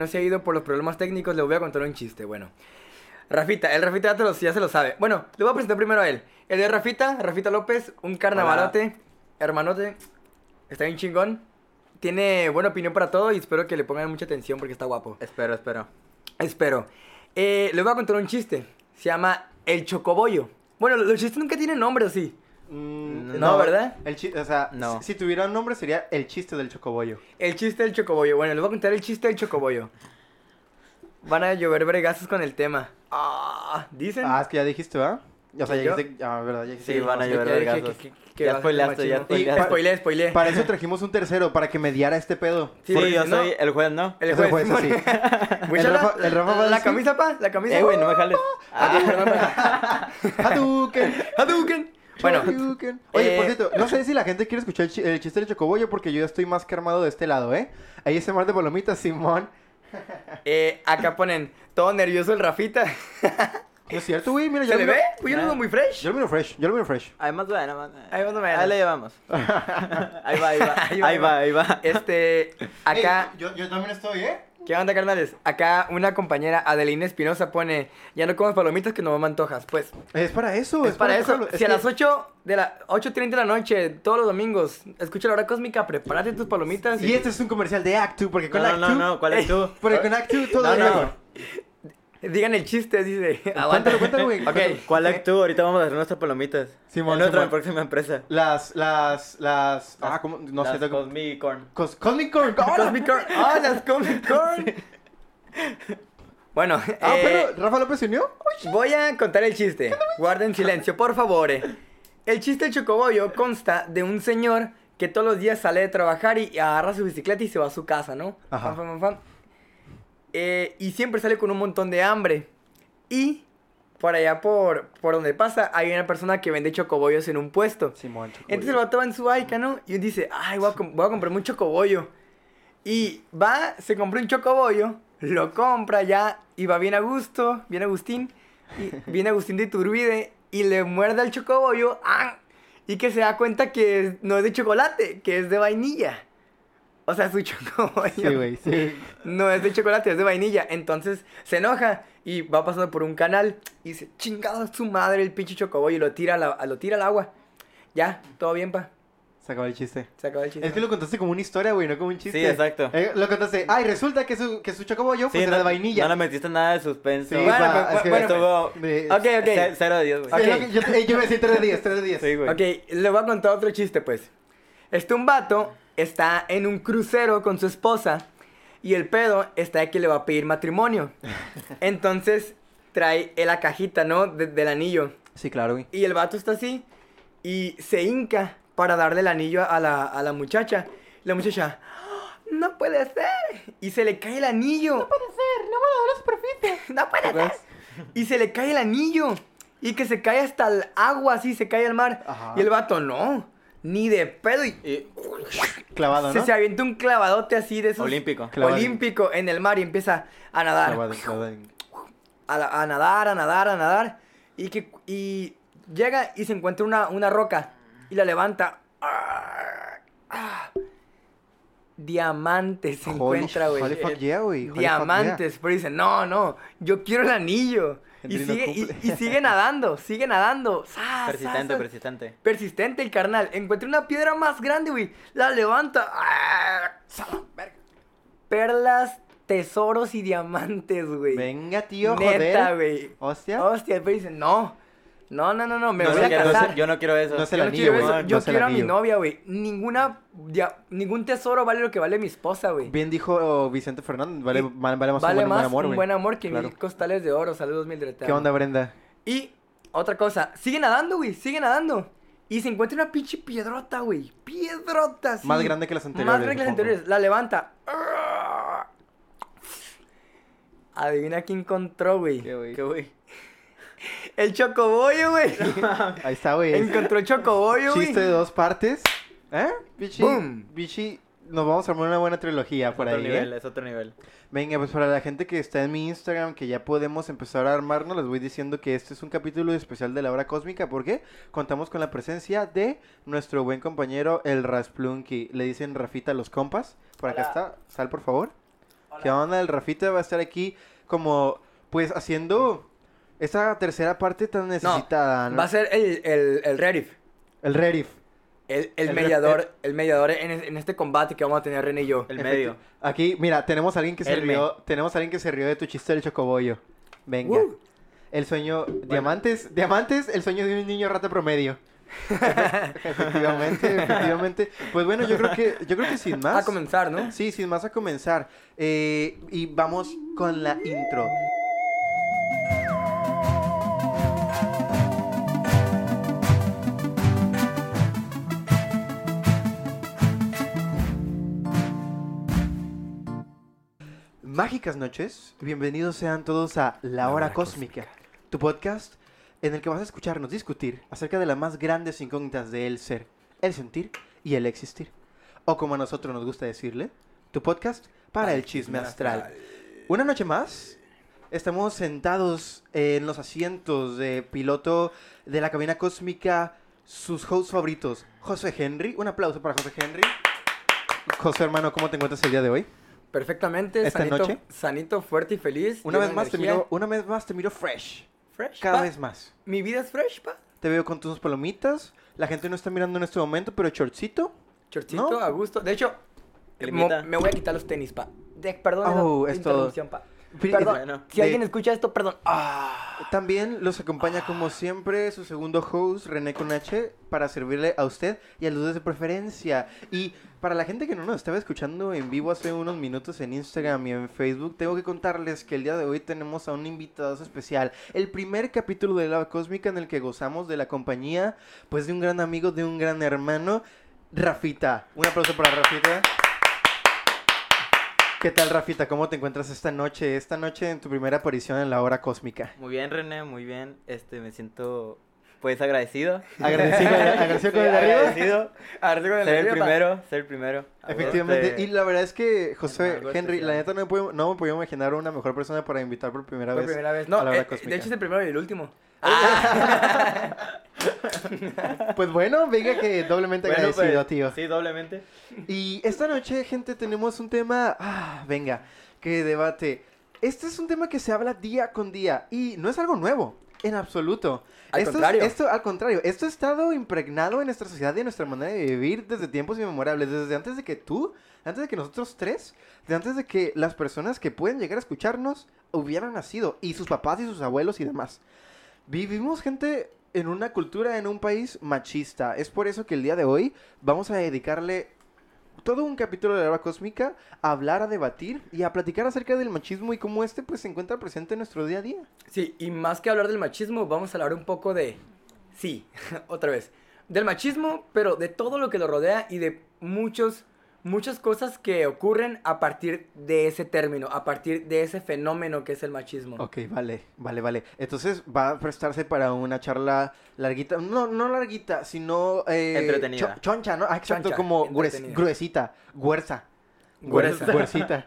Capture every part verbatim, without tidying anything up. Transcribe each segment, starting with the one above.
no se ha ido por los problemas técnicos, le voy a contar un chiste. Bueno, Rafita, el Rafita ya, te lo- ya se lo sabe. Bueno, le voy a presentar primero a él. El de Rafita, Rafita López, un carnavalote, hermanote, está bien chingón. Tiene buena opinión para todo y espero que le pongan mucha atención porque está guapo. Espero, espero. Espero. Eh, les voy a contar un chiste. Se llama El Chocobollo. Bueno, los chistes nunca tienen nombre así. Mm, No, ¿verdad? El chi- o sea, No. si, si tuviera un nombre sería el chiste del chocobollo. El chiste del chocobollo. Bueno, les voy a contar el chiste del chocobollo. Van a llover bregazos con el tema. Ah, dicen. Ah, es que ya dijiste, ¿verdad? O sea, ya ¿Yo? dijiste, ah, verdad, ya dijiste. Sí, van a Ya- llover ya dije vergazos. que- que- que Ya va a ser spoileaste, ya machino. spoileaste. Spoileé, spoileé. Para eso trajimos un tercero, para que mediara este pedo. Sí, Sí, porque yo si no- soy el juez, ¿no? El Es juez, el juez, Simón. sí. Muéchala. El Rafa- el Rafa va a La decir- camisa, pa, la camisa. Eh, güey, no me jales. Ah, Hadouken. Hadouken. Bueno, Hadouken. Oye, por eh, cierto, no sé si la gente quiere escuchar el, chi- el chiste del chocobollo porque yo ya estoy más que armado de este lado, ¿eh? Ahí ese mar de palomitas, Simón. eh, acá ponen todo nervioso el Rafita. ¿No es cierto, güey? Mira, yo ¿Se lo le miro- ve? Pues yo lo veo muy fresh. Yo lo miro fresh, yo lo miro fresh. Además, bueno, más- Ahí más o menos. Ahí la llevamos. Ahí va, ahí va. Ahí va, Ahí va, ahí va. Este, acá, Ey, yo, yo también estoy, ¿eh? ¿qué onda, carnales? Acá una compañera, Adelina Espinosa, pone, ya no comas palomitas que no me antojas. Pues, Es para eso, es para eso. antojarlo. Es Si a que- las ocho de la ocho treinta de la noche, todos los domingos, escucha la hora cósmica, prepárate tus palomitas. Y este es un comercial de Act two, porque con No, Act no, two... no, no, ¿cuál es tú? Porque con Act two todo No, es no. mejor. Digan el chiste, dice. Cuéntalo, cuéntalo, güey. Ok. cuéntalo. ¿Cuál actúo? Ahorita vamos a hacer nuestras palomitas. Simón, En nuestra Simón. próxima empresa. Las, las, las... Ah, ¿cómo? No Las sé. tengo- Cosmic Corn. Cos- Cosmic Corn. ¡Ah, Cosmic Corn. ¡Ah, las Cosmic Corn! Bueno, Ah, eh, pero ¿Rafa López se unió? voy a contar el chiste. Guarden silencio, por favor. El chiste del chocobollo consta de un señor que todos los días sale de trabajar y agarra su bicicleta y se va a su casa, ¿no? Ajá. Fam, fam, fam, fam. Eh, y siempre sale con un montón de hambre. Y por allá, por, por donde pasa, hay una persona que vende chocobollos en un puesto. Simón, Entonces el vato va en su bike, ¿no? Y dice, ay, voy a, com- voy a comprarme un chocobollo. Y va, se compra un chocobollo, lo compra ya, y va bien a gusto, bien Agustín, y viene Agustín de Iturbide, y le muerde al chocobollo, ¡ah! Y que se da cuenta que es- no es de chocolate, que es de vainilla. O sea, su chocobollo Sí, güey, sí. no es de chocolate, es de vainilla. Entonces se enoja y va pasando por un canal y dice, chingada su madre el pinche chocobollo, y lo tira, a la- lo tira al agua. Ya, todo bien, pa. Se acabó el chiste. Se acabó el chiste. Es que lo contaste como una historia, güey, no como un chiste. Sí, exacto. Eh, lo contaste. Ay, resulta que su, que su chocobollo pues Sí, era no, de vainilla. no le metiste nada de suspenso. Sí, Bueno, pa, pues, es que bueno, Estuvo de- Ok, ok. ce- cero de diez, güey. Sí, Ok. lo que- yo, eh, yo me decía tres de diez, tres de diez. Sí, güey. Ok, le voy a contar otro chiste, pues. Este un vato está en un crucero con su esposa y el pedo está de que le va a pedir matrimonio. Entonces trae la cajita, ¿no? De- del anillo. Sí, claro, güey. Y el vato está así y se hinca para darle el anillo a la, a la muchacha. Y la muchacha, "¡Ah, no puede ser!" Y se le cae el anillo. No puede ser, no me lo das perfecto. No puede ser. Y se le cae el anillo. Y que se cae hasta el agua, así, se cae al mar. Ajá. Y el vato, no, ni de pedo. Y Y Clavado, se, ¿no? se avienta un clavadote así de esos. olímpico. Clavado. Olímpico en el mar y empieza a nadar. Clavado, clavado. A, la- a nadar, a nadar, a nadar. Y que y llega y se encuentra una, una roca. Y la levanta. Ah, ah. Diamantes se Holy- encuentra, güey. holy fuck yeah, güey. Holy fuck Diamantes. Pero dice, no, no, yo quiero el anillo. Y Henry no sigue, y, cumple. y sigue nadando, sigue nadando. Sa, sa, Persistente, sa. persistente. Persistente el carnal. Encuentra una piedra más grande, güey. La levanta. Ah, sa la verga. Perlas, tesoros y diamantes, güey. Venga, tío, Neta, joder. güey. Hostia. Hostia, pero dice, no. No, no, no, no, me No voy sé a qué- no sé- casar. yo no quiero eso. No sé Yo el no anillo, quiero güey. eso. No Yo es el quiero a mi anillo. novia, güey. Ninguna, ya, ningún tesoro vale lo que vale mi esposa, güey. Bien dijo Vicente Fernández, vale, Y vale, vale más Vale un buen, más buen amor, un güey. buen amor que Claro. mil costales de oro. Saludos, mil de ¿Qué onda, Brenda? Y otra cosa, sigue nadando, güey, sigue nadando. Y se encuentra una pinche piedrota, güey. Piedrota, sí. Más grande que las anteriores, Más grande que las supongo. anteriores. La levanta. Adivina quién encontró, güey. ¿Qué, güey? ¿Qué, güey? El chocobollo, güey. Ahí está, güey. Encontró el chocobollo, güey. Chiste de dos partes. ¿Eh? Bichi, Boom. Bichi, nos vamos a armar una buena trilogía por Otro ahí, nivel, ¿eh? es otro nivel. Venga, pues para la gente que está en mi Instagram, que ya podemos empezar a armarnos, les voy diciendo que este es un capítulo especial de la hora cósmica, porque contamos con la presencia de nuestro buen compañero, el Rasplunky. Le dicen Rafita a los compas. Por acá Hola. está. Sal, por favor. ¿Qué onda? El Rafita va a estar aquí como, pues, haciendo esta tercera parte tan necesitada, ¿no? Va a ser el, el, el Rerif. El Rerif. El, el, El mediador, ref- el mediador en, en este combate que vamos a tener René y yo. El medio. Aquí, mira, tenemos a alguien que se Elme. rió, tenemos a alguien que se rió de tu chiste del chocobollo. Venga. Uh. El sueño, diamantes, diamantes, el sueño de un niño rata promedio. Efectivamente, efectivamente. Pues bueno, yo creo que, yo creo que sin más. A comenzar, ¿no? Sí, sin más a comenzar. Eh, y vamos con la intro. Mágicas noches, bienvenidos sean todos a La Hora Cósmica, tu podcast en el que vas a escucharnos discutir acerca de las más grandes incógnitas del ser, el sentir y el existir. O como a nosotros nos gusta decirle, tu podcast para el chisme astral. Una noche más, estamos sentados en los asientos de piloto de la cabina cósmica, sus hosts favoritos, José Henry. Un aplauso para José Henry. José, hermano, ¿cómo te encuentras el día de hoy? Perfectamente, ¿Esta sanito, noche? sanito, fuerte y feliz. Una lleno vez de más te energía. miro, una vez más te miro fresh. Fresh, Cada pa. vez más. Mi vida es fresh, pa. Te veo con tus palomitas. La gente no está mirando en este momento, pero shortcito. Chorcito, ¿No? a gusto. De hecho, Climita. mo- me voy a quitar los tenis, pa. De, perdón, Oh, esa es todo. interrupción, pa. Pri- Perdón, Bueno. si de- alguien escucha esto, perdón. Ah. También los acompaña como siempre su segundo host, René con H, para servirle a usted y a los de su preferencia. Y para la gente que no nos estaba escuchando en vivo hace unos minutos en Instagram y en Facebook, tengo que contarles que el día de hoy tenemos a un invitado especial. El primer capítulo de La Cósmica en el que gozamos de la compañía, pues, de un gran amigo, de un gran hermano, Rafita. Un aplauso para Rafita. ¿Qué tal, Rafita? ¿Cómo te encuentras esta noche? Esta noche en tu primera aparición en La Hora Cósmica. Muy bien, René, muy bien. Este, me siento, pues, agradecido. Agradecido, agradecido con el de arriba. Agradecido. A ver, con el Ser el nervio, pa. primero, ser el primero. Efectivamente, Este, y la verdad es que José algo Henry, especial. la neta no me, puedo, no me podía imaginar una mejor persona para invitar por primera Por vez. primera vez. a No, la hora eh, cósmica. de hecho es el primero y el último. Pues bueno, venga que doblemente bueno, agradecido, pues, tío. Sí, doblemente. Y esta noche, gente, tenemos un tema, ah, venga, que debate. Este es un tema que se habla día con día y no es algo nuevo, en absoluto. Al esto es- contrario. esto, al contrario, esto ha estado impregnado en nuestra sociedad y en nuestra manera de vivir desde tiempos inmemorables, desde antes de que tú, antes de que nosotros tres, de antes de que las personas que pueden llegar a escucharnos hubieran nacido, y sus papás y sus abuelos y demás. Vivimos, gente, en una cultura, en un país machista. Es por eso que el día de hoy vamos a dedicarle todo un capítulo de La Hora Cósmica a hablar, a debatir y a platicar acerca del machismo y cómo este pues se encuentra presente en nuestro día a día. Sí, y más que hablar del machismo, vamos a hablar un poco de... Sí, otra vez. Del machismo, pero de todo lo que lo rodea y de muchos, muchas cosas que ocurren a partir de ese término, a partir de ese fenómeno que es el machismo. Ok, vale, vale, vale. Entonces va a prestarse para una charla larguita, no, no larguita, sino... eh, Entretenida. cho- choncha, ¿no? Ah, exacto, Choncha, como grues- entretenida. gruesita, guerza. Güerza. Guercita.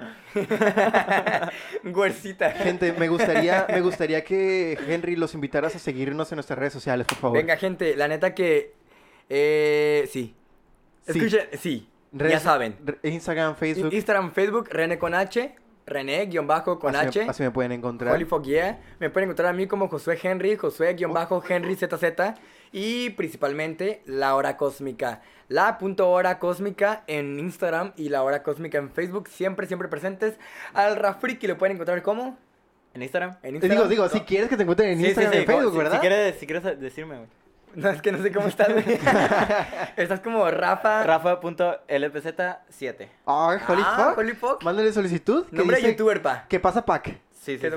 Güercita. Gente, me gustaría, me gustaría que Henry los invitaras a seguirnos en nuestras redes sociales, por favor. Venga, gente, la neta que... Eh, sí. Sí. Escuchen, sí. Ya Redes- saben. re- Instagram, Facebook. Instagram, Facebook, René con H, René, guión bajo con así, H. me, así me pueden encontrar. Holy fuck yeah. Me pueden encontrar a mí como Josué Henry, Josué-Henry Z Z. Y principalmente La Hora Cósmica. La punto hora cósmica en Instagram y La Hora Cósmica en Facebook. Siempre, siempre presentes. Al Rafriki lo pueden encontrar como ¿En Instagram? en Te Instagram. digo, digo, si quieres que te encuentren en Sí, sí, Instagram sí, y en Facebook, si- ¿verdad? Si quieres, si quieres decirme, güey. No, es que no sé cómo estás, güey. Estás como Rafa. Rafa punto L P Z siete. Ay, holy Ah, fuck. holy fuck. Mándale solicitud. que Nombre de dice, youtuber, pa. ¿qué pasa, Pac? Sí, sí, Que sí.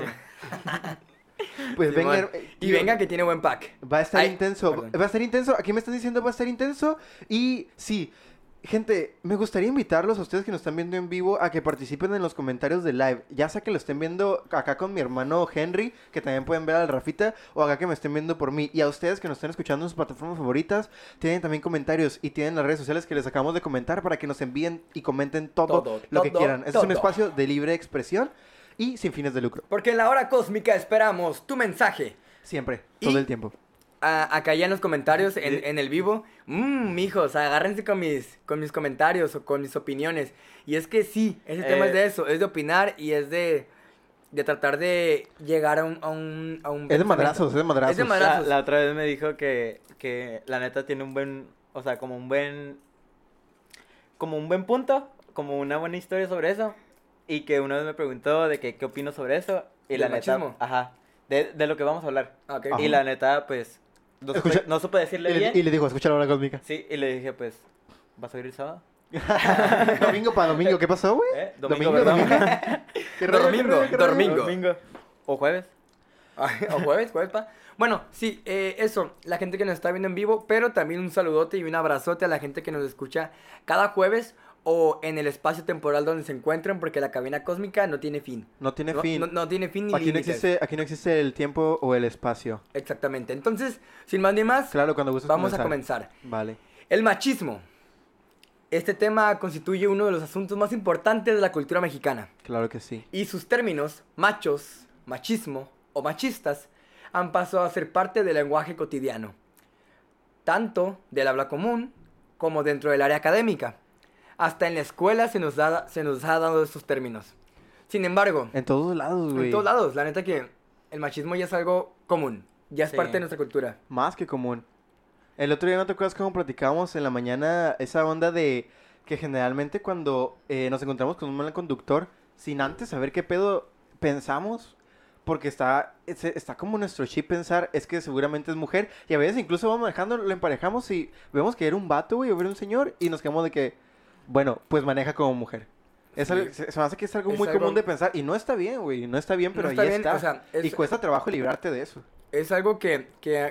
no- Pues Simón. venga. eh, Y tío, venga que tiene buen pack. Va a estar Ay, intenso. perdón. Va a estar intenso. Aquí me están diciendo va a estar intenso. Y sí, gente, me gustaría invitarlos a ustedes que nos están viendo en vivo a que participen en los comentarios de live. Ya sea que lo estén viendo acá con mi hermano Henry, que también pueden ver al Rafita, o acá que me estén viendo por mí. Y a ustedes que nos están escuchando en sus plataformas favoritas, tienen también comentarios y tienen las redes sociales que les acabamos de comentar para que nos envíen y comenten todo, Todo, lo que todo, quieran. Este es un todo. espacio de libre expresión y sin fines de lucro. Porque en La Hora Cósmica esperamos tu mensaje. Siempre, Y- todo el tiempo. a- acá ya en los comentarios, en, Sí. en el vivo, mmm, mijos, agárrense con mis, con mis comentarios o con mis opiniones. Y es que sí, ese tema Eh. es de eso, es de opinar y es de, de tratar de llegar a un, a un, a un Es de pensamiento. madrazos, es de madrazos. Es de La, madrazos. la otra vez me dijo que, que la neta tiene un buen, o sea, como un buen, como un buen punto, como una buena historia sobre eso. Y que una vez me preguntó de que qué opino sobre eso. Y ¿Del la neta, machismo? ajá, de, de lo que vamos a hablar. Ah, ok. Ajá. Y la neta, pues, no supe, Escucha- no supe decirle Y bien. le, y le dijo, escucha la hora cósmica. Sí, y le dije, pues, ¿vas a ir el sábado? Domingo para domingo, ¿qué pasó, güey? ¿Eh? Domingo, ¿verdad? domingo. ¿Qué rollo, Domingo, qué rollo, qué rollo? domingo. Domingo. ¿O jueves? Ay, o jueves, jueves, pa. Bueno, sí, eh, eso, la gente que nos está viendo en vivo, pero también un saludote y un abrazote a la gente que nos escucha cada jueves o en el espacio temporal donde se encuentren, porque la cabina cósmica no tiene fin. No tiene No, fin. no- no tiene fin ni Aquí no, límites. existe, aquí no existe el tiempo o el espacio. Exactamente. Entonces, sin más ni más, Claro, cuando gustes vamos a comenzar. Vale. El machismo. Este tema constituye uno de los asuntos más importantes de la cultura mexicana. Claro que sí. Y sus términos, machos, machismo o machistas, han pasado a ser parte del lenguaje cotidiano, tanto del habla común como dentro del área académica. Hasta en la escuela se nos, da, se nos ha dado estos términos. Sin embargo, En todos lados, güey. en todos lados, la neta que el machismo ya es algo común, ya es Sí. parte de nuestra cultura. Más que común. El otro día, ¿no te acuerdas cómo platicábamos en la mañana esa onda de que generalmente cuando eh, nos encontramos con un mal conductor, sin antes saber qué pedo pensamos, porque está, es- está como nuestro chip pensar, es que seguramente es mujer, y a veces incluso vamos manejando, lo emparejamos y vemos que era un vato, güey, o era un señor, y nos quedamos de que, bueno, pues maneja como mujer. Es Sí. algo- se, se me hace que es algo Es muy algo- común de pensar, y no está bien, güey, no está bien, pero No está ahí bien, está. o sea, es- Y cuesta trabajo librarte de eso. Es algo que, que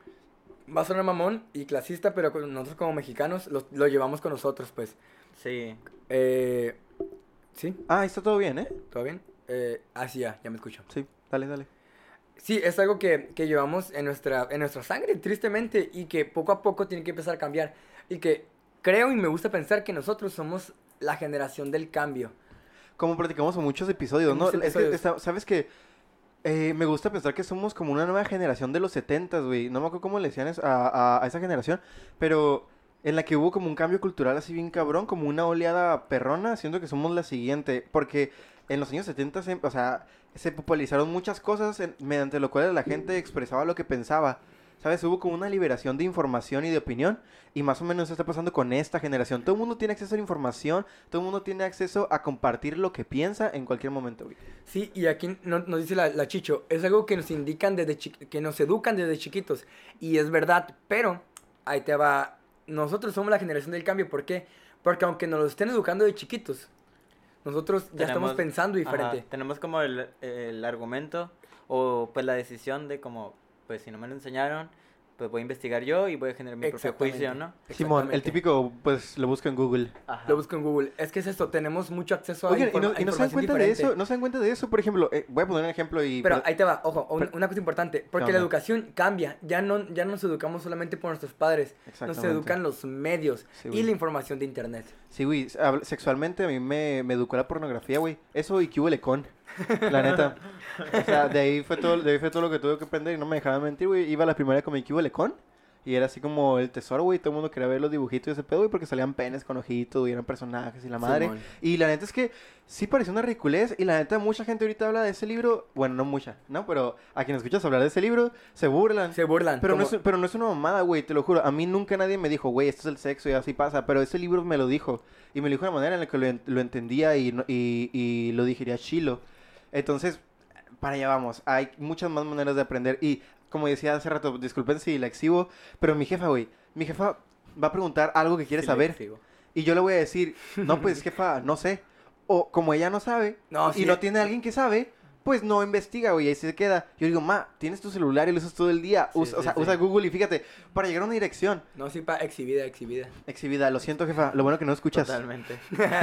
va a sonar mamón y clasista, pero con- nosotros como mexicanos lo, lo llevamos con nosotros, pues. Sí. Eh, ¿Sí? Ah, ahí está todo bien, ¿eh? ¿Todo bien? Eh, ah, sí, ya, ya me escucho. Sí, dale, dale. Sí, es algo que, que llevamos en nuestra, en nuestra sangre, tristemente, y que poco a poco tiene que empezar a cambiar. Y que creo y me gusta pensar que nosotros somos la generación del cambio. Como platicamos en muchos episodios, En ¿no? muchos Es que, episodios. está- ¿sabes qué? Eh, me gusta pensar que somos como una nueva generación de los setentas, güey. No me acuerdo cómo le decían es- a, a- a esa generación, pero en la que hubo como un cambio cultural así bien cabrón, como una oleada perrona, siento que somos la siguiente, porque en los años setenta, se, o sea, se popularizaron muchas cosas en- mediante lo cual la gente expresaba lo que pensaba. ¿Sabes? Hubo como una liberación de información y de opinión. Y más o menos eso está pasando con esta generación. Todo el mundo tiene acceso a la información. Todo el mundo tiene acceso a compartir lo que piensa en cualquier momento, güey. Sí, y aquí no- nos dice la, la Chicho, es algo que nos indican desde chi- que nos educan desde chiquitos. Y es verdad, pero ahí te va. Nosotros somos la generación del cambio. ¿Por qué? Porque aunque nos lo estén educando de chiquitos, nosotros ya estamos Tenemos- pensando diferente. Ajá, tenemos como el, el argumento o pues la decisión de como, pues si no me lo enseñaron, pues voy a investigar yo y voy a generar mi propio Exactamente. juicio, ¿no? Simón, el Exactamente. típico, pues lo busco en Google. Ajá. Lo busco en Google. Es que es esto, tenemos mucho acceso a, Oigan, ¿y informa- no, a y no se dan información cuenta de diferente. eso? ¿No se dan cuenta de eso? Por ejemplo, eh, voy a poner un ejemplo y... Pero ahí te va, ojo, un- Pero- una cosa importante, porque ¿Qué la onda? educación cambia, ya no, ya no nos educamos solamente por nuestros padres, nos Exactamente. educan los medios Sí, y güey. la información de internet. Sí, güey, hab- sexualmente a mí me, me educó la pornografía, güey. Eso y que hubo lecón, la neta. O sea, de ahí fue todo, de ahí fue todo lo que tuve que aprender y no me dejaban mentir, güey. Iba a la primaria con mi cubo lecón y era así como el tesoro, güey. Todo el mundo quería ver los dibujitos y ese pedo, güey, porque salían penes con ojitos y eran personajes y la madre. Simón. Y la neta es que sí pareció una ridiculez y la neta mucha gente ahorita habla de ese libro. Bueno, no mucha, ¿no? Pero a quien escuchas hablar de ese libro se burlan. Se burlan. Pero, no como- es, pero no es una mamada, güey, te lo juro. A mí nunca nadie me dijo, güey, esto es el sexo y así pasa. Pero ese libro me lo dijo. Y me lo dijo de una manera en la que lo, en- lo entendía y, no- y, y lo digería chilo. Entonces, para allá vamos. Hay muchas más maneras de aprender. Y como decía hace rato, disculpen si la exhibo, pero mi jefa, güey, mi jefa va a preguntar algo que quiere Sí, lo saber. exhibo. Y yo le voy a decir, no, pues jefa, no sé. O como ella no sabe No, y sí. no tiene a alguien que sabe, pues no investiga, güey, ahí se queda. Yo digo, ma, tienes tu celular y lo usas todo el día. Sí, Usa- o sí, sea, sí. usa Google y fíjate, para llegar a una dirección. No, sí, pa, exhibida, exhibida. Exhibida, lo siento, jefa, lo bueno que no escuchas. Totalmente.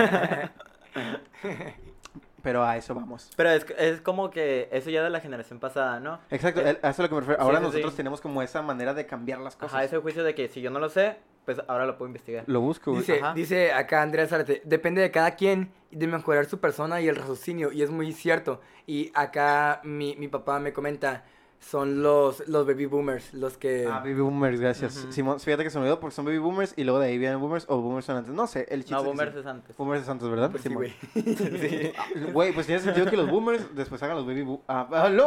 Pero a eso vamos. Pero es, es como que eso ya de la generación pasada, ¿no? Exacto, Eh, a eso es a lo que me refiero. sí, Ahora sí, nosotros sí. tenemos como esa manera de cambiar las cosas. Ajá, ese juicio de que si yo no lo sé, pues ahora lo puedo investigar. Lo busco, güey. Dice, Ajá. dice acá Andrea Zárate, depende de cada quien y de mejorar su persona y el raciocinio, y es muy cierto. Y acá mi, mi papá me comenta, son los, los baby boomers, los que... Ah, baby boomers, gracias. Ujú. Simón, fíjate que se me olvidó porque son baby boomers y luego de ahí vienen boomers o boomers son antes. No sé, el chiste No, es que Boomers sí. es antes. Boomers es antes, ¿verdad? Pues sí, Simón. güey. Sí. Ah, güey, pues tiene sentido que los boomers después hagan los baby boomers. Ah, ah, no,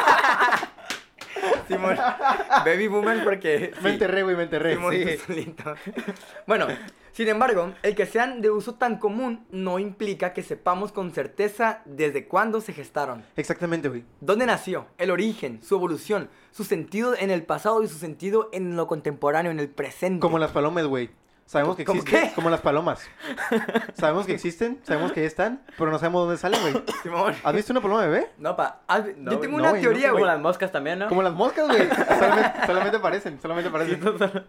Simón, baby boomer porque... me sí. enterré, güey, me enterré. Simón, Sí. tú solito. Bueno, sin embargo, el que sean de uso tan común no implica que sepamos con certeza desde cuándo se gestaron, Exactamente, güey. dónde nació, el origen, su evolución, su sentido en el pasado y su sentido en lo contemporáneo, en el presente. Como las palomas, güey. Sabemos que ¿Cómo existen. qué? Como las palomas. Sabemos que existen, sabemos que ahí están, pero no sabemos dónde salen, güey. Simón. ¿Has visto una paloma bebé? No, pa. ah, No, yo tengo no, una güey, teoría, Como güey. las moscas también, ¿no? Como las moscas, güey. Solamente, solamente aparecen, solamente aparecen.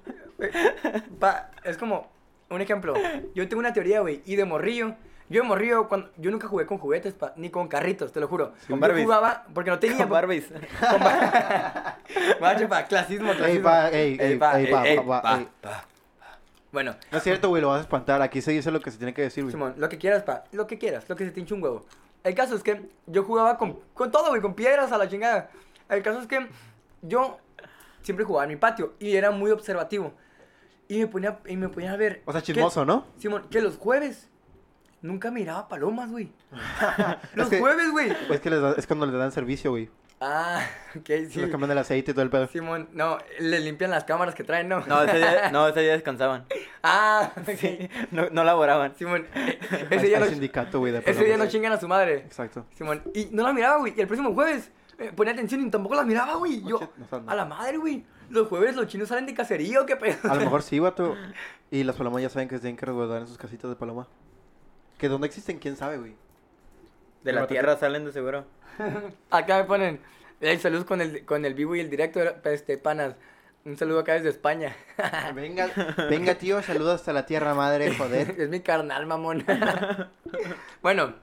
Pa, es como un ejemplo. Yo tengo una teoría, güey, y de morrillo. Yo de morrillo, cuando, yo nunca jugué con juguetes, pa, ni con carritos, te lo juro. Con Yo Barbies. jugaba porque no tenía. Con Barbies. Con bar- Macho, pa, clasismo, clasismo. Ey, pa, ey, ey, pa, ey, pa, ey, pa, pa, ey. pa. Bueno, No es cierto, güey, lo vas a espantar. Aquí se dice lo que se tiene que decir, güey. Simón, lo que quieras, pa, lo que quieras, lo que se te hinche un huevo. El caso es que yo jugaba con, con todo, güey, con piedras a la chingada. El caso es que yo siempre jugaba en mi patio y era muy observativo. Y me ponía, y me ponía a ver. O sea, que- chismoso, ¿no? Simón, que los jueves nunca miraba palomas, güey. Los que- jueves, güey. Es que les da- es cuando les dan servicio, güey. Ah, ok, sí. Les cambian el aceite y todo el pedo. Simón, no, le limpian las cámaras que traen, ¿no? No, ese día, no, ese día descansaban. Ah, ok. Sí, no, no laboraban. Simón, eh, Hay- ese día hay no, sindicato, güey, de ese día no palomas. chingan a su madre. Exacto. Simón, y no la miraba, güey. Y el próximo jueves eh, ponía atención y tampoco la miraba, güey. Yo, No sé, no. a la madre, güey. Los jueves los chinos salen de cacería o qué pedo. A lo mejor sí, vato. Y las palomas ya saben que se tienen que resguardar en sus casitas de paloma. Que dónde existen, quién sabe, güey. De la tierra salen de seguro. Acá me ponen. Hey, saludos con el, con el vivo y el directo, este, panas. Un saludo acá desde España. Venga, venga, tío, saludos hasta la tierra madre, joder. Es mi carnal, mamón. Bueno,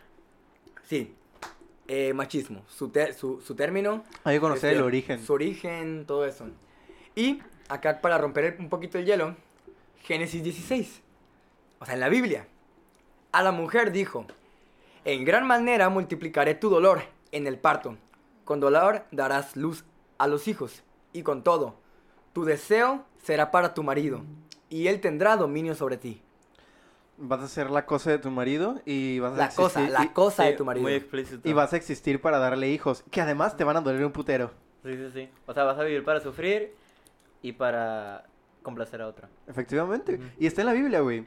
sí. Eh, machismo, su, ter- su, su término. Hay que conocer este, el origen. Su origen, todo eso. Y acá para romper el- un poquito el hielo, Génesis dieciséis. O sea, en la Biblia. A la mujer dijo, en gran manera multiplicaré tu dolor en el parto. Con dolor darás luz a los hijos. Y con todo, tu deseo será para tu marido. Y él tendrá dominio sobre ti. Vas a ser la cosa de tu marido y vas a La cosa, existir- la y- cosa Sí, de tu marido. Muy explícito. y vas a existir para darle hijos, que además te van a doler un putero. Sí, sí, sí. O sea, vas a vivir para sufrir y para complacer a otro. Efectivamente. Ujú. Y está en la Biblia, güey.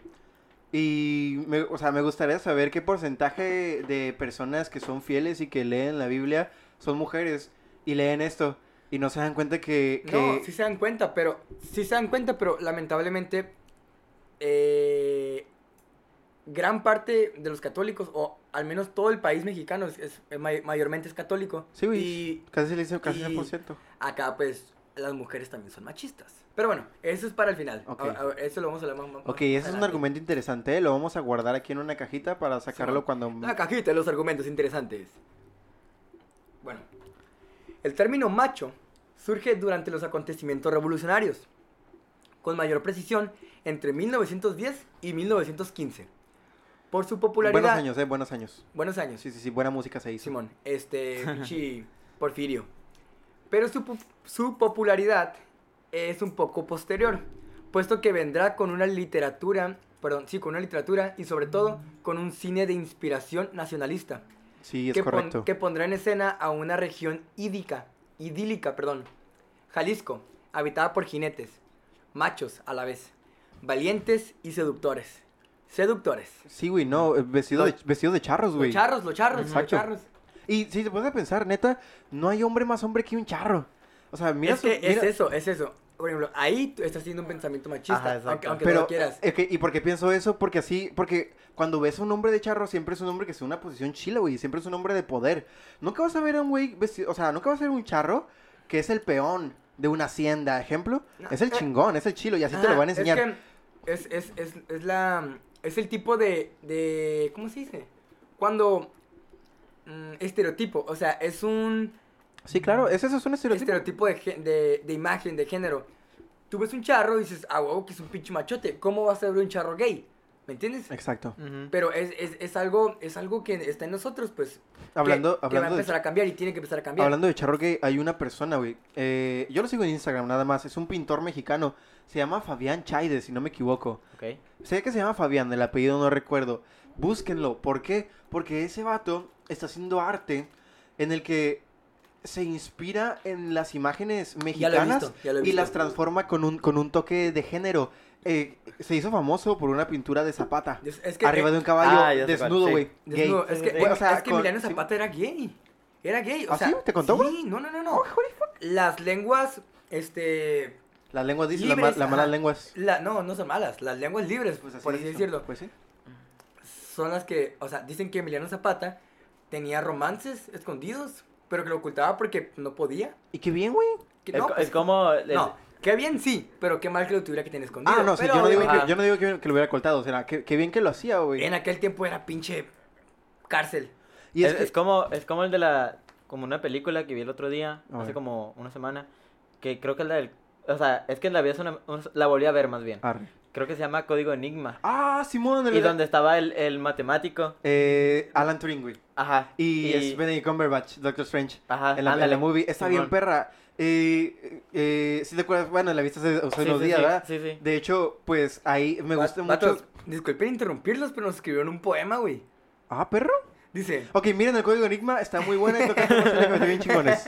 Y, me, o sea, me gustaría saber qué porcentaje de personas que son fieles y que leen la Biblia son mujeres y leen esto y no se dan cuenta que... que... No, sí se dan cuenta, pero sí se dan cuenta, pero lamentablemente eh, gran parte de los católicos, o al menos todo el país mexicano, es, es- es may- mayormente es católico. Sí, güey. Y Casi le hice casi y- cien por ciento. acá, pues, las mujeres también son machistas. Pero bueno, eso es para el final. Ok. A- a- eso lo vamos a hablar más, más Ok, más ese es un adelante. argumento interesante, ¿eh? Lo vamos a guardar aquí en una cajita para sacarlo Simón. cuando... La cajita de los argumentos interesantes. Bueno, el término macho surge durante los acontecimientos revolucionarios, con mayor precisión entre mil novecientos diez y mil novecientos quince. Por su popularidad. Buenos años, ¿eh? Buenos años. Buenos años. Sí, sí, sí, buena música se hizo. Simón, este, pinche Porfirio. Pero su, po- su popularidad es un poco posterior, puesto que vendrá con una literatura, perdón, sí, con una literatura y sobre todo con un cine de inspiración nacionalista. Sí, es que, pon- correcto. que pondrá en escena a una región ídica, idílica, perdón, Jalisco, habitada por jinetes, machos a la vez, valientes y seductores. Seductores. Sí, güey, no, eh, vestido, de, vestido de charros, güey. Los charros, los charros, los Exacto. charros. Y si te pones a pensar, neta, no hay hombre más hombre que un charro. O sea, mira... es su- que es mira- eso, es eso. Por ejemplo, ahí tú estás haciendo un pensamiento machista, Ajá, exacto. aunque, aunque no Pero, lo quieras. es que- ¿y por qué pienso eso? Porque así, porque cuando ves a un hombre de charro, siempre es un hombre que está en una posición chila, güey, siempre es un hombre de poder. Nunca vas a ver a un güey vestido, o sea, nunca vas a ver un charro que es el peón de una hacienda, ejemplo. No, Es el eh, chingón, es el chilo, y así te Ajá, lo van a enseñar. Es que es, es, es, es la... Es el tipo de, de... ¿Cómo se dice? Cuando... mm, estereotipo, o sea, es un... Sí, claro, es eso, es un estereotipo. estereotipo de, gen- de, de imagen, de género. Tú ves un charro y dices, ah, wow, que es un pinche machote. ¿Cómo vas a ver un charro gay? ¿Me entiendes? Exacto. Ujú. Pero es, es, es, algo, es algo que está en nosotros, pues. Hablando, que, que va a hablando, empezar de, a cambiar y tiene que empezar a cambiar. hablando de charro gay, hay una persona, güey. Eh, yo lo sigo en Instagram nada más. Es un pintor mexicano. Se llama Fabián Chaides, si no me equivoco. Ok. Sé que se llama Fabián, el apellido no recuerdo. Búsquenlo. ¿Por qué? Porque ese vato está haciendo arte en el que se inspira en las imágenes Ya lo he mexicanas visto, ya lo he y visto. las transforma con un, con un toque de género. Eh, se hizo famoso por una pintura de Zapata. Es, es que, Arriba eh, de un caballo Ah, ya sé cuál, desnudo, sí. güey. Gay. desnudo, es que, Sí, eh, o sea, es que con- Emiliano sí. Zapata era gay. Era gay, o ¿Ah, sea. sí? ¿Te contó, güey? Sí, no, no, no, no. Las lenguas, este... Las lenguas dicen, las libres, ma- las malas ajá. lenguas. La, no, no son malas. Las lenguas libres, Pues así por así dicen. decirlo. Pues sí. Son las que, o sea, dicen que Emiliano Zapata tenía romances escondidos, pero que lo ocultaba porque no podía. Y qué bien, güey. Que Es, no, co- pues, es como... el- no, qué bien sí, pero qué mal que lo tuviera que tener escondido. Ah, no, sí, Pero yo no, digo que, obviamente, yo no digo que, que lo hubiera cortado. O sea, qué, qué bien que lo hacía, güey. en aquel tiempo era pinche cárcel. Y es, es, que- es como, es como el de la... Como una película que vi el otro día, A hace ver. como una semana, que creo que es la del... O sea, es que la vi hace una, una- la volví a ver más bien. Arre. Creo que se llama Código Enigma. Ah, Simón. el- Y donde estaba el, el matemático. Eh, Alan Turing, güey. Ajá. Y, es Benedict Cumberbatch, Doctor Strange. Ajá, En la, en ándale. la movie. Está bien, Simón. perra. Eh, eh, ¿sí te acuerdas? Bueno, la viste hace, hace Sí, unos sí, días, sí, ¿verdad? sí, sí. De hecho, pues ahí me Va- gusta mucho. vatos, disculpen interrumpirlos, pero nos escribieron un poema, güey. Ah, perro. Dice, Ok, miren el código Enigma, está muy buena y toca temas L G B T bien chingones.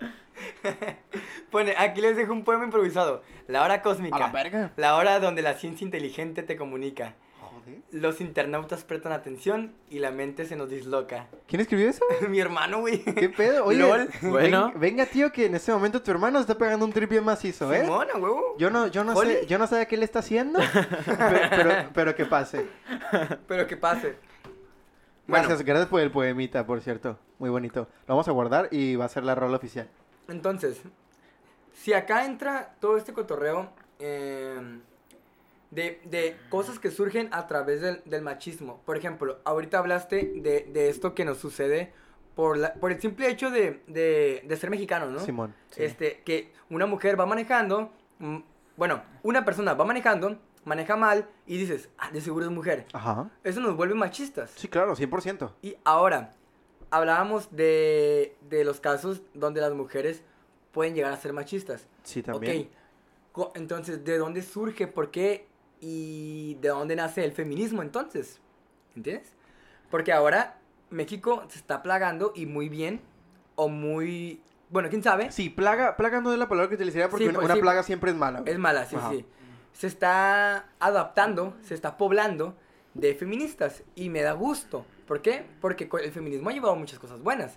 pone, aquí les dejo un poema improvisado. La hora cósmica. A la verga. La hora donde la ciencia inteligente te comunica. Joder. Los internautas prestan atención y la mente se nos disloca. ¿Quién escribió eso? Mi hermano, güey. ¿Qué pedo? Oye, Lol. Bueno. ven- venga, tío, que en este momento tu hermano está pegando un trip bien macizo, ¿eh? Simona, huevo. Yo no, yo no Oli. sé, yo no sé qué le está haciendo, pero, pero, pero que pase. Pero que pase. Bueno, Gracias, gracias por el poemita, por cierto. Muy bonito. Lo vamos a guardar y va a ser la rola oficial. entonces, si acá entra todo este cotorreo eh, de, de cosas que surgen a través del, del machismo. Por ejemplo, ahorita hablaste de, de esto que nos sucede por, la, por el simple hecho de, de, de ser mexicano, ¿no? Simón. Sí. Este, que una mujer va manejando, mm, bueno, una persona va manejando, maneja mal y dices, ah, de seguro es mujer. Ajá. Eso nos vuelve machistas. Sí, claro, cien por ciento. Y ahora, hablábamos de, de los casos donde las mujeres pueden llegar a ser machistas. Sí, también. Ok, co- entonces, ¿de dónde surge, por qué y de dónde nace el feminismo entonces? ¿Entiendes? Porque ahora México se está plagando y muy bien, o muy... Bueno, quién sabe. Sí, plaga, plaga no es la palabra que utilizaría porque Sí, una, pues una sí. plaga siempre es mala. güey. Es mala, sí, Ajá. sí. Se está adaptando, se está poblando de feministas y me da gusto. ¿Por qué? Porque co- el feminismo ha llevado muchas cosas buenas.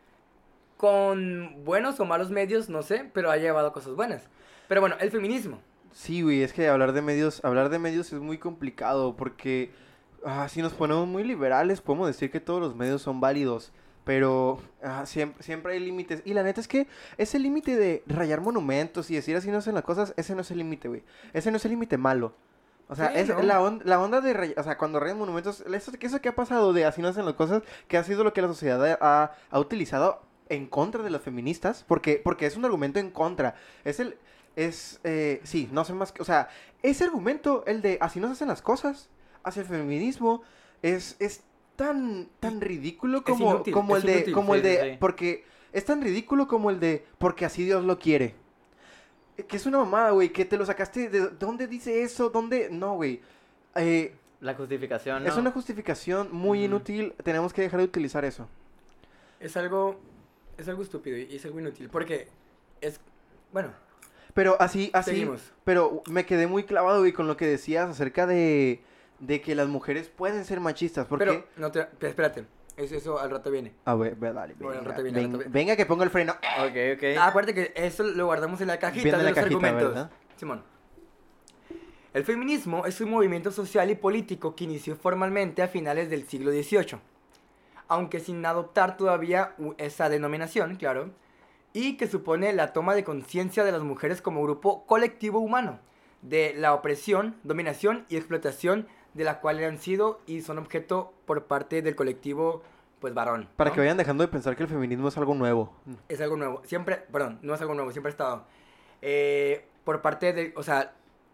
Con buenos o malos medios, no sé, pero ha llevado cosas buenas. Pero bueno, el feminismo. Sí, güey, es que hablar de medios, hablar de medios es muy complicado porque ah, si nos ponemos muy liberales podemos decir que todos los medios son válidos, pero ah, siempre, siempre hay límites. Y la neta es que ese límite de rayar monumentos y decir así no hacen las cosas, ese no es el límite, güey. Ese no es el límite malo. O sea, Sí, es ¿no? la, on- la onda de rayar, o sea, cuando rayan monumentos, eso, eso que ha pasado de así no hacen las cosas, que ha sido lo que la sociedad ha, ha utilizado en contra de las feministas, porque, porque es un argumento en contra. Es el, es, eh, sí, no sé más, que- o sea, ese argumento, el de así no se hacen las cosas, hacia el feminismo, es, es tan, tan ridículo es como, inútil, como el es de, inútil. como el Sí, de, sí, sí. porque es tan ridículo como el de, porque así Dios lo quiere. Eh, Que es una mamada, güey, que te lo sacaste, ¿de dónde dice eso? ¿Dónde? No, güey. Eh, La justificación, ¿no? es una justificación muy Ujú. inútil, tenemos que dejar de utilizar eso. Es algo, es algo estúpido y es algo inútil. Porque es, bueno, Pero así, así, seguimos. pero me quedé muy clavado, güey, con lo que decías acerca de, de que las mujeres pueden ser machistas, porque... Pero, no te, pero espérate, eso, eso al rato viene. A ver, ve, dale, Bueno, al venga, rato viene, al ven- rato viene. venga que pongo el freno. Ok, ok. Ah, acuérdate que eso lo guardamos en la cajita Viene de en la los cajita, argumentos. ¿verdad? Simón. El feminismo es un movimiento social y político que inició formalmente a finales del siglo dieciocho, aunque sin adoptar todavía u- esa denominación, claro, y que supone la toma de conciencia de las mujeres como grupo colectivo humano, de la opresión, dominación y explotación de la cual han sido y son objeto por parte del colectivo, pues, varón. Para ¿no? que vayan dejando de pensar que el feminismo es algo nuevo. Es algo nuevo. Siempre, perdón, no es algo nuevo, siempre ha estado. Eh, por parte de, o sea,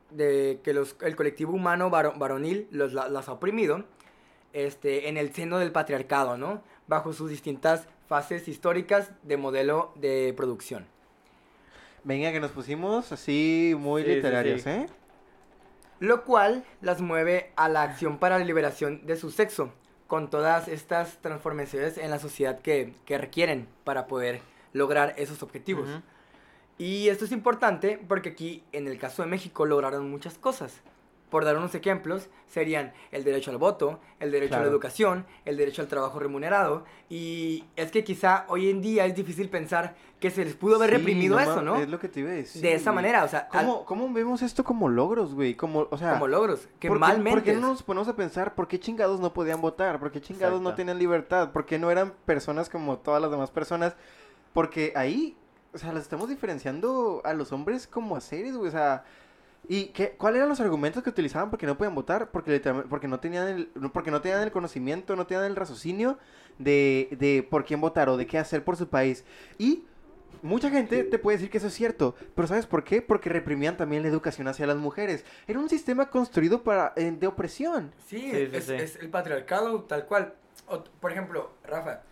de que los, el colectivo humano varo- varonil los, la- las ha oprimido este, en el seno del patriarcado, ¿no? Bajo sus distintas fases históricas de modelo de producción. Venga, que nos pusimos así muy Sí, sí, literarios, sí. ¿eh? Lo cual las mueve a la acción para la liberación de su sexo, con todas estas transformaciones en la sociedad que, que requieren para poder lograr esos objetivos. Ujú. Y esto es importante porque aquí, en el caso de México, lograron muchas cosas. Por dar unos ejemplos, serían el derecho al voto, el derecho a Claro. la educación, el derecho al trabajo remunerado. Y es que quizá hoy en día es difícil pensar que se les pudo haber Sí, reprimido no eso, ma- ¿no? Es lo que te iba a decir, De esa güey. manera, o sea, al- ¿Cómo, ¿Cómo vemos esto como logros, güey? Como, o sea, como logros, que ¿por qué- malmente. ¿Por qué no nos ponemos a pensar por qué chingados no podían votar? ¿Por qué chingados no Exacto. tenían libertad? ¿Por qué no eran personas como todas las demás personas? Porque ahí, o sea, las estamos diferenciando a los hombres como a seres, güey, o sea... ¿Y qué, cuáles eran los argumentos que utilizaban porque no podían votar? Porque, literalmente- porque, no tenían el, porque no tenían el conocimiento, no tenían el raciocinio de, de por quién votar o de qué hacer por su país. Y mucha gente te puede decir que eso es cierto, pero ¿sabes por qué? Porque reprimían también la educación hacia las mujeres. Era un sistema construido para, eh, de opresión. Sí, Sí, sí, es, sí. es el patriarcado tal cual. O, por ejemplo, Rafa,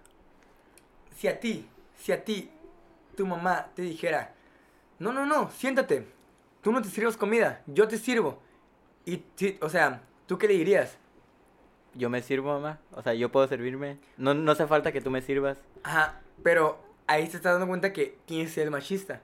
si a ti, si a ti, tu mamá te dijera, no, no, no, siéntate, tú no te sirves comida, yo te sirvo. Y, sí, o sea, ¿tú qué le dirías? Yo me sirvo, mamá. O sea, yo puedo servirme. No, no hace falta que tú me sirvas. Ajá, pero ahí se está dando cuenta que quién es el machista.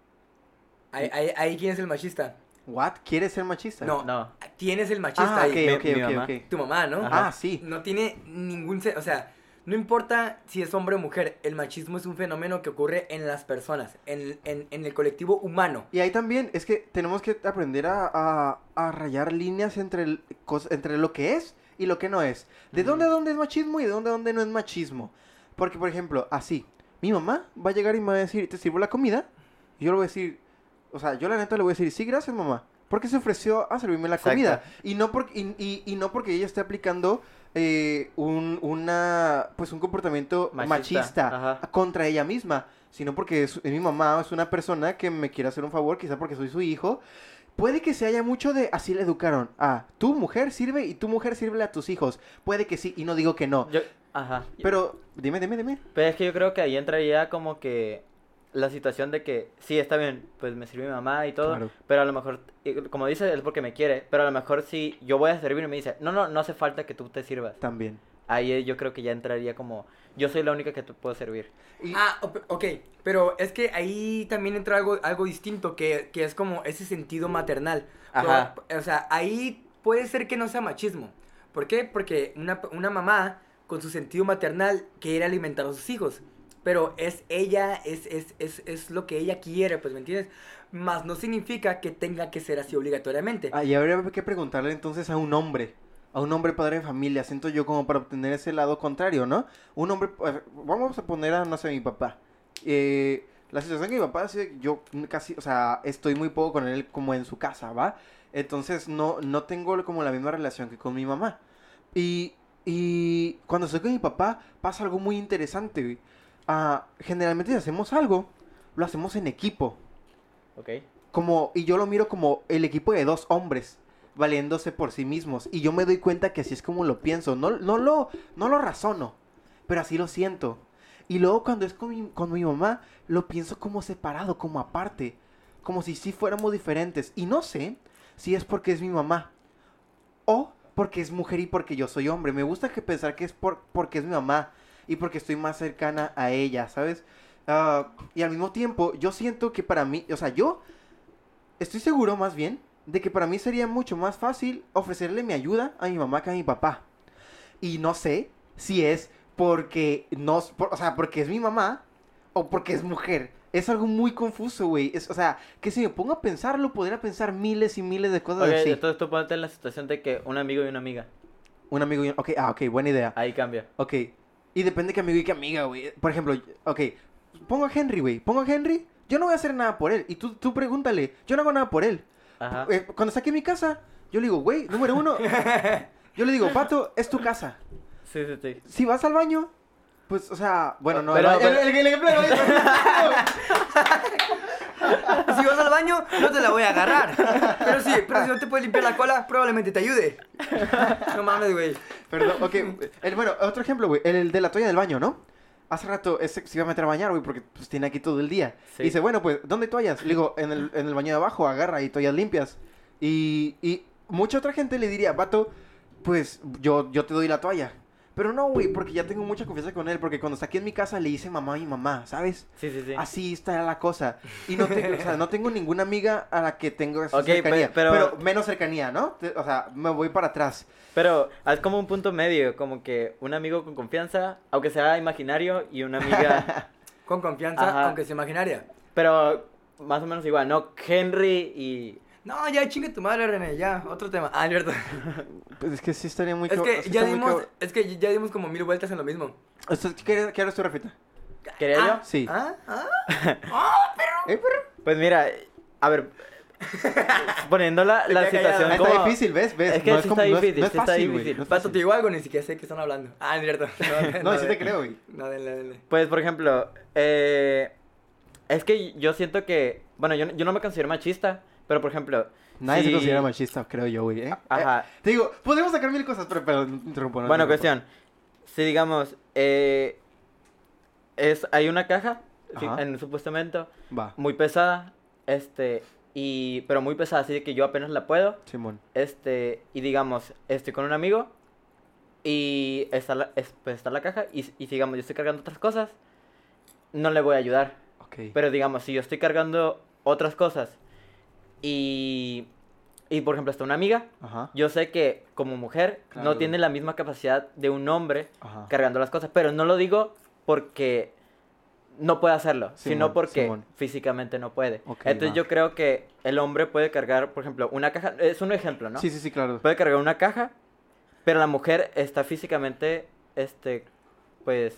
Ahí, ahí, ahí quién es el machista. ¿What? ¿Quieres ser machista? No, No. ¿quién es el machista Ah, ahí? ok, Mi- ok, mi ok, mamá. ok. Tu mamá, ¿no? Ajá. Ah, sí. No tiene ningún... se- O sea, no importa si es hombre o mujer, el machismo es un fenómeno que ocurre en las personas, en, en, en el colectivo humano. Y ahí también es que tenemos que aprender a, a, a rayar líneas entre, el, cos- entre lo que es y lo que no es. ¿De Ujú. dónde a dónde es machismo y de dónde a dónde no es machismo? Porque, por ejemplo, así, mi mamá va a llegar y me va a decir, ¿te sirvo la comida? Y yo le voy a decir, o sea, yo la neta le voy a decir, sí, gracias, mamá. Porque se ofreció a servirme la Exacto. comida. Y no, por, y, y, y no porque ella esté aplicando eh, un, una, pues un comportamiento Machista, machista, ajá. contra ella misma. Sino porque es, es mi mamá, es una persona que me quiere hacer un favor, quizá porque soy su hijo. Puede que se haya mucho de así le educaron. Ah, tu mujer sirve y tu mujer sirve a tus hijos. Puede que sí, y no digo que no. Yo, ajá. Pero, dime, dime, dime. Pero es que yo creo que ahí entraría como que la situación de que sí, está bien, pues me sirve mi mamá y todo, Claro. pero a lo mejor, y como dice, es porque me quiere, pero a lo mejor si yo voy a servir y me dice, no, no, no hace falta que tú te sirvas. También. Ahí yo creo que ya entraría como, yo soy la única que te puedo servir. Y- Ah, op- ok, pero es que ahí también entra algo, algo distinto, que, que es como ese sentido maternal. Ajá. Pero, o sea, ahí puede ser que no sea machismo. ¿Por qué? Porque una, una mamá con su sentido maternal quiere alimentar a sus hijos. Pero es ella, es, es, es, es lo que ella quiere, pues, ¿me entiendes? Más no significa que tenga que ser así obligatoriamente. Ah, y habría que preguntarle entonces a un hombre, a un hombre padre de familia, siento yo como para obtener ese lado contrario, ¿no? Un hombre, eh, vamos a poner a, no sé, mi papá. Eh, la situación que mi papá hace, yo casi, o sea, estoy muy poco con él como en su casa, ¿va? Entonces no, no tengo como la misma relación que con mi mamá. Y, y cuando estoy con mi papá pasa algo muy interesante, güey. Ah, generalmente si hacemos algo, lo hacemos en equipo. ¿Ok? Como, y yo lo miro como el equipo de dos hombres valiéndose por sí mismos. Y yo me doy cuenta que así es como lo pienso. No, no, lo, no lo razono, pero así lo siento. Y luego cuando es con mi, con mi mamá, lo pienso como separado, como aparte. Como si sí fuéramos diferentes. Y no sé si es porque es mi mamá. O porque es mujer y porque yo soy hombre. Me gusta que pensar que es por, porque es mi mamá. Y porque estoy más cercana a ella, ¿sabes? Ah, y al mismo tiempo, yo siento que para mí, o sea, yo estoy seguro más bien de que para mí sería mucho más fácil ofrecerle mi ayuda a mi mamá que a mi papá. Y no sé si es porque no, por- o sea, porque es mi mamá o porque es mujer. Es algo muy confuso, güey. Es, o sea, que si me pongo a pensarlo, podría pensar miles y miles de cosas Ok, así. entonces tú ponte en la situación de que un amigo y una amiga. Un amigo y un... Ok, ah, ok, buena idea. Ahí cambia. Ok. Y depende que amigo y que amiga, güey. Por ejemplo, ok, pongo a Henry, güey. Pongo a Henry, yo no voy a hacer nada por él. Y tú, tú pregúntale, yo no hago nada por él. Ajá. Eh, cuando está aquí en mi casa, yo le digo, güey, número uno. Yo le digo, Pato, es tu casa. Sí, sí, sí. Si vas al baño, Pues, o sea, bueno, no. Pero- el, pero- el, el, el ejemplo no- Si vas al baño, no te la voy a agarrar. Pero sí, pero si no te puedes limpiar la cola, probablemente te ayude. No mames, güey. Perdón, ok. El, bueno, otro ejemplo, güey. El, el de la toalla del baño, ¿no? Hace rato ese se iba a meter a bañar, güey, porque pues tiene aquí todo el día. Sí. Y dice, bueno, pues, ¿dónde hay toallas? Le digo, en el, en el baño de abajo, agarra y toallas limpias. Y, y mucha otra gente le diría, vato, pues, yo, yo te doy la toalla. Pero no, güey, porque ya tengo mucha confianza con él, porque cuando está aquí en mi casa le hice mamá a mi mamá, ¿sabes? Sí, sí, sí. Así está la cosa. Y no tengo, o sea, no tengo ninguna amiga a la que tengo esa Ok, cercanía. pe- pero- pero menos cercanía, ¿no? Te- O sea, me voy para atrás. Pero es como un punto medio, como que un amigo con confianza, aunque sea imaginario, y una amiga, Con confianza, Ajá. aunque sea imaginaria. pero más o menos igual, ¿no? Henry y... No, ya chingue tu madre, René, ya, otro tema. Ah, es verdad. Pues es que sí estaría muy... Es cab- que sí ya está muy dimos, cab- es que ya dimos como mil vueltas en lo mismo. Esto- ¿Qué, qué eres tú, Rafita? ¿Quería yo? Ah, Sí. ¿Ah? ¿Ah? ¿Eh, perro? Pues mira, a ver, poniendo la, Te la queda situación callado. Ah, como... está difícil, ¿ves? ¿Ves? Es que no sí es como- está no es- difícil, no es sí está fácil, güey, difícil. no es Pato, fácil. te digo algo, ni siquiera sé qué están hablando. Ah, es cierto. No, No, sí de- te creo, güey. No, dale, dale. Pues, por ejemplo, eh, es que yo siento que... Bueno, yo, yo no me considero machista, pero, por ejemplo... Nadie si- se considera machista, creo yo, güey, ¿eh? Ajá. Eh, te digo, podemos sacar mil cosas, pero, pero no te interrumpo. no te Bueno, interrumpo. cuestión. Si digamos, eh, es, hay una caja sí, Ajá. en un supuestamente Va, muy pesada, este, y, pero muy pesada, así de que yo apenas la puedo, Simón. este, y digamos, estoy con un amigo y está la, es- pues está la caja y, y digamos, yo estoy cargando otras cosas, no le voy a ayudar. Ok. Pero digamos, si yo estoy cargando otras cosas y, y por ejemplo, está una amiga, Ajá. yo sé que como mujer Claro. no tiene la misma capacidad de un hombre Ajá. cargando las cosas, pero no lo digo porque no puede hacerlo, Simón, sino porque Simón. físicamente no puede. Ok, Entonces va. yo creo que el hombre puede cargar, por ejemplo, una caja, es un ejemplo, ¿no? Sí, sí, sí, claro. Puede cargar una caja, pero la mujer está físicamente, este, pues,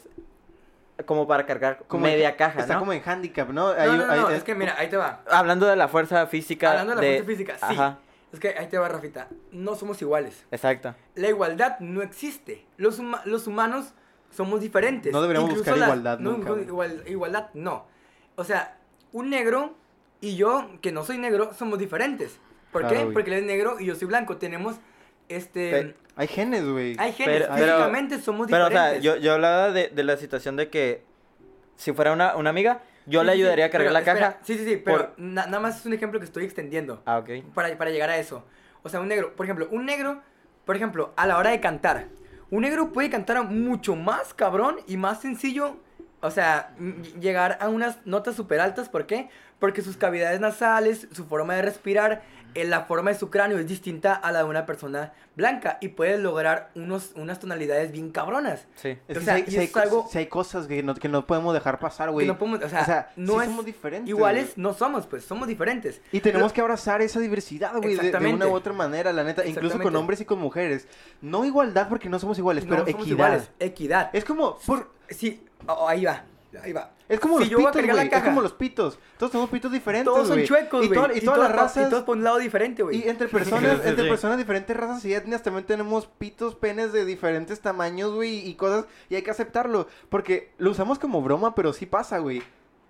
como para cargar Como media en- caja, Está ¿no? como en handicap, ¿no? No, Hay- no, no, hay- no, eh, es que mira, ahí te va. Hablando de la fuerza física. Hablando de la fuerza física, sí. Ajá, Es que ahí te va, Rafita. No somos iguales. exacto. La igualdad no existe. Los, huma- los humanos somos diferentes. No deberíamos buscar igualdad no, nunca, güey. igual- igualdad, no. O sea, un negro y yo, que no soy negro, somos diferentes. ¿Por Claro, qué? güey. Porque él es negro y yo soy blanco. Tenemos, este... Pe- Hay genes, güey. hay genes, pero- pero- físicamente somos Pero, o diferentes. sea, yo, yo hablaba de, de la situación de que si fuera una, una amiga, yo Sí, le sí, sí, ayudaría a cargar pero la espera, caja. Sí, sí, sí, pero por- na- nada más es un ejemplo que estoy extendiendo. Ah, ok. para, para llegar a eso. O sea, un negro, por ejemplo, un negro, por ejemplo, a la hora de cantar, un negro puede cantar mucho más cabrón y más sencillo, o sea, m- llegar a unas notas súper altas, ¿por qué? Porque sus cavidades nasales, su forma de respirar, eh, la forma de su cráneo es distinta a la de una persona blanca y puede lograr unos, unas tonalidades bien cabronas. Sí. Es o que sea, si hay, y si hay es cos- algo- si hay cosas que no, que no podemos dejar pasar, güey. Que no podemos, o sea, O sea, no sí es somos diferentes, iguales, güey. no somos, pues, somos diferentes. Y tenemos Lo- que abrazar esa diversidad, güey, de, de Exactamente. una u otra manera, la neta. Incluso con Exactamente. hombres y con mujeres. No igualdad porque no somos iguales, no pero somos equidad. iguales, equidad. Es como, por, Sí, oh, ahí va, ahí va. es como Si los yo voy a pitos, cargar la güey. Es caja, como los pitos. Todos tenemos pitos diferentes, todos son güey. chuecos, Y, güey. toda- y todas las todos- razas... Y todos por un lado diferente, güey. Y entre personas, Sí, entre sí. personas de diferentes razas y etnias también tenemos pitos, penes de diferentes tamaños, güey, y cosas, y hay que aceptarlo, porque lo usamos como broma, pero sí pasa, güey.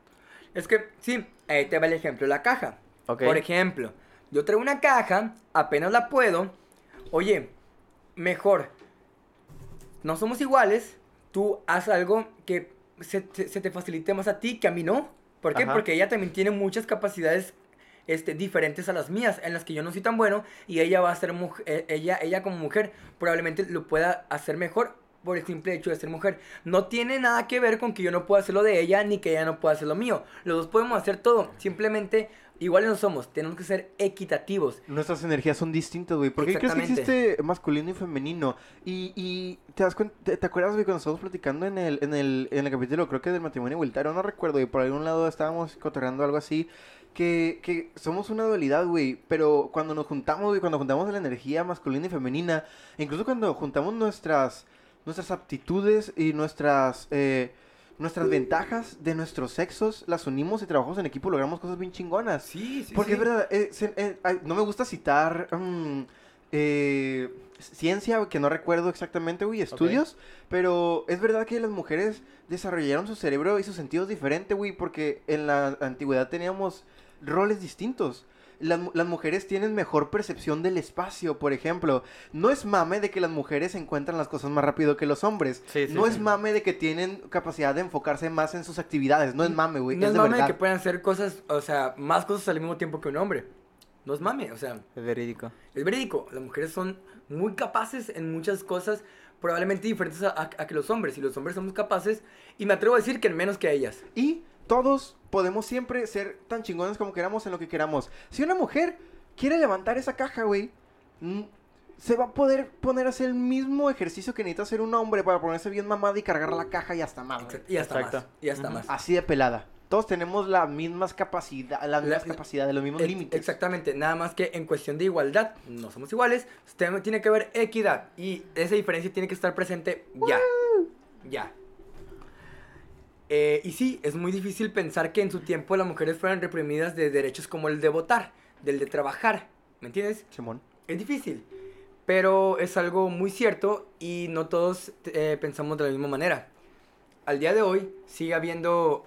Es que, sí, ahí te va el ejemplo, la caja. Ok. Por ejemplo, yo traigo una caja, apenas la puedo. Oye, mejor, no somos iguales, tú haz algo que se, se- se te facilite más a ti que a mí no. ¿Por qué? Ajá. Porque ella también tiene muchas capacidades este, diferentes a las mías, en las que yo no soy tan bueno, y ella va a ser mujer, eh, ella, ella como mujer probablemente lo pueda hacer mejor por el simple hecho de ser mujer. No tiene nada que ver con que yo no pueda hacer lo de ella, ni que ella no pueda hacer lo mío. Los dos podemos hacer todo, simplemente iguales no somos, tenemos que ser equitativos. Nuestras energías son distintas, güey. ¿Por qué crees que Exactamente. existe masculino y femenino? Y, y te das cuenta, te, te acuerdas, güey, cuando estábamos platicando en el, en el, en el capítulo, creo que del matrimonio igualitario, no recuerdo, y por algún lado estábamos cotorreando algo así, que, que somos una dualidad, güey, pero cuando nos juntamos, güey, cuando juntamos la energía masculina y femenina, incluso cuando juntamos nuestras, nuestras aptitudes y nuestras, eh, nuestras ventajas de nuestros sexos, las unimos y trabajamos en equipo, logramos cosas bien chingonas. Sí, sí, Porque sí. es verdad, eh, se- eh, ay, no me gusta citar mm, eh, ciencia, que no recuerdo exactamente, güey, estudios, pero es verdad que las mujeres desarrollaron su cerebro y sus sentidos diferente, güey, porque en la antigüedad teníamos roles distintos. Las, las mujeres tienen mejor percepción del espacio, por ejemplo. No es mame de que las mujeres encuentran las cosas más rápido que los hombres. Sí, sí, no sí. es mame de que tienen capacidad de enfocarse más en sus actividades. No es mame, güey. No es es de mame verdad. que puedan hacer cosas, o sea, más cosas al mismo tiempo que un hombre. No es mame, o sea, Es verídico. es verídico. Las mujeres son muy capaces en muchas cosas, probablemente diferentes a, a- a que los hombres. Y los hombres somos capaces, y me atrevo a decir que en menos que ellas. Y todos podemos siempre ser tan chingones como queramos en lo que queramos. Si una mujer quiere levantar esa caja, güey, mm, se va a poder poner a hacer el mismo ejercicio que necesita hacer un hombre para ponerse bien mamada y cargar la caja y hasta más, güey. Y hasta Exacto. más. Y hasta Ujú. más. Así de pelada. Todos tenemos las mismas capacidades, las mismas La- capacidades, los mismos Ex- límites. Exactamente, nada más que en cuestión de igualdad, no somos iguales, tem- tiene que haber equidad y esa diferencia tiene que estar presente ya, ya. Eh, y sí, es muy difícil pensar que en su tiempo las mujeres fueran reprimidas de derechos como el de votar, del de trabajar, ¿me entiendes? Simón. Es difícil, pero es algo muy cierto y no todos eh, pensamos de la misma manera. Al día de hoy sigue habiendo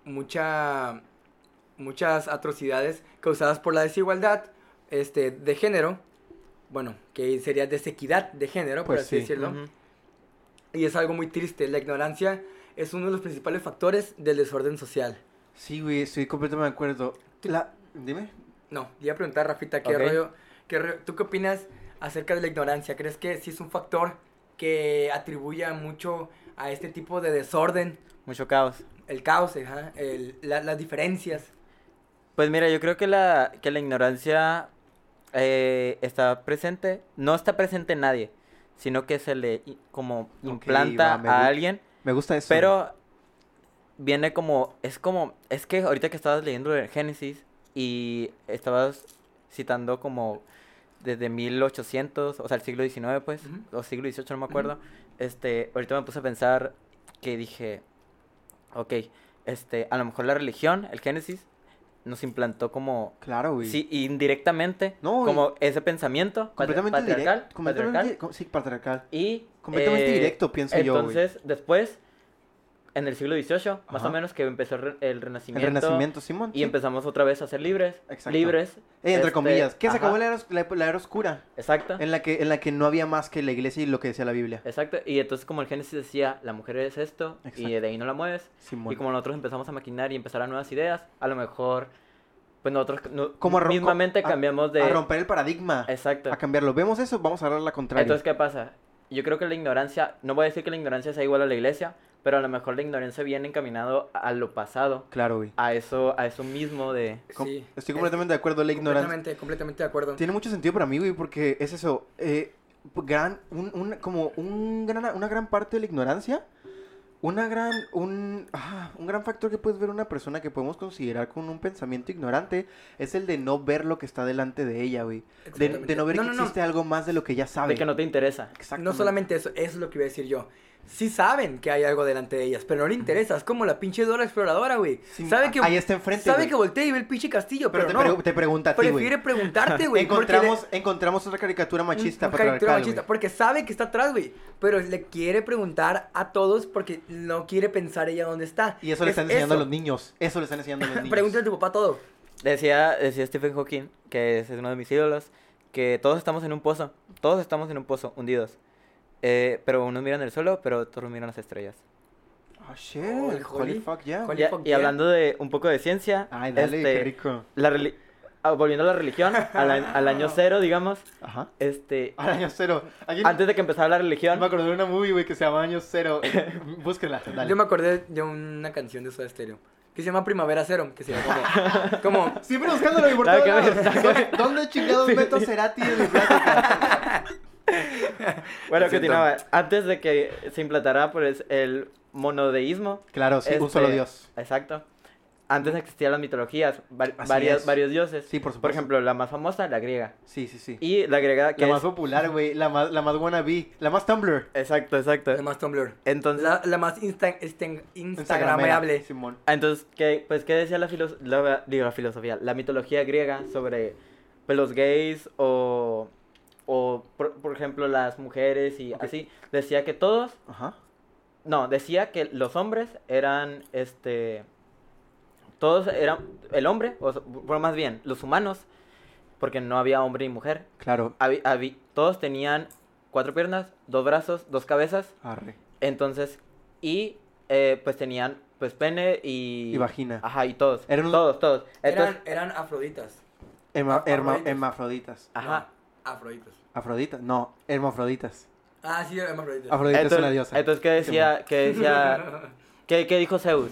mucha, muchas atrocidades causadas por la desigualdad este, de género, bueno, que sería desequidad de género, por Pues así sí. decirlo, Ujú. y es algo muy triste. La ignorancia es uno de los principales factores del desorden social. Sí, güey, estoy completamente de acuerdo. La... Dime. No, iba a preguntar a Rafita, ¿qué Ok. rollo, qué rollo- ¿tú qué opinas acerca de la ignorancia? ¿Crees que sí es un factor que atribuye mucho a este tipo de desorden, Mucho caos. el caos, ajá, el- la- las diferencias? Pues mira, yo creo que la, que la ignorancia eh, está presente, no está presente en nadie, sino que se le i- como implanta va, me a gu- alguien, Me gusta eso. pero viene como, es como, es que ahorita que estabas leyendo el Génesis y estabas citando como desde mil ochocientos, o sea, el siglo diecinueve pues, Ujú. o siglo dieciocho, no me acuerdo, este, ahorita me puse a pensar que dije, ok, este, a lo mejor la religión, el Génesis, nos implantó como, Claro, güey. sí, indirectamente, No, como ese pensamiento patri- Completamente patriarcal, directo. Completamente, patriarcal, co- sí, patriarcal. y Completamente eh, directo, pienso yo, güey. entonces, después, en el siglo dieciocho, más Ajá. o menos, que empezó el, re- el El renacimiento, renacimiento, Simón. y sí. empezamos otra vez a ser libres, Exacto. libres, Eh, entre este, comillas. Que se ajá, acabó la era, la- la era oscura. exacto, En la, que, en la que no había más que la iglesia y lo que decía la Biblia. exacto, y entonces como el Génesis decía, la mujer es esto, y Exacto. de ahí no la mueves, Simón. y como nosotros empezamos a maquinar y empezar a nuevas ideas, a lo mejor, pues nosotros no- Como a ro- mismamente a- cambiamos de... A romper el paradigma. Exacto. A cambiarlo. ¿Vemos eso? Vamos a dar la contraria. Entonces, ¿qué pasa? Yo creo que la ignorancia, no voy a decir que la ignorancia sea igual a la iglesia, pero a lo mejor la ignorancia viene encaminado a lo pasado, Claro, güey. a eso, a eso mismo de... Com- Sí. Estoy completamente de acuerdo. La ignorancia. Completamente, completamente de acuerdo. Tiene mucho sentido para mí, güey, porque es eso. Eh, gran, un, un- como un gran, una gran parte de la ignorancia. Una gran, un, ah, un gran factor que puedes ver una persona que podemos considerar con un pensamiento ignorante es el de no ver lo que está delante de ella, güey. De, Exactamente. de no ver No, que no, no. existe algo más de lo que ya sabe. de que no te interesa. Exactamente. No solamente eso, eso es lo que iba a decir yo. Sí saben que hay algo delante de ellas, pero no le interesa. Es como la pinche Dora Exploradora, güey. Sí, sabe que, ahí está enfrente, Sabe güey. que voltea y ve el pinche castillo, Pero, pero, te, no. pre- te pregunta a ti, güey. Prefiere preguntarte, güey. porque Encontramos, le- encontramos otra caricatura machista, un- un caricatura patriarcal, machista, güey. porque sabe que está atrás, güey. Pero le quiere preguntar a todos porque no quiere pensar ella dónde está. Y eso le Es están enseñando a eso. los niños. Eso le están enseñando a los niños. Pregúntale a tu papá todo. Decía, decía Stephen Hawking, que es uno de mis ídolos, que todos estamos en un pozo, todos estamos en un pozo, hundidos. Eh, pero unos miran el suelo, pero otros miran las estrellas. Oh, shit. Holy, Holy, holy. fuck, yeah. Holy- Y, fuck y yeah. hablando de un poco de ciencia, Ay, dale, este, qué rico. la reli- ah, volviendo a la religión, al, a- al año cero, digamos, Ajá. este, Al año cero. Aquí antes de que empezara la me religión, acordé de una movie, güey, que se llama Año Cero. Búsquenla, dale. Yo me acordé de una canción de Soda Stereo que se llama Primavera Cero, que se llama como, como Siempre buscándolo, güey, por Nada todos que ver, lados. nada que ¿Dónde, ¿Dónde chingados Sí, meto sí. Cerati en mi plática? bueno, Lo siento. continuaba, antes de que se implantara pues, el monodeísmo, Claro, sí, un Este, solo Dios. exacto, antes existían las mitologías, var- Así varias, es. varios dioses, Sí, por supuesto. por ejemplo, la más famosa, la griega, Sí, sí, sí. y la griega que La es... más popular, güey. La más, la más wannabe. La más Tumblr. Exacto, exacto. la más Tumblr. Entonces, La, la más insta, insta- instagramable. Simón. Ah, entonces, ¿qué, pues, ¿qué decía la, filos la, digo, la filosofía? La mitología griega sobre pues, los gays o o por, por ejemplo las mujeres y Ok. así, decía que todos, Ajá. no, decía que los hombres eran, este, todos eran, el hombre, o sea, bueno, más bien, los humanos, porque no había hombre y mujer, Claro. habi- habi- todos tenían cuatro piernas, dos brazos, dos cabezas, Arre. entonces, y eh, pues tenían, pues pene y... Y vagina. Ajá, y todos, Eran un- todos, todos. Entonces, Eran, eran afroditas. Herma- herma- Afroditas. hermafroditas. ajá. No, afroditas. Afroditas. No, hermafroditas. Ah, sí, eran afroditas. Afrodita es Entonces, una diosa. entonces, ¿qué decía? ¿Qué decía? ¿Qué, qué dijo Zeus?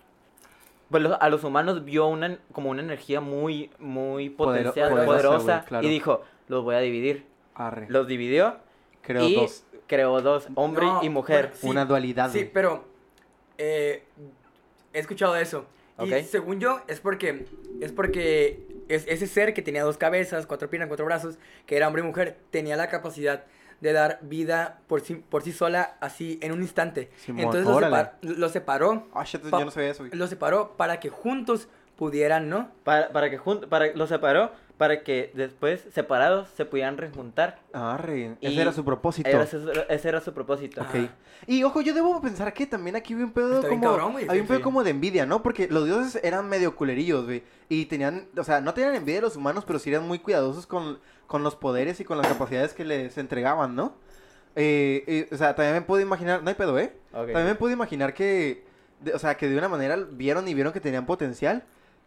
Pues los- a los humanos vio una, como una energía muy, muy Podero- potencial, poderosa, poderosa, güey, claro. y dijo, los voy a dividir. Arre. Los dividió Creo y dos. creó dos, hombre No, y mujer. bueno, sí, Una dualidad, Sí, güey. pero eh, he escuchado eso. Y Ok. según yo, es porque es porque es, ese ser que tenía dos cabezas, cuatro piernas, cuatro brazos, que era hombre y mujer, tenía la capacidad de dar vida por sí, por sí sola, así, en un instante. Simón, Entonces lo, órale. separ- lo separó. Ah, shit, pa- yo no sabía eso, güey. Lo separó para que juntos pudieran, ¿no? Para, para que jun- para, los separó para que después, separados, se pudieran rejuntar. Arre. Ese Y era su propósito. Era su- ese era su propósito. Ok. Ajá. Y ojo, yo debo pensar que también aquí había un pedo Está bien como. cabrón, güey, había un sí, pedo sí. como de envidia, ¿no? Porque los dioses eran medio culerillos, güey. Y tenían. O sea, no tenían envidia de los humanos, pero sí eran muy cuidadosos con, con los poderes y con las capacidades que les entregaban, ¿no? Eh, eh, o sea, también me puedo imaginar. No hay pedo, ¿eh? Ok. También me puedo imaginar que. de- o sea, que de una manera vieron y vieron que tenían potencial.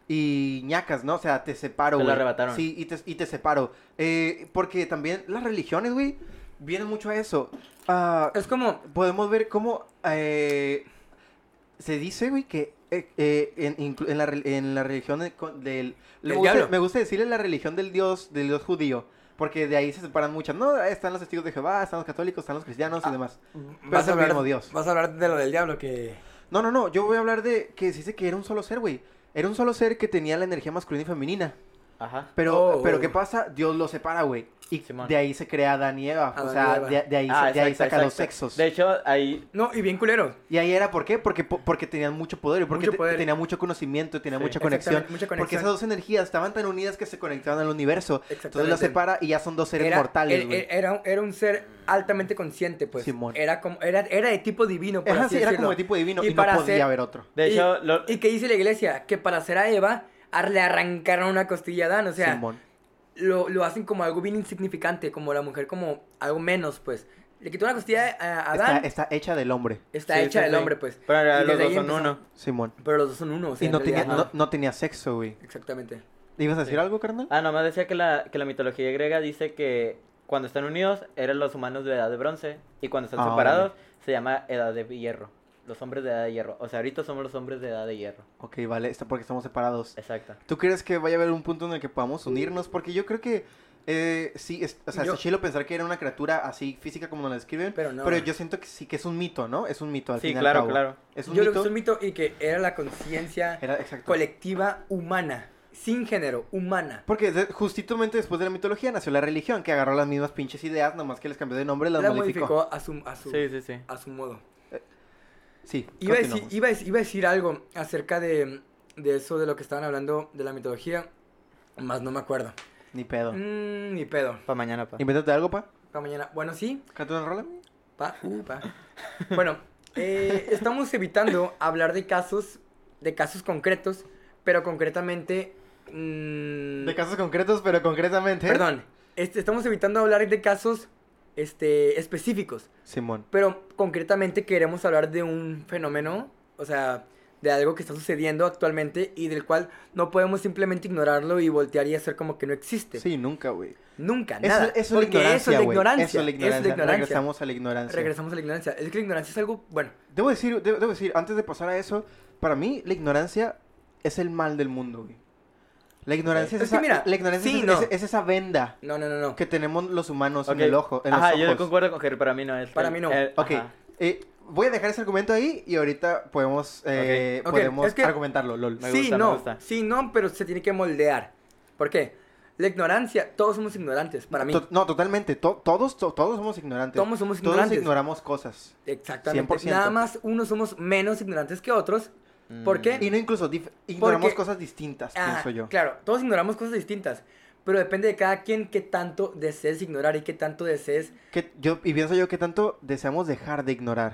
Y ñacas, ¿no? O sea, te separo, Te güey. lo arrebataron. Sí, y te, y te separo. Eh, porque también las religiones, güey, vienen mucho a eso. Ah, Es como, podemos ver cómo eh, se dice, güey, que eh, eh, en, inclu- en la, re- en la religión de- con- del... Me Del gusta, diablo. me gusta decirle la religión del dios, del dios judío. Porque de ahí se separan muchas. No, están los testigos de Jehová, están los católicos, están los cristianos y Ah, demás. Pero vas es a, el hablar, mismo Dios. vas a hablar de lo del diablo que... No, no, no, yo voy a hablar de que se dice que era un solo ser, güey. Era un solo ser que tenía la energía masculina y femenina. Ajá. Pero, Oh. pero ¿qué pasa? Dios lo separa, güey. Y Simón. de ahí se crea Adán y Eva. Adán o y sea, Eva. de, de ahí, Ah, de ahí exacto, saca los exacto. sexos. De hecho, ahí... No, y bien culero. Y ahí era, ¿por qué? Porque, po- porque tenían mucho poder, y porque Mucho te- poder. tenía mucho conocimiento, tenía Sí, mucha conexión. Exactamente, mucha Porque conexión. esas dos energías estaban tan unidas que se conectaban al universo. Entonces Exactamente. las separa y ya son dos seres Era- mortales, era, güey. era, un- era un ser altamente consciente, pues. Simón. Era como, era, era de tipo divino, por Ajá, así sí, era decirlo. como de tipo divino y, no para podía ser- haber otro. De y, hecho, lo- ¿y qué dice la iglesia? Que para hacer a Eva, a- le arrancaron una costilla a Adán, o sea, Simón. lo, lo hacen como algo bien insignificante, como la mujer como algo menos, pues. Le quitó una costilla a a Está, Adán, está, está hecha del hombre. hecha Sí, sí, del sí. hombre, pues. Pero en realidad Y los desde dos ahí son empezó. uno. Simón. Pero los dos son uno, o sea, Y en no tenía, realidad, no, ajá. no tenía sexo, güey. Exactamente. ¿Ibas a decir Sí. algo, carnal? Ah, nomás decía que la, que la mitología griega dice que cuando están unidos eran los humanos de edad de bronce y cuando están Ah, separados se llama edad de hierro. Los hombres de edad de hierro. O sea, ahorita somos los hombres de edad de hierro. Ok, vale, está porque estamos separados. Exacto. ¿Tú crees que vaya a haber un punto en el que podamos unirnos? Porque yo creo que eh, sí, es, o sea, Yo- está chilo pensar que era una criatura así física como nos la describen, Pero no. pero yo siento que sí, que es un mito, ¿no? Es un mito al Sí, fin y al claro, cabo. claro. Es un Yo creo que mito. es un mito y que era la conciencia Era exacto. colectiva humana, sin género, humana. Porque de- justamente después de la mitología nació la religión, que agarró las mismas pinches ideas, nomás que les cambió de nombre, las La modificó. modificó a su, a su, Sí, sí, sí. a su modo. Sí, Iba a, decir, continuamos. iba, a decir, iba a decir algo acerca de, de eso, de lo que estaban hablando de la mitología, más no me acuerdo. Ni pedo. Mm, ni pedo. Para mañana, pa. Invéntate algo, pa. Para mañana. Bueno, sí. Canta una rola. Pa, uh, pa. Bueno, eh, estamos evitando hablar de casos, de casos concretos, pero concretamente... mm, De casos concretos, pero concretamente. Perdón, este, estamos evitando hablar de casos este, específicos, Simón. pero concretamente queremos hablar de un fenómeno, o sea, de algo que está sucediendo actualmente y del cual no podemos simplemente ignorarlo y voltear y hacer como que no existe. Sí, nunca, güey. Nunca, Eso, nada. eso es la porque ignorancia, eso es la güey. ignorancia. Eso es la Eso es la ignorancia. ignorancia. Regresamos a la ignorancia. Regresamos a la ignorancia. Es que la ignorancia es algo, bueno, Debo decir, debo, debo decir, antes de pasar a eso, para mí la ignorancia es el mal del mundo, güey. La ignorancia Es es, que esa, mira, la ignorancia sí, es, no. es- es esa venda no, no, no, no. que tenemos los humanos Ok. en el ojo, en Ajá, los yo ojos. concuerdo con Jerry, para mí no es. Para el- mí no. el- Ok, ajá. eh, voy a dejar ese argumento ahí y ahorita podemos, eh, Ok. Ok, podemos es que- argumentarlo, lol. Me sí, gusta, me no, gusta. sí, no, pero se tiene que moldear. ¿Por qué? La ignorancia, todos somos ignorantes, para mí. To- no, totalmente, to- todos, to- todos somos ignorantes. Todos somos Todos ignorantes. ignoramos cosas. Exactamente. cien por ciento. Nada más unos somos menos ignorantes que otros. ¿Por Mm. qué? Y no incluso, dif- ignoramos Porque- cosas distintas, Ah, pienso yo. Claro, todos ignoramos cosas distintas. pero depende de cada quien qué tanto desees ignorar y qué tanto desees... Que yo, y pienso yo que tanto deseamos dejar de ignorar.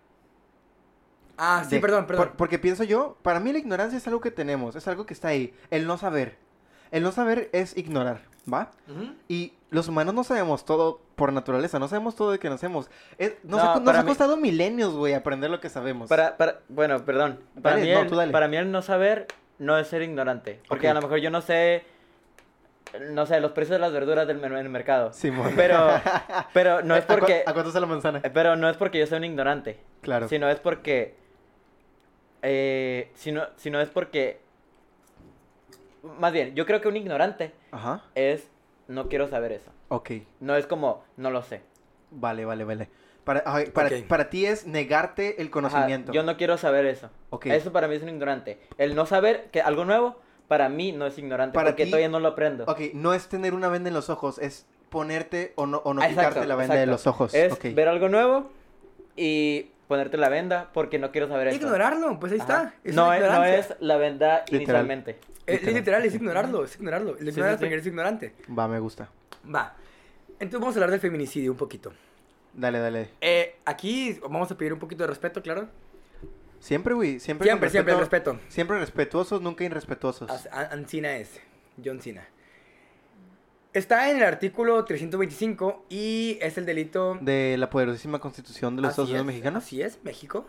Ah, sí, De- perdón, perdón. por- porque pienso yo, para mí la ignorancia es algo que tenemos, es algo que está ahí. El no saber. El no saber es ignorar, ¿va? Ujú. Y los humanos no sabemos todo por naturaleza, no sabemos todo de que nacemos. Es- nos No, ha, nos para ha mí- costado milenios, güey, aprender lo que sabemos. Para, para, bueno, perdón. Para, Dale, mí no, el, tú dale. para mí el no saber no es ser ignorante. Porque Ok. a lo mejor yo no sé, no sé, los precios de las verduras del mer- en el mercado. Simón. Pero, pero no es ¿A cu- porque, ¿A cuánto está la manzana? pero no es porque yo sea un ignorante. Claro. Sino es porque, eh, sino, sino es porque, más bien, yo creo que un ignorante Ajá. es, no quiero saber eso. Ok. No es como, no lo sé. Vale, vale, vale. Para, ay, para, Ok. para ti es negarte el Ajá, conocimiento. yo no quiero saber eso. Ok. Eso para mí es un ignorante. El no saber que algo nuevo, para mí no es ignorante, Para porque ti- todavía no lo aprendo. Ok, no es tener una venda en los ojos, es ponerte o no, o no Exacto, quitarte la venda de exacto. los ojos. Es Ok. ver algo nuevo y ponerte la venda porque no quiero saber eso. Ignorarlo, pues ahí Ajá. está. Es no, una es, no ignorancia. es la venda Literal. inicialmente. Eh, Literal. literal, es ignorarlo, es ignorarlo. El Sí, ignorar sí, sí. porque eres ignorante. Va, me gusta. Va. Entonces vamos a hablar del feminicidio un poquito. Dale, dale. Eh, aquí vamos a pedir un poquito de respeto, claro. Siempre, güey. Siempre, Siempre, con siempre, el respeto. Siempre respetuosos, nunca irrespetuosos. As- An- Ancina es. John Cena. Está en el artículo trescientos veinticinco y es el delito... De la poderosísima constitución de los Así Estados Unidos es, mexicanos. Así es, México.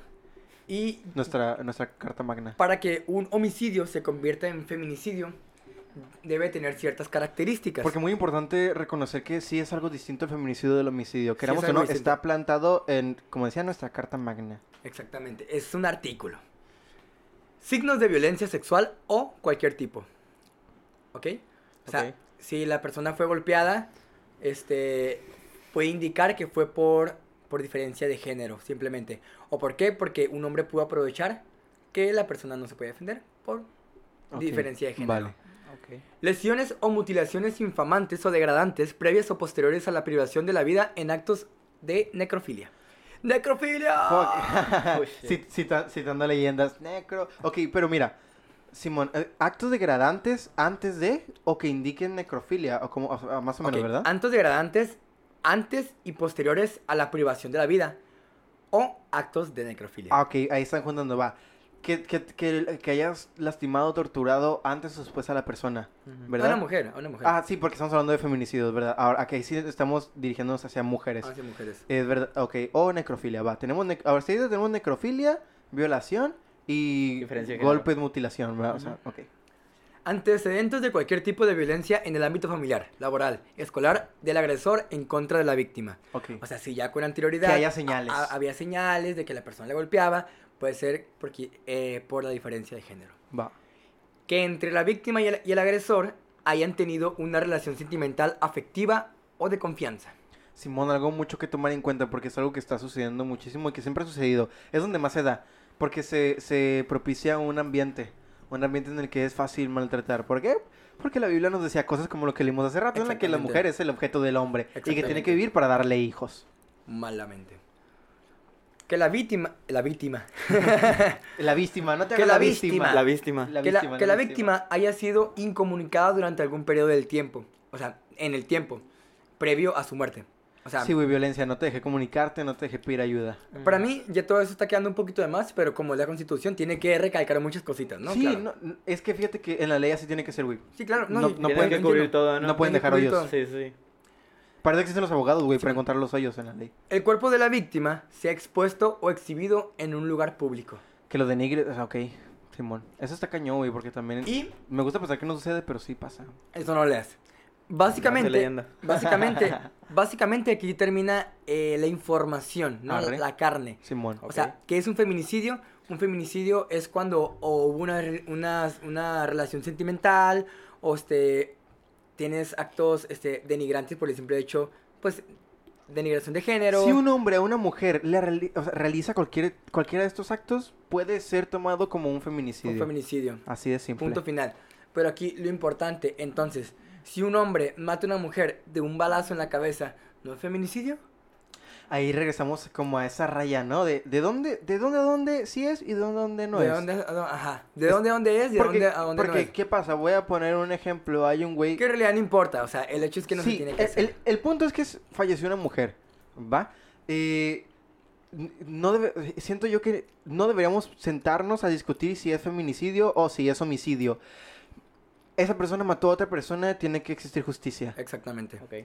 Y Nuestra, nuestra carta magna. para que un homicidio se convierta en feminicidio, debe tener ciertas características. Porque muy importante reconocer que sí es algo distinto el feminicidio del homicidio. Queramos es o no, algo distinto. está plantado en, como decía, nuestra carta magna. Exactamente, es un artículo. Signos de violencia sexual o cualquier tipo. ¿Ok? O sea, Ok. si la persona fue golpeada, este, puede indicar que fue por, por diferencia de género, simplemente. ¿O por qué? Porque un hombre pudo aprovechar que la persona no se puede defender por Ok, diferencia de género. Vale. Ok. Lesiones o mutilaciones infamantes o degradantes previas o posteriores a la privación de la vida en actos de necrofilia. ¡Necrofilia! Fuck. Uy, Cit- cita- citando leyendas. Necro. Ok, pero mira. Simón, eh, actos degradantes antes de o que indiquen necrofilia, o como, o sea, más o menos, Ok, ¿verdad? Actos degradantes antes y posteriores a la privación de la vida o actos de necrofilia. Ah, ok, ahí están juntando, va. Que, que, que, que hayas lastimado, torturado antes o después a la persona, Ujú. A ¿verdad? una mujer, a una mujer. Ah, sí, porque estamos hablando de feminicidios, ¿verdad? Ahora, aquí sí estamos dirigiéndonos hacia mujeres. Hacia mujeres. Es verdad, ok. O necrofilia, va. Tenemos, nec- ahora sí tenemos necrofilia, violación y Diferencia de género. golpes, mutilación, ¿verdad? O sea, ok. Antecedentes de cualquier tipo de violencia en el ámbito familiar, laboral, escolar, del agresor en contra de la víctima. Ok. O sea, si ya con anterioridad Que haya señales. a- a- había señales de que la persona le golpeaba, puede ser porque, eh, por la diferencia de género. Va. Que entre la víctima y el, y el agresor hayan tenido una relación sentimental, afectiva o de confianza. Simón, algo mucho que tomar en cuenta porque es algo que está sucediendo muchísimo y que siempre ha sucedido. Es donde más se da. Porque se, se propicia un ambiente. Un ambiente en el que es fácil maltratar. ¿Por qué? Porque la Biblia nos decía cosas como lo que leímos hace rato, en la que la Exactamente. mujer es el objeto del hombre y que tiene Exactamente. que vivir para darle hijos. Malamente. Que la víctima... La víctima. La víctima, no te Que hagas la la víctima. víctima. La víctima. La que la, víctima, que la la víctima haya sido incomunicada durante algún periodo del tiempo. O sea, en el tiempo. Previo a su muerte. O sea, Sí, güey, violencia. No te deje comunicarte, no te deje pedir ayuda. para mí ya todo eso está quedando un poquito de más, pero como la Constitución tiene que recalcar muchas cositas, ¿no? sí, Claro. no, n- es que fíjate que en la ley así tiene que ser, güey. Sí, claro. No, No- yo- no yo pueden Tienen que entiendo. cubrir todo, ¿no? No pueden tiene que dejar cubrir hoyos. todo. Sí, sí. Parece que existen los abogados, güey, para Sí. encontrar los hoyos en la ley. El cuerpo de la víctima se ha expuesto o exhibido en un lugar público. Que lo denigre, o sea, ok, Simón. Eso está cañón, güey, porque también... Y Me gusta pensar que no sucede, pero sí pasa. eso no lo leas. No Básicamente, sé leyenda. básicamente, básicamente aquí termina eh, la información, ¿no? Arre. La carne. Simón. O sea, ¿qué es un feminicidio? Un feminicidio es cuando o hubo una, re- una, una relación sentimental o este, tienes actos este, denigrantes por el simple hecho, pues, denigración de género. Si un hombre a una mujer le reali- o sea, realiza cualquier, cualquiera de estos actos, puede ser tomado como un feminicidio. Un feminicidio. Así de simple. Punto final. Pero aquí lo importante, entonces, si un hombre mata a una mujer de un balazo en la cabeza, ¿no es feminicidio? ahí regresamos como a esa raya, ¿no? De, de dónde, de dónde a dónde sí es y de dónde a dónde no ¿De es. dónde, a dónde- ajá. ¿De dónde a dónde es y de Porque, dónde a dónde porque no es? ¿qué pasa? Voy a poner un ejemplo. Hay un güey... Que en realidad no importa, o sea, el hecho es que no sí, se tiene que el, hacer. el- el punto es que es- falleció una mujer, ¿va? Eh, n- no debe- siento yo que no deberíamos sentarnos a discutir si es feminicidio o si es homicidio. Esa persona mató a otra persona, tiene que existir justicia. Exactamente. Ok.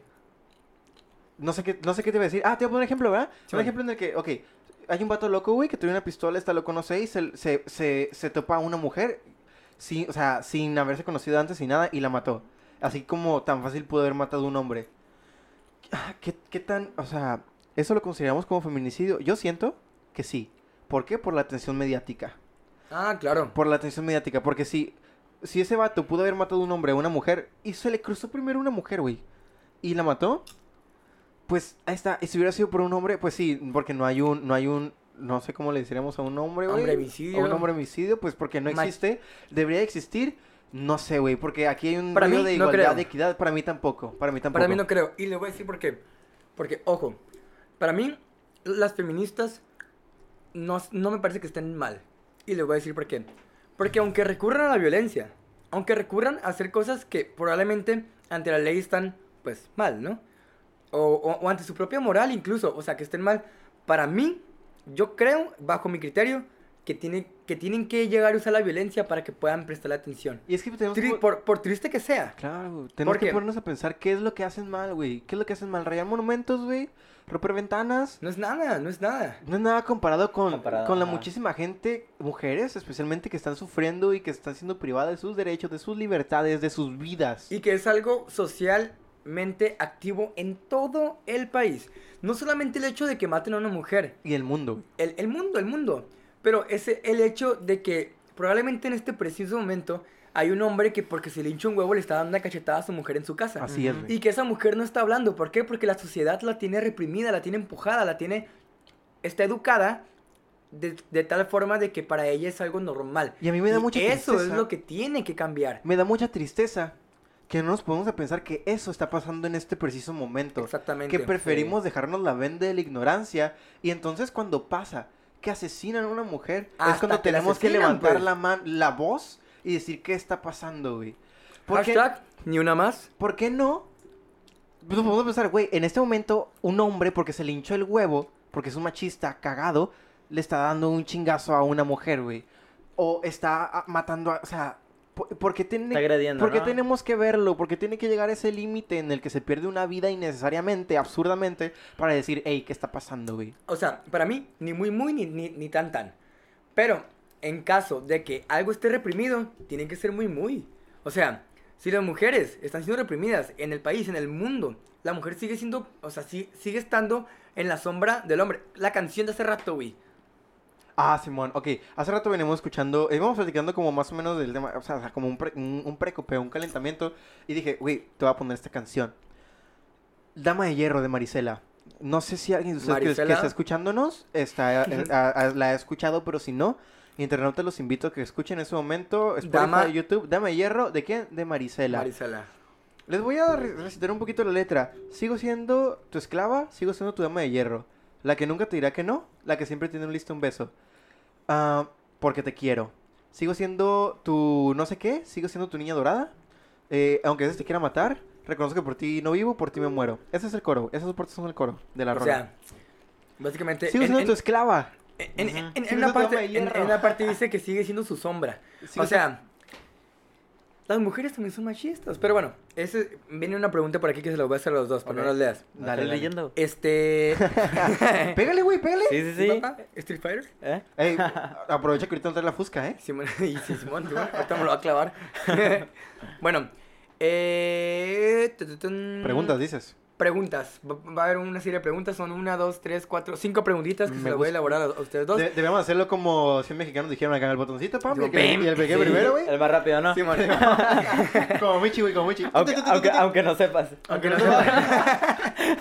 No sé qué, no sé qué te iba a decir. Ah, te voy a poner un ejemplo, ¿verdad? Sí, un bueno. ejemplo en el que, ok, hay un vato loco, güey, que tiene una pistola, está loco, no sé, y se, se, se, se topa a una mujer, sin, o sea, sin haberse conocido antes y nada, y la mató. Así como tan fácil pudo haber matado a un hombre. Ah, ¿Qué, qué tan, o sea, eso lo consideramos como feminicidio? Yo siento que sí. ¿Por qué? Por la atención mediática. Ah, claro. Por la atención mediática, porque si, si ese vato pudo haber matado a un hombre o a una mujer, y se le cruzó primero una mujer, güey, y la mató, pues ahí está. Y si hubiera sido por un hombre, pues sí, porque no hay un, no hay un, no sé cómo le diríamos a un hombre, güey. Hombrevicidio. A un hombre homicidio, pues porque no Ma- existe. Debería existir, no sé, güey, porque aquí hay un Para rollo mí, de no igualdad, creo. de equidad. Para mí tampoco, para mí tampoco. Para mí no creo. Y le voy a decir por qué. Porque, ojo, para mí, las feministas no, no me parece que estén mal. Y le voy a decir por qué. Porque aunque recurran a la violencia, aunque recurran a hacer cosas que probablemente ante la ley están, pues, mal, ¿no? O, o, o ante su propia moral incluso, o sea, que estén mal. Para mí, yo creo, bajo mi criterio, que, tiene, que tienen que llegar a usar la violencia para que puedan prestarle atención. Y es que tenemos Tri- que... por, por triste que sea. Claro, tenemos que Porque- ponernos a pensar qué es lo que hacen mal, güey. ¿Qué es lo que hacen mal? Rayar monumentos, güey. Romper ventanas. No es nada, no es nada. No es nada comparado con, Comparado, con la ajá. muchísima gente, mujeres especialmente, que están sufriendo y que están siendo privadas de sus derechos, de sus libertades, de sus vidas. Y que es algo socialmente activo en todo el país. No solamente el hecho de que maten a una mujer, Y el mundo, güey. el, el mundo, el mundo. Pero es el hecho de que probablemente en este preciso momento hay un hombre que porque se le hincha un huevo le está dando una cachetada a su mujer en su casa. Así es, Ujú. güey. Y que esa mujer no está hablando. ¿Por qué? Porque la sociedad la tiene reprimida, la tiene empujada, la tiene... Está educada de, de tal forma de que para ella es algo normal. Y a mí me da Y mucha eso tristeza. es lo que tiene que cambiar. Me da mucha tristeza que no nos podemos a pensar que eso está pasando en este preciso momento. Exactamente. Que preferimos dejarnos la venda de la ignorancia. Y entonces cuando pasa que asesinan a una mujer, es Hasta cuando que la tenemos que asesinan, levantar pues. la, man- la voz y decir qué está pasando, güey. ¿Por qué- Hashtag, ni una más. ¿Por qué no? Pues podemos pensar, güey, en este momento un hombre porque se le hinchó el huevo, porque es un machista cagado, le está dando un chingazo a una mujer, güey. O está ah, matando a... O sea, ¿por, por qué tiene... Está agrediendo, ¿Por qué ¿no? tenemos que verlo? ¿Por qué tiene que llegar a ese límite en el que se pierde una vida innecesariamente, absurdamente, para decir, hey, ¿qué está pasando, güey? O sea, para mí, ni muy muy ni, ni, ni tan tan. Pero, en caso de que algo esté reprimido, tiene que ser muy muy. O sea, si las mujeres están siendo reprimidas en el país, en el mundo, la mujer sigue siendo, o sea, sí- sigue estando en la sombra del hombre. La canción de hace rato, güey. Ah, Simón, ok. Hace rato venimos escuchando, íbamos platicando como más o menos del tema, o sea, o sea, como un, pre, un, un precopeo, un calentamiento. Y dije, güey, te voy a poner esta canción. Dama de Hierro de Marisela. No sé si alguien de ustedes que, que Marisela. está escuchándonos está, eh, a- a- la ha escuchado, pero si no, internautas los invito a que escuchen en ese momento. Spotify, Dama- YouTube. Dama de Hierro, ¿de quién? De Marisela. Marisela. Les voy a re- recitar un poquito la letra. Sigo siendo tu esclava, sigo siendo tu dama de hierro. La que nunca te dirá que no, la que siempre tiene un listo un beso. Ah, porque te quiero. Sigo siendo tu no sé qué, sigo siendo tu niña dorada. Eh, aunque a veces te quiera matar, reconozco que por ti no vivo, por ti me muero. Ese es el coro, esas dos partes son el coro de la O rola. sea, básicamente... Sigo en- siendo en- tu esclava. En, en- Ujú. en- en Sigo una siendo tu dama parte, de en, hierro. en una parte dice que sigue siendo su sombra. Sigo O sea, las mujeres también son machistas. Pero bueno, ese, viene una pregunta por aquí que se la voy a hacer a los dos, para Ok. no las leas. ¿No Dale, estás dale. leyendo? Este... Pégale, güey, pégale. Sí, sí, sí. papá? ¿Street Fighter? ¿Eh? Ey, aprovecha que ahorita no trae la fusca, ¿eh? Simón, y sí, Simón, Simón, ahorita me lo va a clavar. Bueno, eh... tu, tu, tun. Preguntas, dices. Preguntas. Va, va a haber una serie de preguntas. Son una, dos, tres, cuatro, cinco preguntitas que Me se las voy a gusta. elaborar a, a ustedes dos. De- debemos hacerlo como cien mexicanos dijeron acá en el botoncito, papi. Digo, Y el que- y el pegué primero, güey. El más rápido, ¿no? Simón. Como Michi, güey, como Michi. Aunque, aunque, aunque no sepas. Aunque no sepa.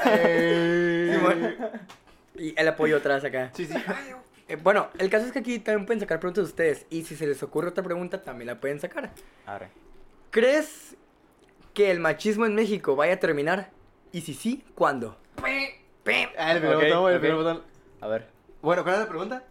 Eh, Simón. Y el apoyo atrás acá. Sí, sí. Eh, bueno, el caso es que aquí también pueden sacar preguntas ustedes. Y si se les ocurre otra pregunta, también la pueden sacar. Arre. ¿Crees que el machismo en México vaya a terminar? Y si sí, ¿cuándo? Ah, el primer Ok, botón, güey, el ok. primer botón. A ver. Bueno, ¿cuál es la pregunta?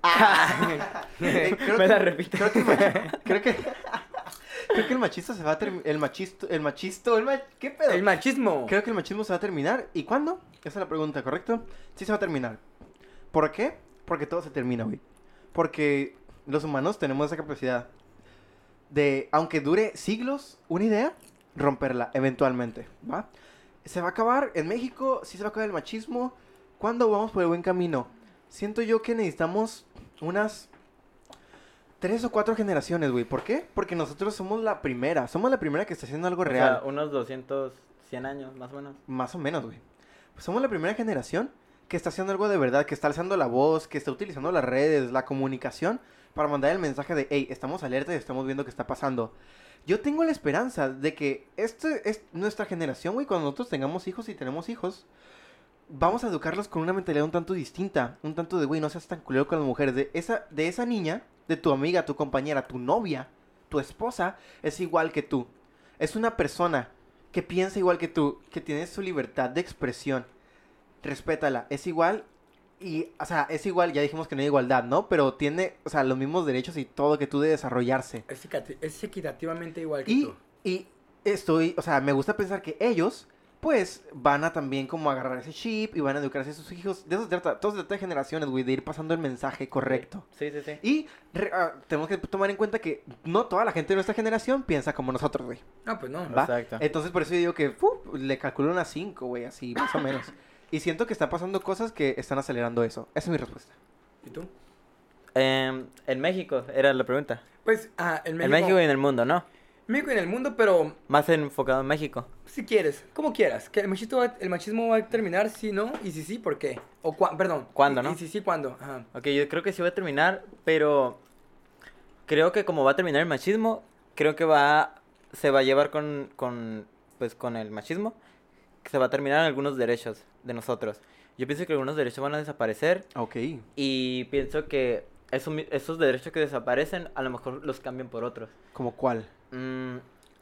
Eh, creo Me que- la repito. Creo que el machi- creo que creo que el machista se va a terminar. El machisto, el machisto, el ma- ¿qué pedo? El machismo. Creo que el machismo se va a terminar. ¿Y cuándo? Esa es la pregunta, ¿correcto? Sí se va a terminar. ¿Por qué? Porque todo se termina, güey. Porque los humanos tenemos esa capacidad de, aunque dure siglos, una idea, romperla eventualmente, ¿va? Se va a acabar en México, sí se va a acabar el machismo. ¿Cuándo vamos por el buen camino? Siento yo que necesitamos unas tres o cuatro generaciones, güey. ¿Por qué? Porque nosotros somos la primera. Somos la primera que está haciendo algo O real. sea, unos doscientos, cien años, más o menos. Más o menos, güey. Pues somos la primera generación que está haciendo algo de verdad, que está alzando la voz, que está utilizando las redes, la comunicación, para mandar el mensaje de, hey, estamos alerta y estamos viendo qué está pasando. Yo tengo la esperanza de que este es nuestra generación, güey, cuando nosotros tengamos hijos y tenemos hijos, vamos a educarlos con una mentalidad un tanto distinta, un tanto de, güey, no seas tan culero con las mujeres. De esa, de esa niña, de tu amiga, tu compañera, tu novia, tu esposa, es igual que tú. Es una persona que piensa igual que tú, que tiene su libertad de expresión. Respétala, es igual y, o sea, es igual, ya dijimos que no hay igualdad, ¿no? Pero tiene, o sea, los mismos derechos y todo que tú de desarrollarse. Es, equitati- es equitativamente igual que Y, tú. y estoy, o sea, me gusta pensar que ellos, pues, van a también como agarrar ese chip y van a educarse a sus hijos. De eso se trata, todo se trata de generaciones, güey, de ir pasando el mensaje correcto. Sí, sí, sí. Y re- ah, tenemos que tomar en cuenta que no toda la gente de nuestra generación piensa como nosotros, güey. Ah, pues no. ¿Va? Exacto. Entonces por eso yo digo que ¡fu! Le calculo unas cinco, güey, así, más o menos. Y siento que están pasando cosas que están acelerando eso. Esa es mi respuesta. ¿Y tú? Em, en México, era la pregunta. Pues, ah, en México. En México y en el mundo, ¿no? México y en el mundo, pero Más enfocado en México. si quieres, como quieras. Que el machismo va, el machismo va a terminar, si no, y si sí, ¿por qué? O cua- perdón. ¿Cuándo, y, no? Y si sí, ¿cuándo? Ajá. Ok, yo creo que sí va a terminar, pero creo que como va a terminar el machismo, creo que va se va a llevar con, con pues con el machismo, que se va a terminar algunos derechos de nosotros. Yo pienso que algunos derechos van a desaparecer Ok. y pienso que esos, mi- esos derechos que desaparecen a lo mejor los cambian por otros. ¿Como cuál? Mm,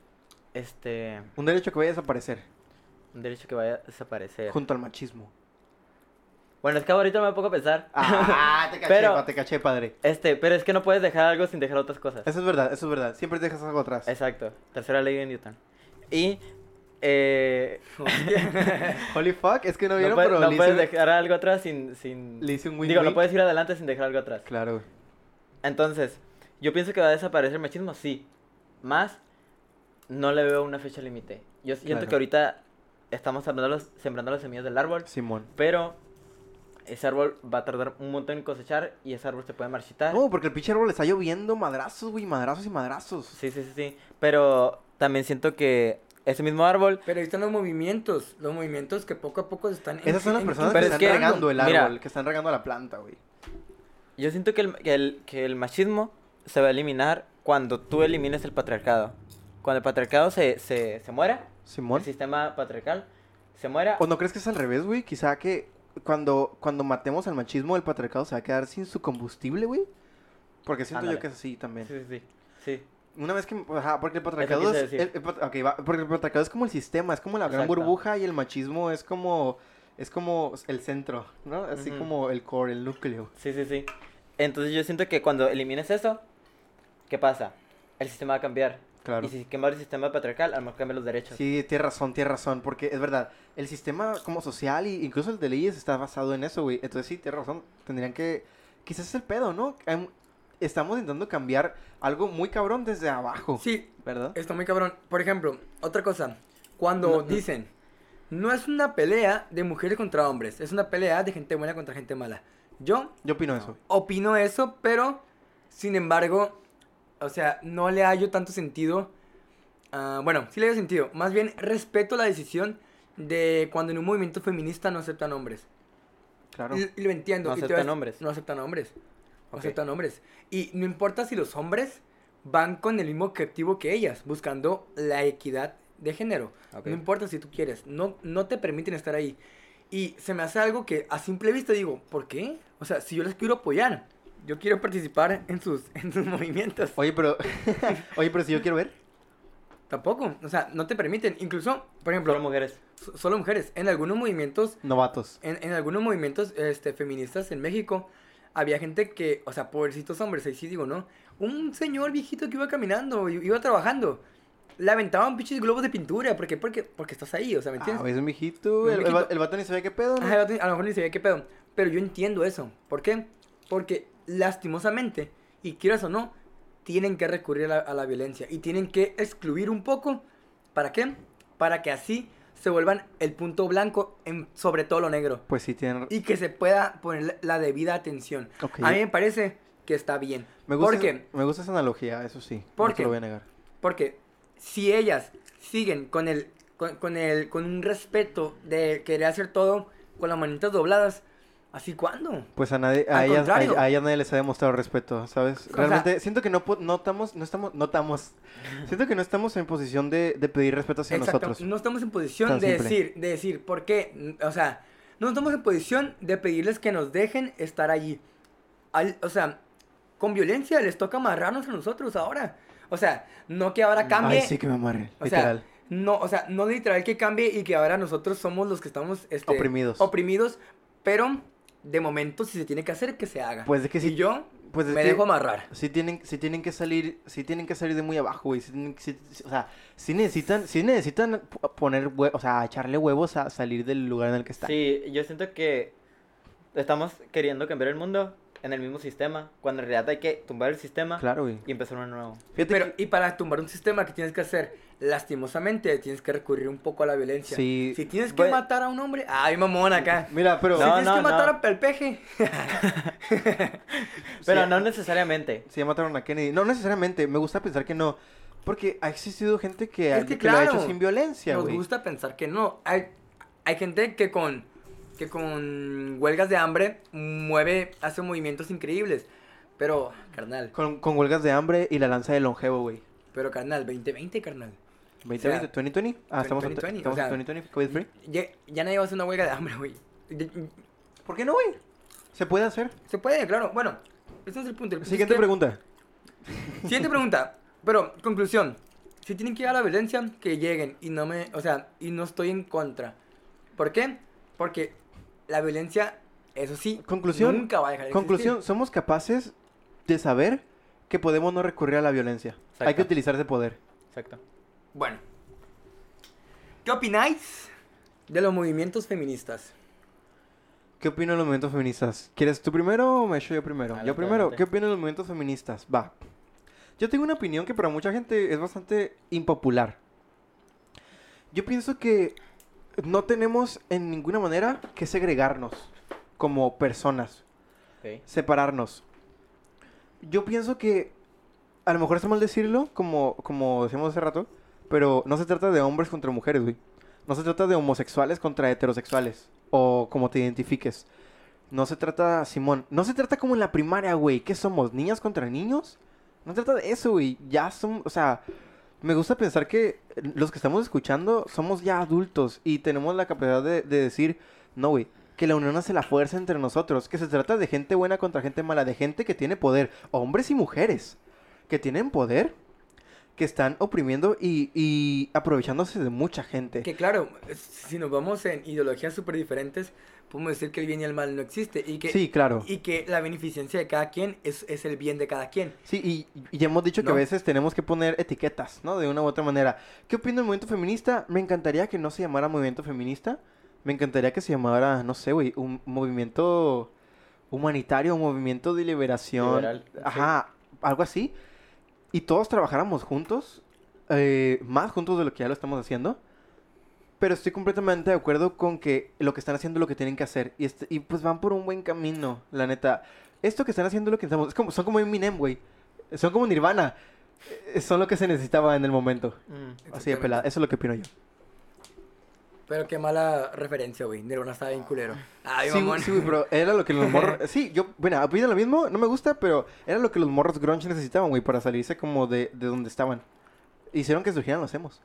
este, Un derecho que vaya a desaparecer. un derecho que vaya a desaparecer. Junto al machismo. Bueno, es que ahorita me pongo a pensar. Ah, te caché, Pero- pa, te caché, padre. Este, pero es que no puedes dejar algo sin dejar otras cosas. Eso es verdad, eso es verdad. Siempre dejas algo atrás. Exacto. Tercera ley de Newton. Y eh, Holy fuck, es que no no, vieron, puedes, pero no le puedes hice- dejar algo atrás sin, sin... le hice un wink Digo, no wink. puedes ir adelante sin dejar algo atrás. Claro, güey. Entonces, yo pienso que va a desaparecer el machismo, sí. Más, no le veo una fecha límite. Yo siento Claro. que ahorita estamos sembrando, los- sembrando las semillas del árbol, Simón. pero ese árbol va a tardar un montón en cosechar y ese árbol se puede marchitar. No, porque el pinche árbol le está lloviendo madrazos, güey, madrazos y madrazos. Sí, sí, sí, sí. Pero también siento que ese mismo árbol... Pero ahí están los movimientos. Los movimientos que poco a poco se están. Esas son las en- personas Pero que es están que- regando el árbol, mira. que están regando la planta, güey. Yo siento que el, que, el, que el machismo se va a eliminar cuando tú elimines el patriarcado. Cuando el patriarcado se, se, se muera, Simón. el sistema patriarcal se muera. ¿O no crees que es al revés, güey? Quizá que cuando, cuando matemos al machismo, el patriarcado se va a quedar sin su combustible, güey. Porque siento Ándale. yo que es así también. Sí, sí, sí. sí. Una vez que... Ajá, porque el patriarcado quise es... decir. el- el pat- ok, va, porque el patriarcado es como el sistema, es como la gran Exacto. burbuja y el machismo es como... Es como el centro, ¿no? Así Ujú. como el core, el núcleo. Sí, sí, sí. Entonces yo siento que cuando elimines eso, ¿qué pasa? El sistema va a cambiar. Claro. Y si cambia el sistema patriarcal, a lo mejor cambian los derechos. Sí, tienes razón, tienes razón, porque es verdad, el sistema como social e incluso el de leyes está basado en eso, güey. Entonces sí, tienes razón, tendrían que... Quizás es el pedo, ¿no? Em, Estamos intentando cambiar algo muy cabrón desde abajo, Sí, ¿verdad? está muy cabrón. Por ejemplo, otra cosa. Cuando No, no. dicen, no es una pelea de mujeres contra hombres, es una pelea de gente buena contra gente mala. Yo Yo opino eso. opino eso, pero sin embargo, o sea, no le hallo tanto sentido. Ah, bueno, sí le hallo sentido. Más bien respeto la decisión de cuando en un movimiento feminista no aceptan hombres. Claro. Y, y lo entiendo. No y te aceptan vas- hombres. No aceptan hombres. No Ok. aceptan hombres. Y no importa si los hombres van con el mismo objetivo que ellas, buscando la equidad de género. Ok. No importa si tú quieres, no, no te permiten estar ahí. Y se me hace algo que a simple vista digo, ¿por qué? O sea, si yo les quiero apoyar, yo quiero participar en sus, en sus movimientos. Oye, pero... Oye, pero si yo quiero ver... Tampoco, o sea, no te permiten. Incluso, por ejemplo, Solo mujeres. so- solo mujeres. En algunos movimientos, Novatos. en, en algunos movimientos este, feministas en México, había gente que, o sea, pobrecitos hombres, ahí sí digo, ¿no? Un señor viejito que iba caminando, i- iba trabajando. Le aventaban pinches globos de pintura. ¿Por qué? Porque, porque estás ahí, o sea, ¿me Ah, entiendes? güey, es un viejito. Un El, el, viejito. va- el vato ni sabía qué pedo, ¿no? Ajá, a lo mejor ni sabía qué pedo. Pero yo entiendo eso. ¿Por qué? Porque lastimosamente, y quieras o no, tienen que recurrir a la, a la violencia. Y tienen que excluir un poco. ¿Para qué? Para que así se vuelvan el punto blanco en, sobre todo lo negro. Pues sí, tienen... Y que se pueda poner la debida atención. Ok. A mí me parece que está bien. Me gusta, ¿Por qué? me gusta esa analogía, eso sí. ¿Por no te qué? lo voy a negar. Porque si ellas siguen con el, con, con el, con un respeto de querer hacer todo con las manitas dobladas, ¿así cuándo? Pues a nadie, a Al ellas, a, contrario. a ellas nadie les ha demostrado respeto, ¿sabes? sea- Realmente siento que no, po- no estamos, no estamos, no estamos, siento que no estamos en posición de, de pedir respeto hacia Exacto. nosotros. No estamos en posición Tan de simple. decir, de decir, ¿por qué? O sea, no estamos en posición de pedirles que nos dejen estar allí. Al- o sea, con violencia les toca amarrarnos a nosotros ahora. O sea, no que ahora cambie. Ay, sí que me amarre, O literal. sea, no, o sea, no literal que cambie y que ahora nosotros somos los que estamos este, Oprimidos. oprimidos, pero de momento si se tiene que hacer, que se haga. Pues de que y sí- yo pues es me que dejo amarrar. sí tienen, sí tienen que salir, sí tienen que salir de muy abajo, güey. Sí tienen- sí- sí- o sea, sí necesitan, sí necesitan p- poner, hue- o sea, echarle huevos a salir del lugar en el que están. Sí, yo siento que estamos queriendo cambiar el mundo en el mismo sistema, cuando en realidad hay que tumbar el sistema Claro, güey. y empezar uno nuevo. Fíjate Pero, que- y para tumbar un sistema que tienes que hacer, lastimosamente, tienes que recurrir un poco a la violencia. Sí. Si tienes que Pues- matar a un hombre, ay, mamón acá. Mira, pero Si No, tienes no, que matar no. a- al peje. Pero Sí. no necesariamente. Sí, ya mataron a Kennedy. No necesariamente, me gusta pensar que no. Porque ha existido gente que, Es que que lo ha hecho claro, sin violencia, Nos güey. gusta pensar que no. Hay, hay gente que con, que con huelgas de hambre mueve, hace movimientos increíbles. Pero, carnal, Con, con huelgas de hambre y la lanza de longevo, güey. pero carnal, veinte veinte, carnal. ¿veinte veinte? O sea, ¿veinte veinte? Ah, estamos en veinte veinte, estamos o sea, en veinte veinte, COVID free. Ya, ya nadie va a hacer una huelga de hambre, güey. De- ¿Por qué no, güey? Se puede hacer. Se puede, claro. Bueno, ese es el punto. El punto Siguiente es que- pregunta. Siguiente pregunta. Pero, conclusión. Si tienen que llegar a la violencia, que lleguen. Y no me, o sea, y no estoy en contra. ¿Por qué? Porque la violencia, eso sí, Conclusión. nunca va a dejar de Conclusión, existir. somos capaces de saber que podemos no recurrir a la violencia. Exacto. Hay que utilizar ese poder. Exacto. Bueno. ¿Qué opináis de los movimientos feministas? ¿Qué opino de los movimientos feministas? ¿Quieres tú primero o me echo yo primero? Adelante, yo primero. adelante. ¿Qué opino de los movimientos feministas? Va. Yo tengo una opinión que para mucha gente es bastante impopular. Yo pienso que no tenemos en ninguna manera que segregarnos como personas, Ok. separarnos. Yo pienso que a lo mejor está mal decirlo, como, como decíamos hace rato, pero no se trata de hombres contra mujeres, güey. No se trata de homosexuales contra heterosexuales, o como te identifiques. No se trata, Simón, no se trata como en la primaria, güey. ¿Qué somos? ¿Niñas contra niños? No se trata de eso, güey. Ya son, o sea, me gusta pensar que los que estamos escuchando somos ya adultos y tenemos la capacidad de, de decir, no, güey, que la unión hace la fuerza entre nosotros, que se trata de gente buena contra gente mala, de gente que tiene poder, hombres y mujeres, que tienen poder, que están oprimiendo y, y aprovechándose de mucha gente. Que claro, si nos vamos en ideologías súper diferentes, podemos decir que el bien y el mal no existe. Y que, Sí, claro. y que la beneficencia de cada quien es, es el bien de cada quien. Sí, y, y ya hemos dicho que ¿No? a veces tenemos que poner etiquetas, ¿no? De una u otra manera. ¿Qué opino del movimiento feminista? Me encantaría que no se llamara movimiento feminista. Me encantaría que se llamara, no sé, güey, un movimiento humanitario, un movimiento de liberación. Liberal, sí. Ajá, algo así. Y todos trabajáramos juntos, eh, más juntos de lo que ya lo estamos haciendo. Pero estoy completamente de acuerdo con que lo que están haciendo es lo que tienen que hacer. Y, este, y pues van por un buen camino, la neta. Esto que están haciendo es lo que necesitamos. Es como, son como Eminem, güey. Son como Nirvana. Eh, Son lo que se necesitaba en el momento. Mm. Así de Exactamente. pelada. Eso es lo que opino yo. Pero qué mala referencia, güey. Nirvana estaba bien culero. Ay, Sí, mamón. güey, sí, güey, pero era lo que los morros... Sí, yo, bueno, opino lo mismo, no me gusta, pero era lo que los morros grunge necesitaban, güey, para salirse como de, de donde estaban. Hicieron que surgieran los emos.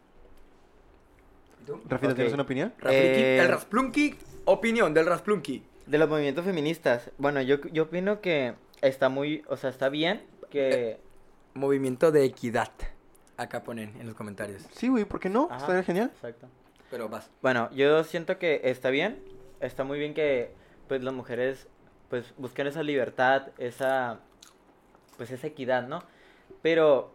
¿Y tú? Rafita, Ok. ¿tienes una opinión? Rafliki, Eh, El Rasplunky, opinión del Rasplunky. De los movimientos feministas, bueno, yo, yo opino que está muy, o sea, está bien que... Movimiento de equidad. Acá ponen en los comentarios. Sí, güey, ¿por qué no? Ajá. Estaría genial. Exacto. pero vas. Bueno, yo siento que está bien, está muy bien que pues las mujeres pues busquen esa libertad, esa pues esa equidad, ¿no? Pero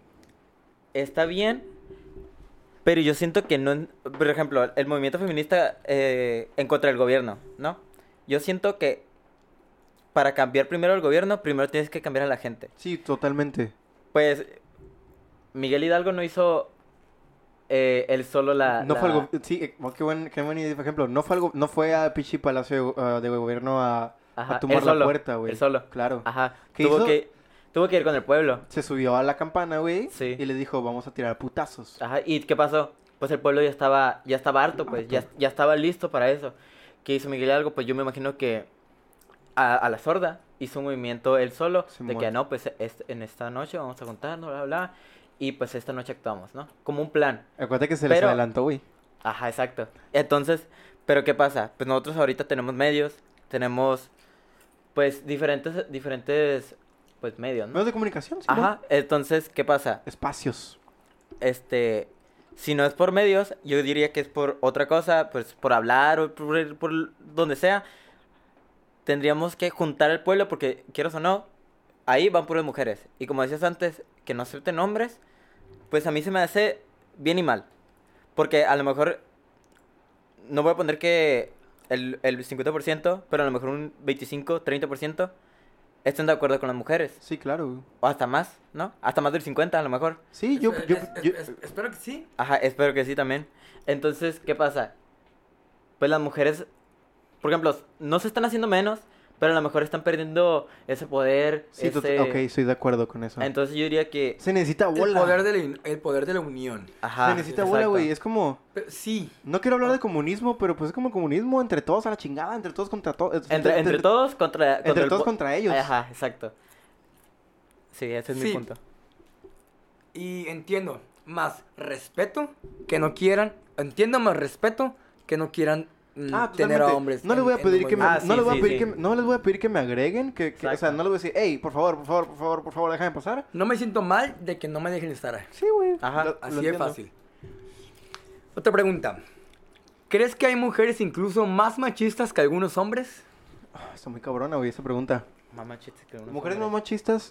está bien, pero yo siento que no, por ejemplo, el movimiento feminista eh, en contra del gobierno, ¿no? Yo siento que para cambiar primero el gobierno, primero tienes que cambiar a la gente. Sí, totalmente. Pues Miguel Hidalgo no hizo eh, él solo la... No la- fue algo, sí, eh, qué buen, qué buen ejemplo. No fue algo, no fue a Pichi Palacio de, ah, de Gobierno a, Ajá, a tumbar él la solo, puerta, güey. él solo. Claro. Ajá, ¿Qué tuvo hizo? que, tuvo que ir con el pueblo. Se subió a la campana, güey. Sí. Y le dijo, vamos a tirar putazos. Ajá, ¿y qué pasó? Pues el pueblo ya estaba, ya estaba harto, pues, ya, Harto. ya estaba listo para eso. ¿Qué hizo Miguel Hidalgo? Pues yo me imagino que a, a la sorda hizo un movimiento él solo, de Simón. que no, pues es- en esta noche vamos a contarnos, bla, bla, bla, y pues esta noche actuamos, ¿no? Como un plan. Acuérdate que se les Pero- adelantó, güey. Ajá, exacto. Entonces, ¿pero qué pasa? Pues nosotros ahorita tenemos medios, tenemos, pues, diferentes, diferentes, pues, medios, ¿no? Medios de comunicación, Simón. Ajá, entonces, ¿qué pasa? Espacios. Este, si no es por medios, yo diría que es por otra cosa, pues por hablar o por, por donde sea. Tendríamos que juntar al pueblo porque, quieras o no, ahí van puras mujeres. Y como decías antes, que no acepten hombres, pues a mí se me hace bien y mal. Porque a lo mejor, no voy a poner que el, el cincuenta por ciento, pero a lo mejor un veinticinco, treinta por ciento estén de acuerdo con las mujeres. Sí, claro, güey. O hasta más, ¿no? Hasta más del cincuenta a lo mejor. Sí, yo, Es- yo, es- yo- es- espero que sí. Ajá, espero que sí también. Entonces, ¿qué pasa? Pues las mujeres, por ejemplo, no se están haciendo menos, pero a lo mejor están perdiendo ese poder, sí, tot- ese... ok, estoy de acuerdo con eso. Entonces yo diría que... Se necesita El bola. poder, de la, in- el poder de la unión. Ajá, Se necesita exacto. bola, güey. Es como, Pero sí. no quiero hablar de comunismo, pero pues es como comunismo entre todos a la chingada, entre todos contra todos. Entre, entre todos contra... contra Entre el todos po- contra ellos. Ajá, exacto. Sí, ese es mi Sí. punto. Y entiendo más respeto que no quieran. Entiendo más respeto que no quieran mm, Ah, tener a totalmente. hombres. No les en- voy a en pedir un que me, Ah, movimiento. no sí, les voy a sí, pedir sí. que no les voy a pedir que me agreguen, que, que- o sea, Exacto. no les voy a decir, hey, por favor, por favor, por favor, por favor, déjame pasar. No me siento mal de que no me dejen estar ahí. Sí, güey. Ajá. lo- lo Así de entiendo. fácil. Otra pregunta. ¿Crees que hay mujeres incluso más machistas que algunos hombres? Ah, está muy cabrona, güey, esa pregunta. Mamá chiste, que unos Mujeres más hombres- machistas,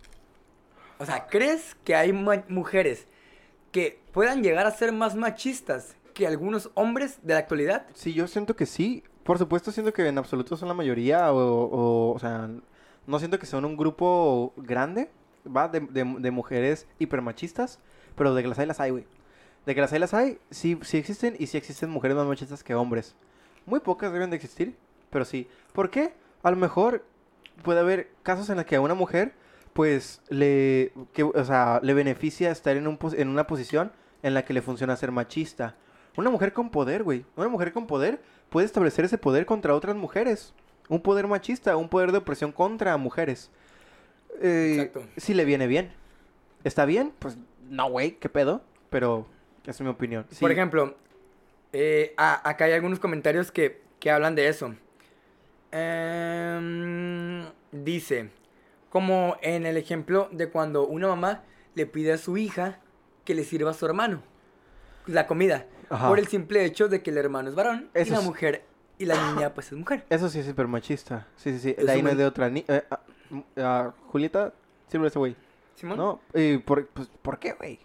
O sea, ¿crees que hay ma- mujeres que puedan llegar a ser más machistas que algunos hombres de la actualidad? sí, yo siento que sí. Por supuesto, siento que en absoluto son la mayoría, o, o, o sea, no siento que son un grupo grande, va, de, de, de mujeres hipermachistas, pero de que las hay, las hay, güey. De que las hay, las hay, sí, sí existen, y sí existen mujeres más machistas que hombres. Muy pocas deben de existir, pero sí. ¿Por qué? A lo mejor puede haber casos en los que a una mujer, pues, le, que, o sea, le beneficia estar en, un, pos- en una posición en la que le funciona ser machista. Una mujer con poder, güey. Una mujer con poder puede establecer ese poder contra otras mujeres. Un poder machista, un poder de opresión contra mujeres. Eh, Exacto. Si le viene bien. ¿Está bien? Pues no, güey, qué pedo. Pero esa es mi opinión. Sí. Por ejemplo, eh, a- acá hay algunos comentarios que, que hablan de eso. Em, dice, como en el ejemplo de cuando una mamá le pide a su hija que le sirva a su hermano la comida. Ajá. Por el simple hecho de que el hermano es varón Eso y la es- mujer y la niña pues es mujer. Eso sí es hiper machista. Sí, sí, sí. Eso La no es me- de otra ni... eh, ah, mm, ah, Julieta, sirve a ese güey. ¿Simón? No, y por, pues, ¿por qué, güey?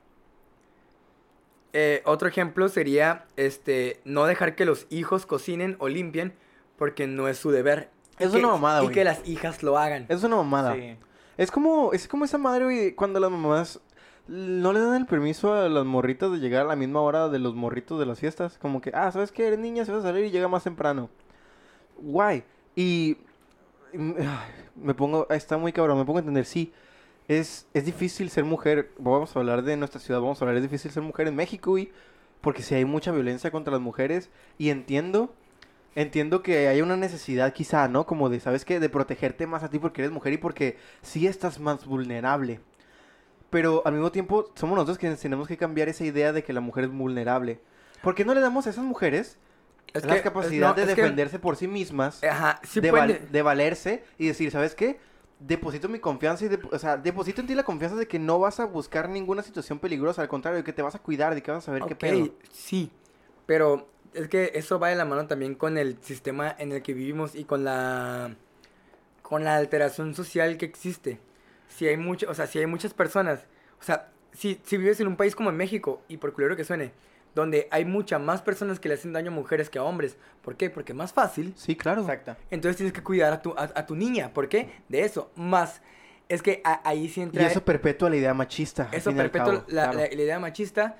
Eh, otro ejemplo sería este no dejar que los hijos cocinen o limpien porque no es su deber. Y Es que- una mamada, Y güey. que las hijas lo hagan. Es una mamada. Sí. Es como, es como esa madre, güey, cuando las mamás no le dan el permiso a las morritas de llegar a la misma hora de los morritos de las fiestas. Como que, ah, ¿sabes qué? Eres niña, se va a salir y llega más temprano. Guay. Y y m- ay, me pongo, está muy cabrón, me pongo a entender, sí. Es, es difícil ser mujer. Vamos a hablar de nuestra ciudad, vamos a hablar, es difícil ser mujer en México, güey. Porque si hay mucha violencia contra las mujeres. Y entiendo, entiendo que hay una necesidad quizá, ¿no? Como de, ¿sabes qué? De protegerte más a ti porque eres mujer y porque sí estás más vulnerable. Pero al mismo tiempo somos nosotros quienes tenemos que cambiar esa idea de que la mujer es vulnerable. ¿Por qué no le damos a esas mujeres Es la que- capacidad no, de es que- defenderse por sí mismas? Ajá, sí de, pueden- val- de valerse y decir, ¿sabes qué? Deposito mi confianza y, dep- o sea, deposito en ti la confianza de que no vas a buscar ninguna situación peligrosa, al contrario, de que te vas a cuidar, de que vas a saber qué Ok, pedo. sí. Pero es que eso va de la mano también con el sistema en el que vivimos y con la con la alteración social que existe. Si hay mucho, o sea, si hay muchas personas, o sea, si, si vives en un país como en México, y por culero que suene, donde hay muchas más personas que le hacen daño a mujeres que a hombres. ¿Por qué? Porque es más fácil. Sí, claro. Exacto. Entonces tienes que cuidar a tu, a, a tu niña. ¿Por qué? De eso. Más, es que a, ahí sí entra... Y eso perpetúa la idea machista. Eso al fin y al perpetúa cabo, la, claro. la- la idea machista,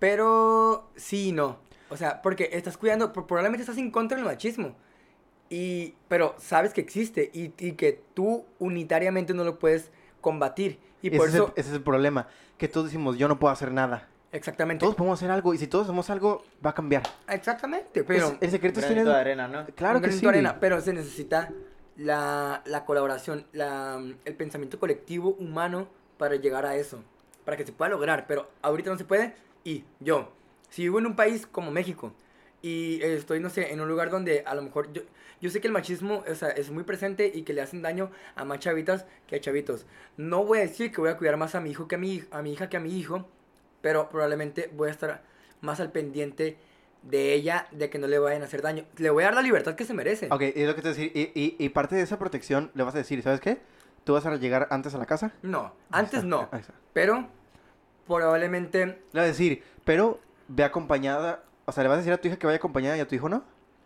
pero sí y no. O sea, porque estás cuidando, pro- probablemente estás en contra del machismo, y, pero sabes que existe y, y que tú unitariamente no lo puedes combatir. Y ese, por es eso, el, ese es el problema. Que todos decimos, yo no puedo hacer nada. exactamente. Todos podemos hacer algo. Y si todos hacemos algo, va a cambiar. Exactamente, pero... Es- el secreto es Granito tener... de arena, ¿no? Claro un que granito sí. de arena, pero se necesita la, la colaboración, la, el pensamiento colectivo humano para llegar a eso, para que se pueda lograr, pero ahorita no se puede. Y yo, si vivo en un país como México y estoy, no sé, en un lugar donde a lo mejor yo, yo sé que el machismo, o sea, es muy presente y que le hacen daño a más chavitas que a chavitos. No voy a decir que voy a cuidar más a mi hijo que a mi, a mi hija que a mi hijo, pero probablemente voy a estar más al pendiente de ella, de que no le vayan a hacer daño. Le voy a dar la libertad que se merece. Ok, es lo que te voy a decir. Y, y, y parte de esa protección le vas a decir, ¿sabes qué? ¿Tú vas a llegar antes a la casa? No, Ahí antes está, no, ahí está. pero probablemente... Le vas a decir, pero ve acompañada. O sea, ¿le vas a decir a tu hija que vaya acompañada y a tu hijo no?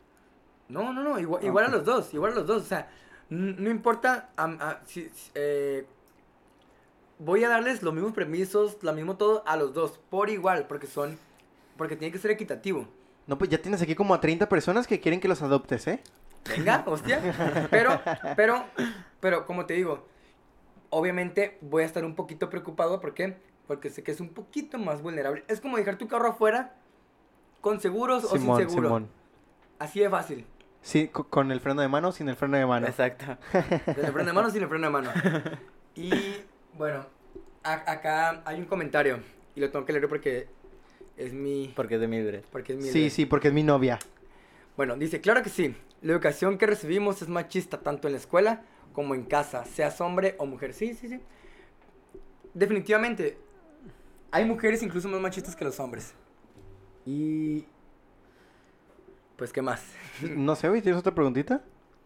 No, no, no, igual, Ah, igual ok. a los dos, igual a los dos. O sea, n- no importa, am- a- si- si- eh, voy a darles los mismos permisos, lo mismo todo a los dos, por igual, porque son, porque tiene que ser equitativo. No, pues ya tienes aquí como a treinta personas que quieren que los adoptes, ¿eh? Venga, hostia. Pero, pero, pero, como te digo, obviamente voy a estar un poquito preocupado, ¿por qué? Porque sé que es un poquito más vulnerable. Es como dejar tu carro afuera con seguros o sin Simón, seguro. Simón. Así de fácil. Sí, co- con el freno de mano o sin el freno de mano. Exacto. Con el freno de mano sin el freno de mano. Y bueno, a- acá hay un comentario y lo tengo que leer porque es mi... Porque es de Mildred. Porque es mi Sí, sí, porque es mi novia. Bueno, dice, claro que sí. La educación que recibimos es machista tanto en la escuela como en casa, seas hombre o mujer. Sí, sí, sí. Definitivamente, hay mujeres incluso más machistas que los hombres. Y... Pues, ¿qué más? No sé, güey, ¿tienes otra preguntita?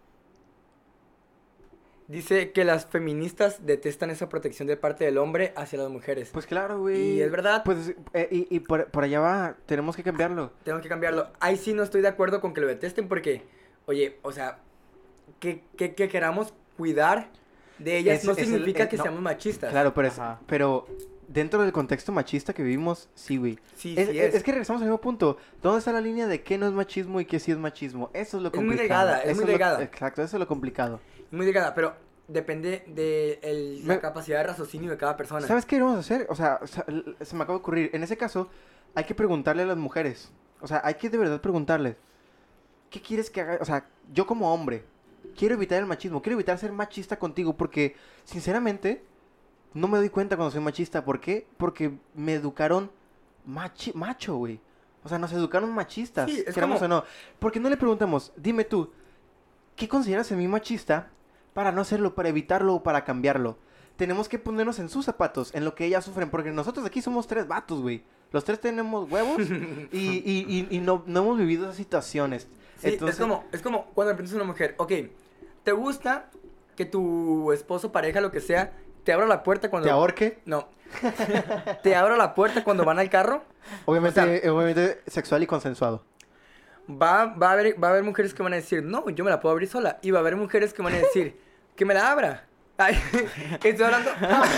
Dice que las feministas detestan esa protección de parte del hombre hacia las mujeres. Pues claro, güey. Y es verdad. Pues, eh, y, y por, por allá va, tenemos que cambiarlo. Tengo que cambiarlo. Ahí sí no estoy de acuerdo con que lo detesten porque, oye, o sea, que, que, que queramos cuidar de ellas Es- no es el- significa eh, que no. seamos machistas. Claro, pero, es, Ajá. pero dentro del contexto machista que vivimos, sí, güey. Sí, es, sí es- es. es que regresamos al mismo punto. ¿Dónde está la línea de qué no es machismo y qué sí es machismo? Eso es lo Es muy complicado. delgada, es Eso muy lo- delgada. exacto, eso es lo complicado. Muy delgada, pero depende de el- la Me- capacidad de raciocinio de cada persona. ¿Sabes qué vamos a hacer? O sea, o sea, l- se me acaba de ocurrir. En ese caso, hay que preguntarle a las mujeres. O sea, hay que de verdad preguntarles. ¿Qué quieres que haga? O sea, yo como hombre, quiero evitar el machismo. Quiero evitar ser machista contigo porque, sinceramente, no me doy cuenta cuando soy machista. ¿Por qué? Porque me educaron machi- macho, güey. O sea, nos educaron machistas. Sí, es queramos como- o no. Porque no le preguntamos, dime tú, ¿qué consideras en mí machista para no hacerlo, para evitarlo o para cambiarlo? Tenemos que ponernos en sus zapatos, en lo que ellas sufren, porque nosotros aquí somos tres vatos, güey. Los tres tenemos huevos y, y, y, y no, no hemos vivido esas situaciones. Sí, Entonces, es como, es como cuando le preguntas a una mujer, ok, ¿te gusta que tu esposo, pareja, lo que sea, te abra la puerta cuando... ¿te ahorque? No. ¿Te abra la puerta cuando van al carro? Obviamente, O sea- eh, obviamente sexual y consensuado. Va, va, a haber, va a haber mujeres que van a decir, no, yo me la puedo abrir sola. Y va a haber mujeres que van a decir, que me la abra. Ay, estoy hablando...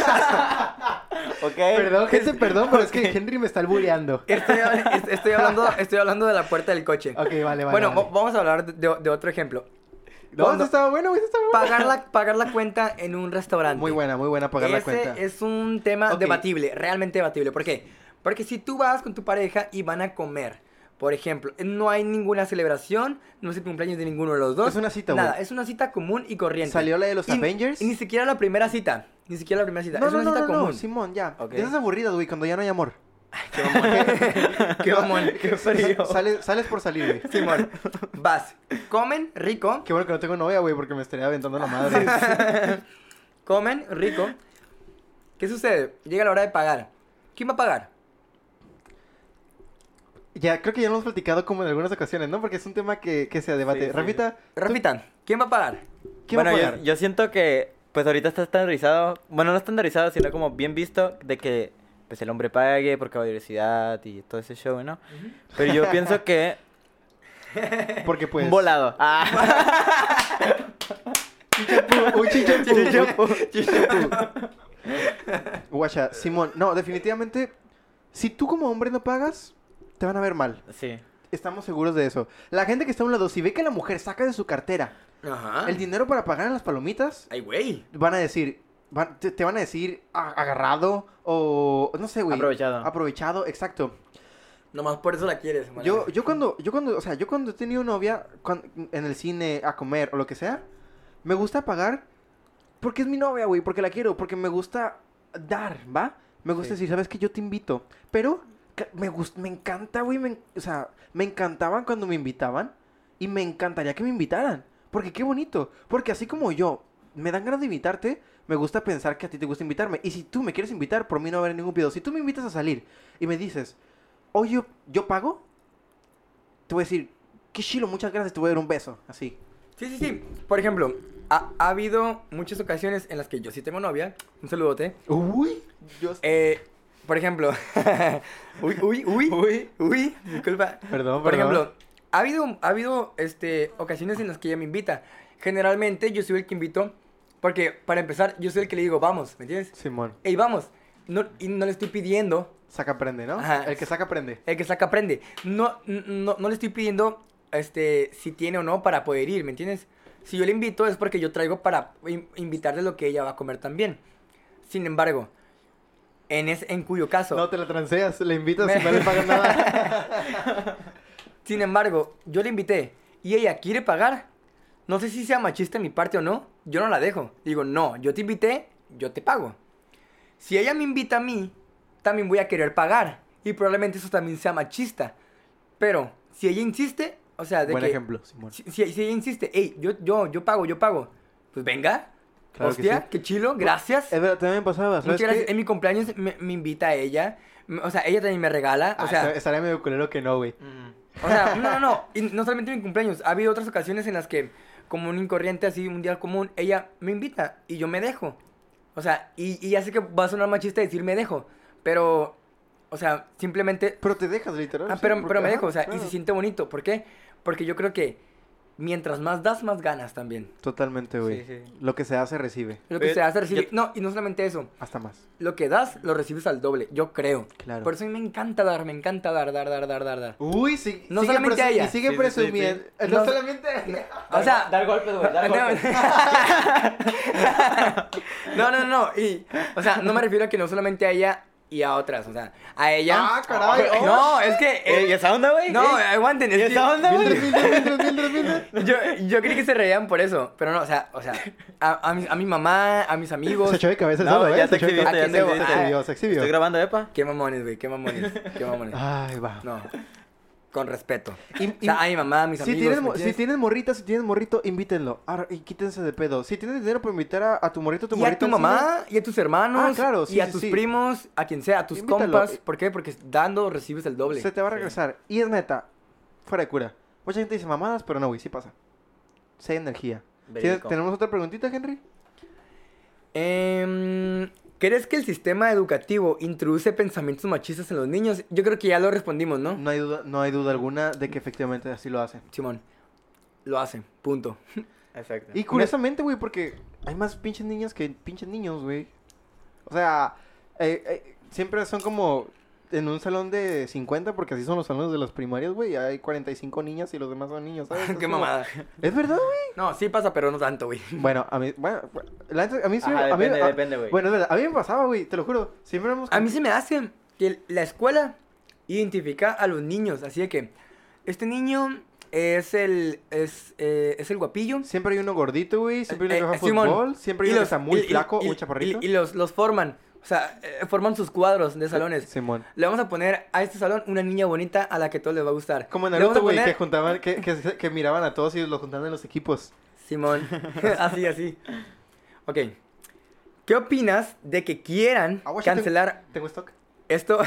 Ok. Perdón, gente, perdón, pero es que Henry me está albureando. Estoy, hab- estoy, hablando, estoy hablando de la puerta del coche. Ok, vale, vale. bueno, vale. va- vamos a hablar de, de otro ejemplo. No, cuando- eso estaba bueno, güey, eso estaba bueno. Pagar la, pagar la cuenta en un restaurante. Muy buena, muy buena pagar la Ese cuenta. es un tema Ok. debatible, realmente debatible. ¿Por qué? Porque si tú vas con tu pareja y van a comer, por ejemplo, no hay ninguna celebración, no es el cumpleaños de ninguno de los dos. Es una cita, Nada, güey. es una cita común y corriente. ¿Salió la de los Y- Avengers? Y ni siquiera la primera cita. Ni siquiera la primera cita. No, es no, una no, cita no, no, común. Simón, ya. Ok. De esas aburridas, güey, cuando ya no hay amor. Qué mamón. Qué mamón. Qué frío. Sales, sales por salir, güey. Simón, vas, comen rico, Qué bueno que no tengo novia, güey, porque me estaría aventando la madre. comen rico. ¿Qué sucede? Llega la hora de pagar. ¿Quién va a pagar? Ya, creo que ya lo hemos platicado como en algunas ocasiones, ¿no? Porque es un tema que, que se debate. Sí, sí. Rafita, ¿tú- Rafita, ¿quién va a pagar? ¿quién Bueno, va a yo, pagar? yo siento que, pues ahorita está estandarizado, bueno, no estandarizado, sino como bien visto de que, pues el hombre pague por caballerosidad y todo ese show, ¿no? Pero yo pienso que Porque pues... un volado. Ah. Un chichampú. Chichampú. Chichampú. Guacha, Simón, no, definitivamente, si tú como hombre no pagas, te van a ver mal. Sí. Estamos seguros de eso. La gente que está a un lado, si ve que la mujer saca de su cartera Ajá. el dinero para pagar en las palomitas, Ay, güey. van a decir, van- te, te van a decir a- agarrado o no sé, güey. Aprovechado. Aprovechado, exacto. Nomás por eso la quieres, man. Yo, yo cuando, yo cuando, o sea, yo cuando he tenido novia cuan- en el cine a comer o lo que sea, me gusta pagar porque es mi novia, güey, porque la quiero, porque me gusta dar, ¿va? Me gusta Sí. decir, ¿sabes qué? Yo te invito, pero ca- me gusta, me encanta, güey, me en- o sea, me encantaban cuando me invitaban y me encantaría que me invitaran, porque qué bonito, porque así como yo me dan ganas de invitarte, me gusta pensar que a ti te gusta invitarme, y si tú me quieres invitar, por mí no va a haber ningún pedo. Si tú me invitas a salir y me dices, oye, yo, yo pago, te voy a decir, qué chilo, muchas gracias, te voy a dar un beso, así. Sí, sí, sí. Por ejemplo, ha, ha habido muchas ocasiones en las que yo sí tengo novia. Un saludote. Uy, yo... Eh, por ejemplo. uy, uy, uy. Uy, uy. Disculpa. Perdón, Por perdón. ejemplo, ha habido, ha habido este, ocasiones en las que ella me invita. Generalmente yo soy el que invito. Porque, para empezar, yo soy el que le digo, vamos, ¿me entiendes? Simón, Ey, vamos. No, y no le estoy pidiendo. saca prende, ¿no? Ajá. El que saca prende. El que saca aprende. No, no, no le estoy pidiendo este, si tiene o no para poder ir, ¿me entiendes? Si yo le invito es porque yo traigo para in- invitarle lo que ella va a comer también. Sin embargo, en, es, en cuyo caso... No te la transeas, le invitas Me- y no le pagas nada. Sin embargo, yo le invité y ella quiere pagar. No sé si sea machista en mi parte o no. Yo no la dejo. Digo, no, yo te invité, yo te pago. Si ella me invita a mí, también voy a querer pagar. Y probablemente eso también sea machista. Pero, si ella insiste, o sea, de Buen que... ejemplo, Simón. Si, si, si ella insiste, hey, yo, yo, yo pago, yo pago. Pues venga. Claro que Hostia, sí. qué chilo, gracias. Es verdad, también me pasaba, Muchas ¿sabes gracias. qué? En mi cumpleaños me, me invita a ella. M- O sea, ella también me regala. O Ah, sea, esta- estaría medio culero que no, güey. Mm. o sea, no, no, no. Y no solamente en mi cumpleaños. Ha habido otras ocasiones en las que, como un incorriente así, un día común, ella me invita y yo me dejo. O sea, y, y ya sé que va a sonar machista decir me dejo. Pero, o sea, simplemente... Pero te dejas, literal. Ah, sí, pero, porque- pero me ajá, dejo, o sea, y claro. se siente bonito. ¿Por qué? Porque yo creo que mientras más das, más ganas también. Totalmente, güey. Sí, sí. Lo que se hace, recibe. Lo que Eh, se hace recibir... yo- No, y no solamente eso. Hasta más. Lo que das, lo recibes al doble. Yo creo. Claro. Por eso a mí me encanta dar, me encanta dar, dar, dar, dar, dar, dar. Uy, sí. No sigue solamente presu- a ella. Y sigue Sí, sí, sí, presumiendo. sí. No, No- solamente a ella. O sea... Dar golpes, güey, dar golpes. No, no, no. Y, o sea, no me refiero a que no solamente a ella y a otras. O sea, a ella... Ah, caray, oh. No, es que... Eh, ¿Y esa onda, güey? No, ¿Eh? aguanten. ¿Y Es que esa onda, güey? Mildred, Mildred, Mildred, Mildred, Mildred. yo, yo creí que se reían por eso. Pero no, o sea, o sea a, a, mi, a mi mamá, a mis amigos... Se echó de cabeza el No, solo, ¿eh? ya Se te echó de exhibiste, cabeza. ya te Se exhibiste. exhibió, se exhibió. Estoy grabando, epa. Qué mamones, güey, qué mamones, qué mamones. Ay, va. No, con respeto. Y- O sea, a mi mamá, a mis Si amigos... tienes, ¿me mo- si entiendes? tienes morrita, si tienes morrito, invítenlo. Ahora, y quítense de pedo. Si tienes dinero para invitar a, a tu morrito, a tu Y morrito. a tu al cine, mamá, y a tus hermanos, Ah, claro, sí, y a sí, tus sí. primos, a quien sea, a tus Invítalo. compas. ¿Por qué? Porque dando recibes el doble. se te va a regresar. Y es neta, fuera de cura. Mucha gente dice mamadas, pero no, güey, sí pasa. Sí hay energía. ¿Tienes- Verídico. ¿Tenemos otra preguntita, Henry? Em, ¿Crees que el sistema educativo introduce pensamientos machistas en los niños? Yo creo que ya lo respondimos, ¿no? No hay duda, no hay duda alguna de que efectivamente así lo hace. Simón, lo hacen, punto. Exacto. Y curiosamente, güey, porque hay más pinches niñas que pinches niños, güey. O sea, eh, eh, siempre son como en un salón de cincuenta, porque así son los salones de las primarias, güey. Hay cuarenta y cinco niñas y los demás son niños, ¿sabes? Es Qué como- mamada. ¿Es verdad, güey? No, sí pasa, pero no tanto, güey. Bueno, a mí, bueno, la neta, a mí sí, Ajá, a mí, depende, a- depende, güey. Bueno, es verdad, a mí me pasaba, güey, te lo juro. Siempre hemos... A mí se me hace que la escuela identifica a los niños, así de que este niño es el es, eh, es el guapillo. Siempre hay uno gordito, güey, siempre hay Eh, uno que eh, juega Simón. fútbol, siempre hay Y uno que los- está muy y- y- flaco, y- muy chaparrito. Y, y los, los forman, o sea, eh, forman sus cuadros de salones. Simón. Le vamos a poner a este salón una niña bonita a la que a todos les va a gustar. Como en Le vamos Naruto, a güey, poner- que juntaban, que, que, que miraban a todos y los juntaban en los equipos. Simón, así, así. Ok. ¿Qué opinas de que quieran Ah, guacha, cancelar... Tengo stock. Esto...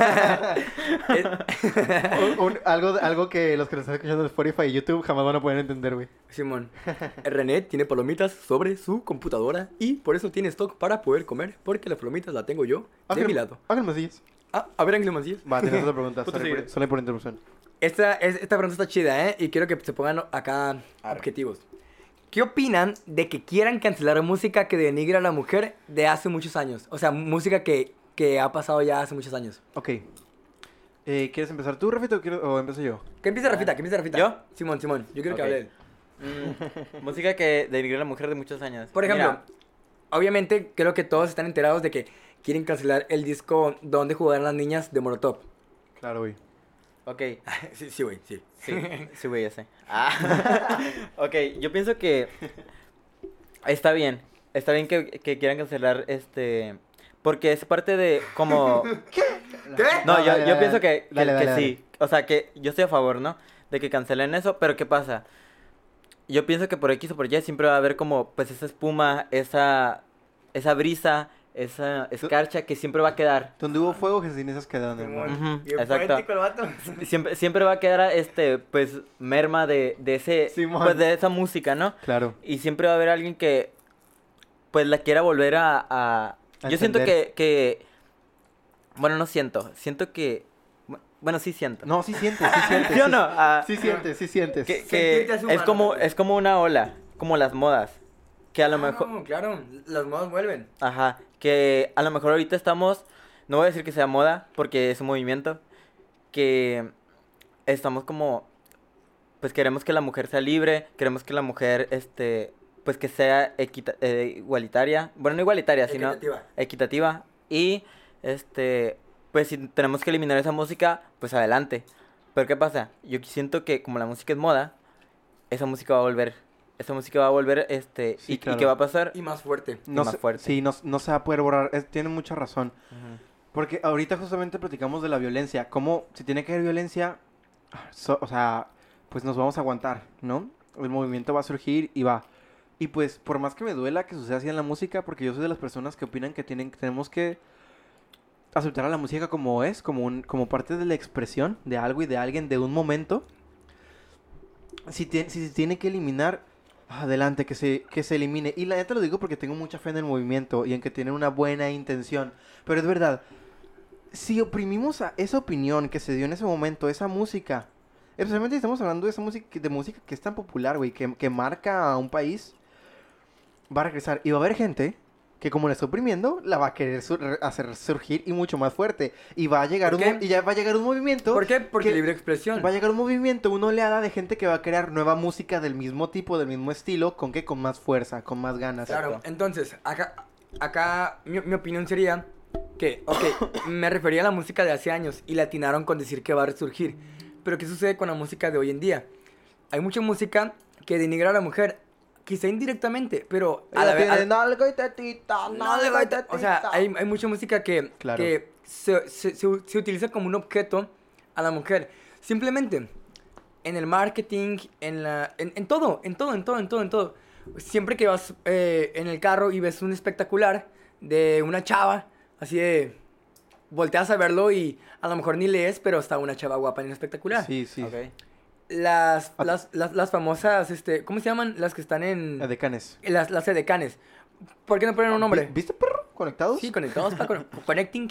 es- Un- un- algo, algo que los que nos están escuchando en Spotify y YouTube jamás van a poder entender, güey. Simón, René tiene palomitas sobre su computadora y por eso tiene stock para poder comer, porque las palomitas las tengo yo de mi lado. Ángel Macías. Ah, a ver, Ángel Macías. Va, tienes otra pregunta. Puto Sorry por, sigue. sorry por interrupción. Esta, es- esta pregunta está chida, ¿eh? Y quiero que se pongan acá Arre. objetivos. ¿Qué opinan de que quieran cancelar música que denigra a la mujer de hace muchos años? O sea, música que, que ha pasado ya hace muchos años. Ok. Eh, ¿Quieres empezar tú, Rafita, o, quiero- o empiezo yo? ¿Qué empieza Rafita? ¿Qué empieza Rafita? ¿Yo? Simón, Simón. Yo quiero que Ok. hable él. Mm, música que denigre a la mujer de muchos años. Por ejemplo, Mira, obviamente creo que todos están enterados de que quieren cancelar el disco Donde jugarán las niñas de Molotov. Claro, güey. ok, Sí, sí, güey, sí. sí, sí, güey, ya sé. Ah. ok, yo pienso que está bien, está bien que, que quieran cancelar este... Porque es parte de como... ¿Qué? No, No, yo, dale, yo dale, pienso que, que, dale, que dale, sí. O sea, que yo estoy a favor, ¿no? De que cancelen eso, pero ¿qué pasa? Yo pienso que por X o por Y siempre va a haber como, pues, esa espuma, esa, esa brisa, esa escarcha que siempre va a quedar. Donde hubo fuego, que cenizas quedan, hermano. Ujú, Bien exacto. poético el vato. Siempre, siempre va a quedar, este, pues, merma de, de ese, Simón. pues, de esa música, ¿no? Claro. Y siempre va a haber alguien que, pues, la quiera volver a... a... A Yo siento encender. que, que... Bueno, no siento. Siento que... Bueno, sí siento. No, sí sientes, sí sientes. ¿Sí o no? Ah, Sí sientes, sí sientes. que, Sentirte que es es humano como también. es como una ola, como las modas, que a lo mejor, No, claro, las modas vuelven. ajá, que a lo mejor ahorita estamos, no voy a decir que sea moda, porque es un movimiento, que estamos como, pues queremos que la mujer sea libre, queremos que la mujer, este, pues que sea equita- eh, igualitaria, bueno, no igualitaria, sino Equitativa. equitativa, y, este, pues si tenemos que eliminar esa música, pues adelante. Pero ¿qué pasa? Yo siento que como la música es moda, esa música va a volver. Esa música va a volver, este, Sí, y, claro. ¿y qué va a pasar? Y más fuerte. No más se- fuerte. Sí, no, no se va a poder borrar. Es- tiene mucha razón. Ujú. Porque ahorita justamente platicamos de la violencia. Cómo si tiene que haber violencia, so- o sea, pues nos vamos a aguantar, ¿no? El movimiento va a surgir y va. Y pues, por más que me duela que suceda así en la música, porque yo soy de las personas que opinan que tienen, que tenemos que aceptar a la música como es, como un, como parte de la expresión de algo y de alguien, de un momento. Si, tie- si se tiene que eliminar, adelante, que se, que se elimine. Y la neta lo digo porque tengo mucha fe en el movimiento y en que tiene una buena intención. Pero es verdad, si oprimimos a esa opinión que se dio en ese momento, esa música, especialmente si estamos hablando de esa música, de música que es tan popular, güey, que, que marca a un país, va a regresar. Y va a haber gente que como la está oprimiendo, la va a querer sur- hacer surgir y mucho más fuerte. Y va a llegar ¿Por un, qué? mo- y ya va a llegar un movimiento. ¿Por qué? Porque que- libre expresión. Va a llegar un movimiento, una oleada de gente que va a crear nueva música del mismo tipo, del mismo estilo, ¿con qué? Con más fuerza, con más ganas. Claro, Exacto. entonces, acá, acá mi, mi opinión sería que, ok, me refería a la música de hace años y le atinaron con decir que va a resurgir. Pero ¿qué sucede con la música de hoy en día? Hay mucha música que denigra a la mujer, quizá indirectamente, pero a la vez... tiene nalga y tetita, nalga y tetita. O sea, hay, hay mucha música que, Claro. que se, se, se- se utiliza como un objeto a la mujer. Simplemente, en el marketing, en la... En, en todo, en todo, en todo, en todo, en todo. Siempre que vas eh, en el carro y ves un espectacular de una chava, así de... Volteas a verlo y a lo mejor ni lees, pero está una chava guapa en el espectacular. Sí, sí. Ok. Las, Ah. las, las, las famosas, este... ¿Cómo se llaman? Las que están en... La de Canes. Las, las edecanes. ¿Por qué no ponen un nombre? Vi- ¿Viste, perro? ¿Conectados? Sí, conectados para con- connecting.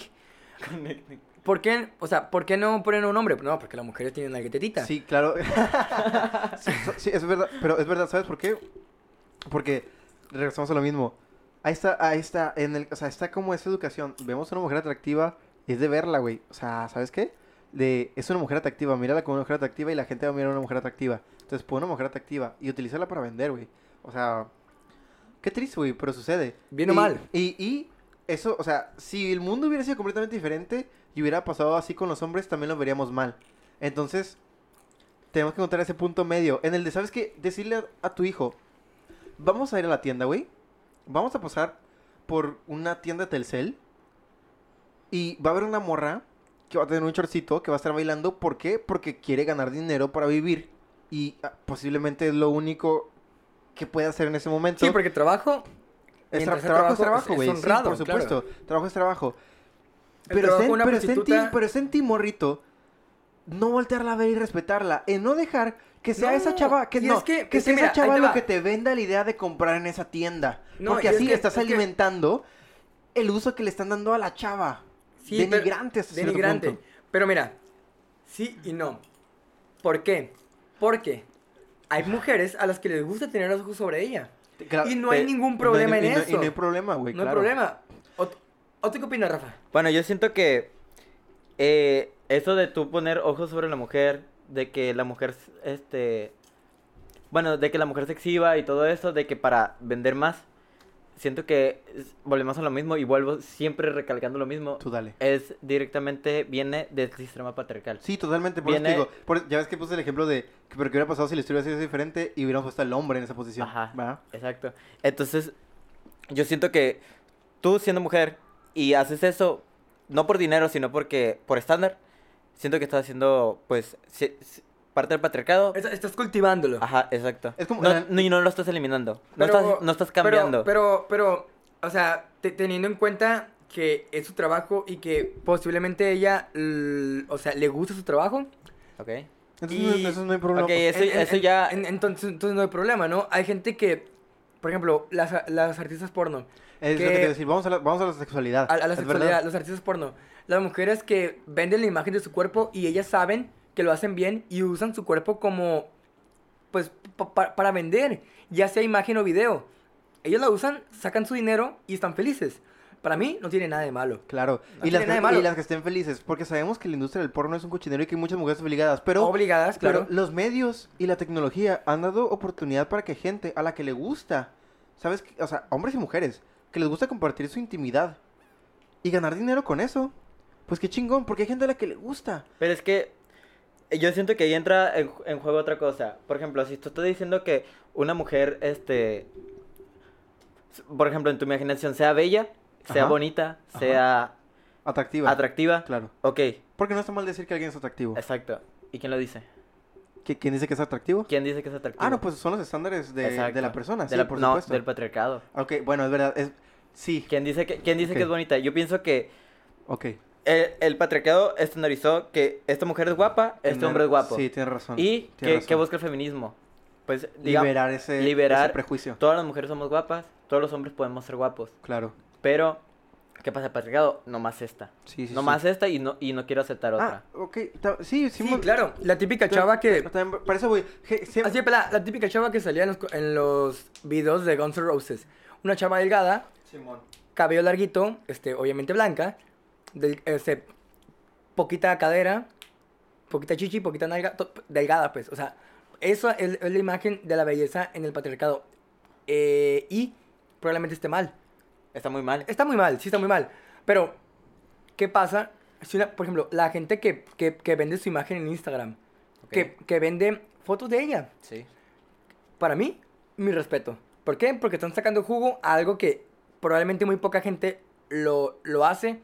¿Por qué, o sea, ¿por qué no ponen un nombre? No, porque las mujeres tienen la tetita. Sí, claro. sí, so- sí, es verdad. Pero es verdad, ¿sabes por qué? Porque regresamos a lo mismo. Ahí está, ahí está, en el, o sea, está como esa educación. Vemos a una mujer atractiva, es de verla, güey. O sea, ¿sabes qué? De, es una mujer atractiva, mírala como una mujer atractiva y la gente va a mirar a una mujer atractiva. Entonces, pon una mujer atractiva y utilízala para vender, güey. O sea, qué triste, güey, pero sucede. Bien o Y- mal. Y, y eso, o sea, si el mundo hubiera sido completamente diferente y hubiera pasado así con los hombres, también lo veríamos mal. Entonces, tenemos que encontrar ese punto medio. En el de, ¿sabes qué? Decirle a, a tu hijo, vamos a ir a la tienda, güey. Vamos a pasar por una tienda Telcel. Y va a haber una morra que va a tener un chorcito que va a estar bailando. ¿Por qué? Porque quiere ganar dinero para vivir. Y ah, posiblemente es lo único que puede hacer en ese momento. Sí, porque trabajo... Es tra- mientras sea trabajo es trabajo, trabajo, es- güey. es Sí, honrado, por supuesto. Trabajo es trabajo. Pero trabajo está de en, una pero está en ti, prostituta- pero está en ti, morrito, no voltearla a ver y respetarla. En no dejar que sea No, esa chava, que y no, es que- que es sea que esa mira, chava ahí te lo va. que te venda la idea de comprar en esa tienda. No, Porque y es así que- estás es que- alimentando el uso que le están dando a la chava. Sí, pero- Denigrante hasta cierto denigrante. punto. Pero mira, sí y no. ¿Por qué? Porque hay mujeres a las que les gusta tener los ojos sobre ella. Claro, Y no hay pe- ningún no problema y en no- eso. Y no hay problema, güey, No hay claro. problema. ¿O, ¿O tú qué opinas, Rafa? Bueno, yo siento que eh, eso de tú poner ojos sobre la mujer, de que la mujer, este, bueno, de que la mujer se exhiba y todo eso, de que para vender más, siento que es- volvemos a lo mismo y vuelvo siempre recalcando lo mismo. Tú dale. Es directamente, viene del sistema patriarcal. Sí, totalmente, por eso te Viene- digo, por- ya ves que puse el ejemplo de que, pero qué hubiera pasado si la historia hubiera sido diferente y hubiéramos puesto al hombre en esa posición. Ajá, ¿verdad? exacto. Entonces, yo siento que tú siendo mujer y haces eso, no por dinero, sino porque, por estándar, siento que estás haciendo, pues, si- si- parte del patriarcado. Es- Estás cultivándolo. Ajá, exacto. Es como- No, la- no, y no lo estás eliminando. No, Pero- estás, no estás pero- cambiando. Pero, pero, o sea, te- teniendo en cuenta que es su trabajo y que posiblemente ella, l- o sea, le gusta su trabajo. Ok. Entonces, Y- no, eso no hay problema. Ok, eso, en- en- eso en- ya... en- entonces, entonces no hay problema, ¿no? Hay gente que, por ejemplo, las, las artistas porno. Es que- lo que te iba a decir, vamos a la, vamos a la sexualidad. A, a la es sexualidad, verdad. los artistas porno. Las mujeres que venden la imagen de su cuerpo y ellas saben que lo hacen bien y usan su cuerpo como, pues, pa- pa- para vender, ya sea imagen o video. Ellos la usan, sacan su dinero y están felices. Para mí no tiene nada de malo. Claro, No y, tiene las nada de que, malo. y las que estén felices, porque sabemos que la industria del porno es un cochinero y que hay muchas mujeres obligadas, pero, Obligadas, pero claro. los medios y la tecnología han dado oportunidad para que gente a la que le gusta, ¿sabes? qué? O sea, hombres y mujeres, que les gusta compartir su intimidad y ganar dinero con eso. Pues qué chingón, porque hay gente a la que le gusta. Pero es que yo siento que ahí entra en, en juego otra cosa. Por ejemplo, si tú estás diciendo que una mujer, este, por ejemplo, en tu imaginación sea bella, sea Ajá, bonita, ajá. sea Atractiva. atractiva, Claro. ok, Porque no está mal decir que alguien es atractivo. exacto. ¿Y quién lo dice? ¿Qui- ¿Quién dice que es atractivo? ¿Quién dice que es atractivo? Ah, no, pues son los estándares de, Exacto. de la persona, De sí, la- por no, supuesto. del patriarcado. Ok, bueno, es verdad, es... Sí, ¿Quién dice que, quién dice Ok. que es bonita? Yo pienso que ok. el, el patriarcado estandarizó que esta mujer es guapa, este Tener- hombre es guapo. Sí, tienes razón. ¿Y tienes qué, razón. qué busca el feminismo? Pues, digamos, Liberar ese, liberar- ese prejuicio. todas las mujeres somos guapas, todos los hombres podemos ser guapos. Claro. Pero, ¿qué pasa el patriarcado? No más esta. Sí, sí, no sí. más esta y no, y no quiero aceptar otra. Ah, ok. ta- Sí, sí, Sí, mo- claro. La típica ta- chava que... también Para eso voy. Je- siem- Así, la, la típica chava que salía en los, co- en los videos de Guns N' Roses. Una chava delgada, Simón. cabello larguito, este, obviamente blanca, del, este, poquita cadera, poquita chichi, poquita nalga, to- delgada, pues. O sea, eso es, es la imagen de la belleza en el patriarcado. Eh, y probablemente esté mal. Está muy mal. Está muy mal, sí está muy mal. Pero, ¿qué pasa si una, por ejemplo, la gente que, que, que vende su imagen en Instagram, Ok. que, que vende fotos de ella? Sí. Para mí, mi respeto. ¿Por qué? Porque están sacando jugo a algo que probablemente muy poca gente lo, lo hace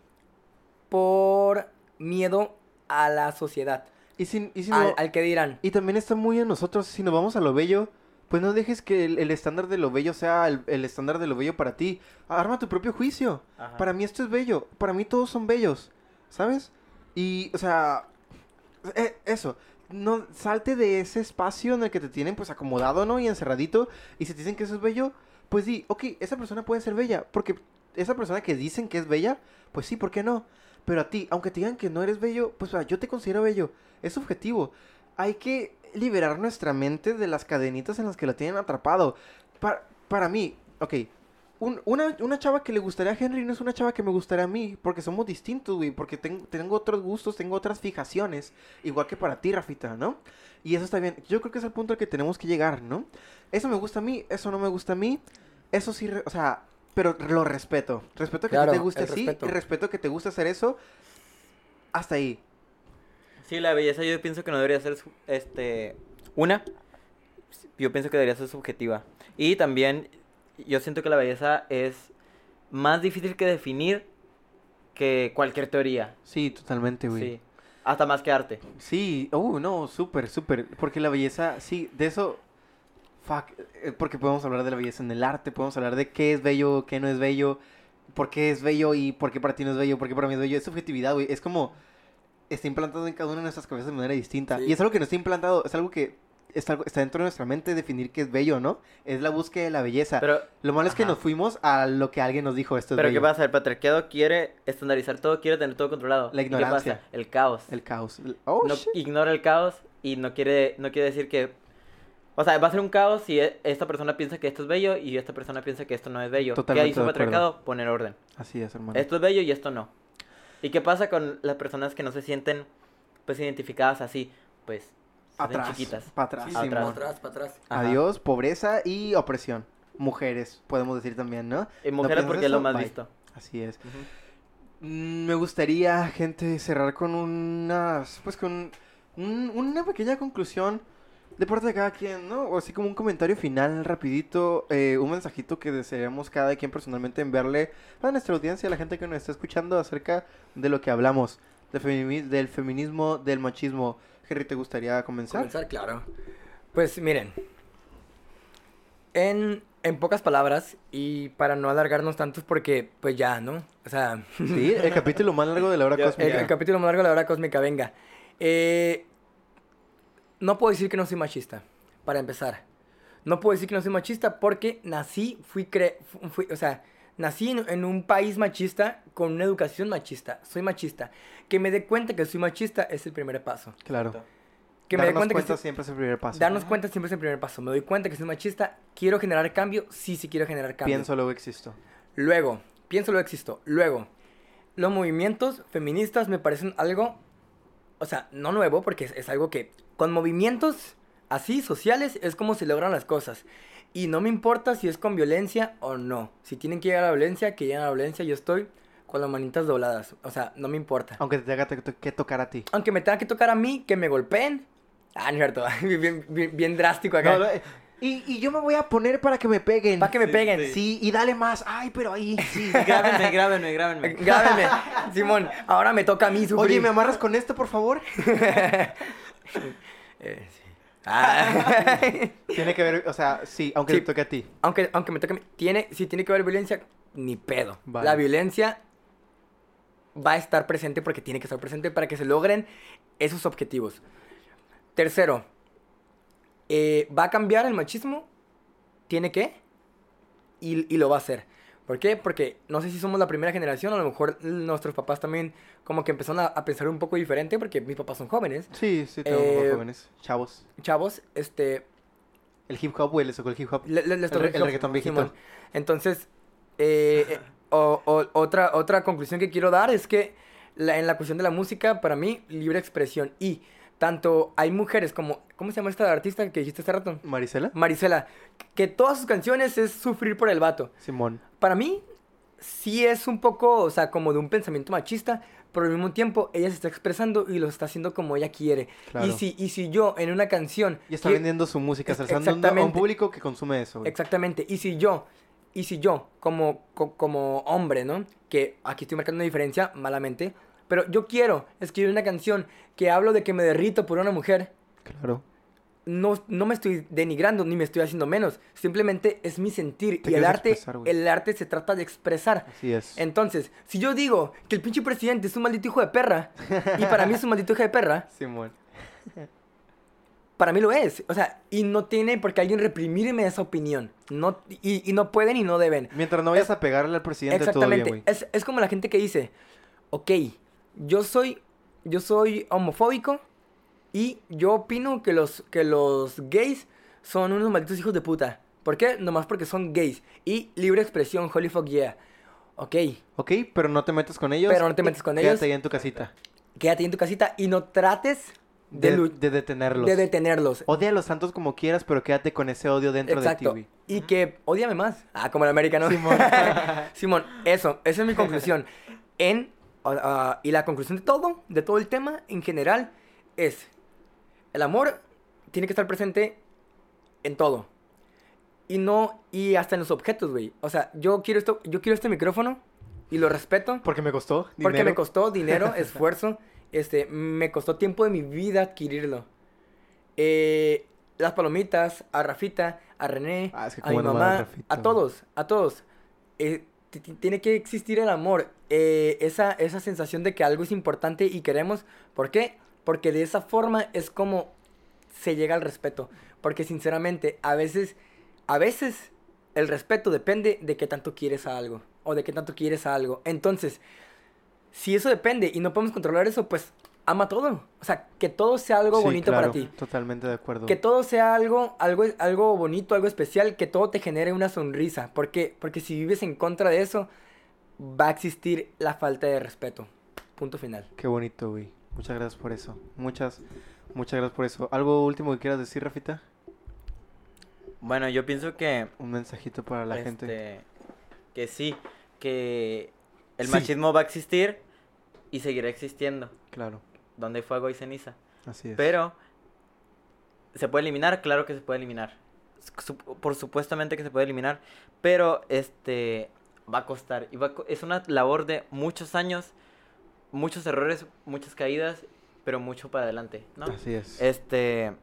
por miedo a la sociedad. Y, si, y, si Al, no- al que dirán. y también está muy en nosotros, si nos vamos a lo bello, pues no dejes que el, el estándar de lo bello sea el, el estándar de lo bello para ti. Arma tu propio juicio. Ajá. Para mí esto es bello. Para mí todos son bellos. ¿Sabes? Y, o sea, eh, eso. No, salte de ese espacio en el que te tienen pues acomodado, ¿no? Y encerradito. Y si te dicen que eso es bello, pues di, ok, esa persona puede ser bella. Porque esa persona que dicen que es bella, pues sí, ¿por qué no? Pero a ti, aunque te digan que no eres bello, pues ah, yo te considero bello. Es subjetivo. Hay que liberar nuestra mente de las cadenitas en las que la tienen atrapado. Pa- para mí, ok, un- una, una chava que le gustaría a Henry no es una chava que me gustaría a mí, porque somos distintos, güey, porque ten- tengo otros gustos, tengo otras fijaciones, igual que para ti, Rafita, ¿no? Y eso está bien. Yo creo que es el punto al que tenemos que llegar, ¿no? Eso me gusta a mí, eso no me gusta a mí, eso sí, re- o sea, pero lo respeto. Respeto que a ti Claro, te guste el así, respeto. y respeto que te guste hacer eso, hasta ahí. Sí, la belleza yo pienso que no debería ser, su- este, una, yo pienso que debería ser subjetiva. Y también, yo siento que la belleza es más difícil que definir que cualquier teoría. Sí, totalmente, güey. Sí, hasta más que arte. Sí, uh, no, súper, súper. Porque la belleza, sí, de eso. Fuck. eh, Porque podemos hablar de la belleza en el arte, podemos hablar de qué es bello, qué no es bello. por qué es bello y por qué para ti no es bello, por qué para mí es bello. Es subjetividad, güey. Es como, está implantado en cada una de nuestras cabezas de manera distinta. Sí. Y es algo que no está implantado, es algo que está, está dentro de nuestra mente definir qué es bello, ¿no? Es la búsqueda de la belleza. Pero, Lo malo es que ajá. nos fuimos a lo que alguien nos dijo, esto es pero bello. ¿qué pasa? El patriarcado quiere estandarizar todo, quiere tener todo controlado. La ¿Y ignorancia. ¿Qué pasa? El caos. El caos. El- Oh, no shit. ignora el caos y no quiere, no quiere decir que... O sea, va a ser un caos si e- esta persona piensa que esto es bello y esta persona piensa que esto no es bello. Totalmente ¿Qué hizo de el acuerdo. patriarcado? Poner orden. Así es, hermano. Esto es bello y esto no. ¿Y qué pasa con las personas que no se sienten, pues, identificadas así? Pues, se hacen Atrás. chiquitas. Para atrás. Sí, Simón. atrás. para atrás, para atrás. Ajá. Adiós, pobreza y opresión. Mujeres, podemos decir también, ¿no? Y ¿No mujeres piensas porque es lo eso? más Bye. visto. Así es. Ujú. Mm, Me gustaría, gente, cerrar con unas, pues con un- una pequeña conclusión de parte de cada quien, ¿no? O así como un comentario final rapidito, eh, un mensajito que desearíamos cada quien personalmente enviarle a nuestra audiencia, a la gente que nos está escuchando acerca de lo que hablamos, del, femini- del feminismo, del machismo. Henry, ¿te gustaría comenzar? Comenzar, claro. Pues miren, en, en pocas palabras, y para no alargarnos tantos porque, pues ya, ¿no? O sea, Sí, el capítulo más largo de la hora Ya, cósmica. el, el capítulo más largo de la hora cósmica, venga. Eh, no puedo decir que no soy machista, para empezar. No puedo decir que no soy machista porque nací, fui, cre fu- fui o sea, nací en, en un país machista con una educación machista. Soy machista. Que me dé cuenta que soy machista es el primer paso. Claro. Que me dé Darnos cuenta, cuenta que soy- siempre es el primer paso. darnos cuenta siempre es el primer paso. Me doy cuenta que soy machista. ¿Quiero generar cambio? Sí, sí quiero generar cambio. Pienso, luego existo. Luego, pienso lo existo. Luego, los movimientos feministas me parecen algo, o sea, no nuevo, porque es, es algo que con movimientos así sociales es como se logran las cosas. Y no me importa si es con violencia o no. Si tienen que llegar a la violencia, que lleguen a la violencia, yo estoy con las manitas dobladas. O sea, no me importa. Aunque te tenga to- to- que tocar a ti. Aunque me tenga que tocar a mí, que me golpeen. Ah, no es cierto. bien, bien- bien drástico acá. No, no, eh, y, y yo me voy a poner para que me peguen. Para que me Sí, peguen. sí. Sí, y dale más. Ay, pero ahí, sí. Grábenme, grábenme, grábenme. Grábenme. Simón, ahora me toca a mí sufrir. Oye, ¿me amarras con esto, por favor? Eh, sí. Ah. Tiene que ver, o sea, sí, aunque Sí. te toque a ti. aunque, aunque me toque a mí, tiene, si tiene que haber violencia, ni pedo. Vale. La violencia va a estar presente porque tiene que estar presente para que se logren esos objetivos. Tercero, eh, ¿va a cambiar el machismo? ¿Tiene que? Y, y lo va a hacer. ¿Por qué? Porque no sé si somos la primera generación, a lo mejor nuestros papás también como que empezaron a, a pensar un poco diferente porque mis papás son jóvenes. Sí, sí, tengo Eh, jóvenes, chavos. Chavos, este, El hip hop, güey, les tocó el hip hop. Le- le- les El tocó re- hip el hop, reggaetón viejito. Simón. Entonces, eh, eh, o- o- otra, otra conclusión que quiero dar es que la- en la cuestión de la música, para mí, libre expresión. Y tanto hay mujeres como, ¿cómo se llama esta artista que dijiste hace rato? ¿Marisela? Marisela, que todas sus canciones es sufrir por el vato. Simón. Para mí, sí es un poco, o sea, como de un pensamiento machista, pero al mismo tiempo ella se está expresando y lo está haciendo como ella quiere. Claro. Y si, y si yo en una canción... Y está que- vendiendo su música, está Ex- alzando a un exactamente. público que consume eso, güey. Exactamente. Y si yo, y si yo, como, co- como hombre, ¿no? Que aquí estoy marcando una diferencia, malamente. Pero yo quiero escribir una canción que hablo de que me derrito por una mujer. Claro. No, no me estoy denigrando ni me estoy haciendo menos. Simplemente es mi sentir. Te y el quieres arte, expresar, güey. el arte se trata de expresar. Así es. Entonces, si yo digo que el pinche presidente es un maldito hijo de perra, y para mí es un maldito hijo de perra, Simón. para mí lo es. O sea, y no tiene por qué alguien reprimirme esa opinión. No, y, y no pueden y no deben. Mientras no vayas a pegarle al presidente, todo bien, Exactamente. güey. Es, es como la gente que dice, ok, yo soy, yo soy homofóbico y yo opino que los, que los gays son unos malditos hijos de puta. ¿Por qué? Nomás porque son gays. Y libre expresión, holy fuck yeah. Ok, Ok, pero no te metes con ellos. Pero no te metes con Quédate ellos. ahí en tu casita. quédate ahí en tu casita y no trates de, De, lu- de detenerlos. de detenerlos. Odia a los santos como quieras, pero quédate con ese odio dentro Exacto. de ti, Y que odiame más. Ah, como el americano. Simón. Simón, eso, esa es mi conclusión. En, ah, ah, y la conclusión de todo, de todo el tema en general, es: el amor tiene que estar presente en todo. Y no, y hasta en los objetos, güey. O sea, yo quiero esto, yo quiero este micrófono y lo respeto. Porque me costó. Porque dinero. me costó dinero, esfuerzo, este, me costó tiempo de mi vida adquirirlo. Eh, las palomitas, a Rafita, a René, Ah, es que a mi cómo no me da mamá, Rafita, a güey. todos, a todos. Eh, t- t- tiene que existir el amor, eh, esa, esa sensación de que algo es importante y queremos. ¿Por qué? Porque de esa forma es como se llega al respeto. Porque sinceramente, a veces, a veces el respeto depende de qué tanto quieres a algo. O de qué tanto quieres a algo. Entonces, si eso depende y no podemos controlar eso, pues ama todo. O sea, que todo sea algo Sí, bonito claro, para ti. Totalmente de acuerdo. Que todo sea algo, algo, algo bonito, algo especial, que todo te genere una sonrisa. ¿Por qué? Porque si vives en contra de eso, va a existir la falta de respeto. Punto final. Qué bonito, güey. Muchas gracias por eso. Muchas, muchas gracias por eso. ¿Algo último que quieras decir, Rafita? Bueno, yo pienso que... Un mensajito para la este, gente. Que sí, que el Sí. machismo va a existir y seguirá existiendo. Claro, Donde hay fuego y ceniza. así es. Pero, ¿se puede eliminar? Claro que se puede eliminar. Su- Por supuestamente que se puede eliminar. Pero, este, va a costar. Y va a co- es una labor de muchos años, muchos errores, muchas caídas, pero mucho para adelante, ¿no? Así es. Este,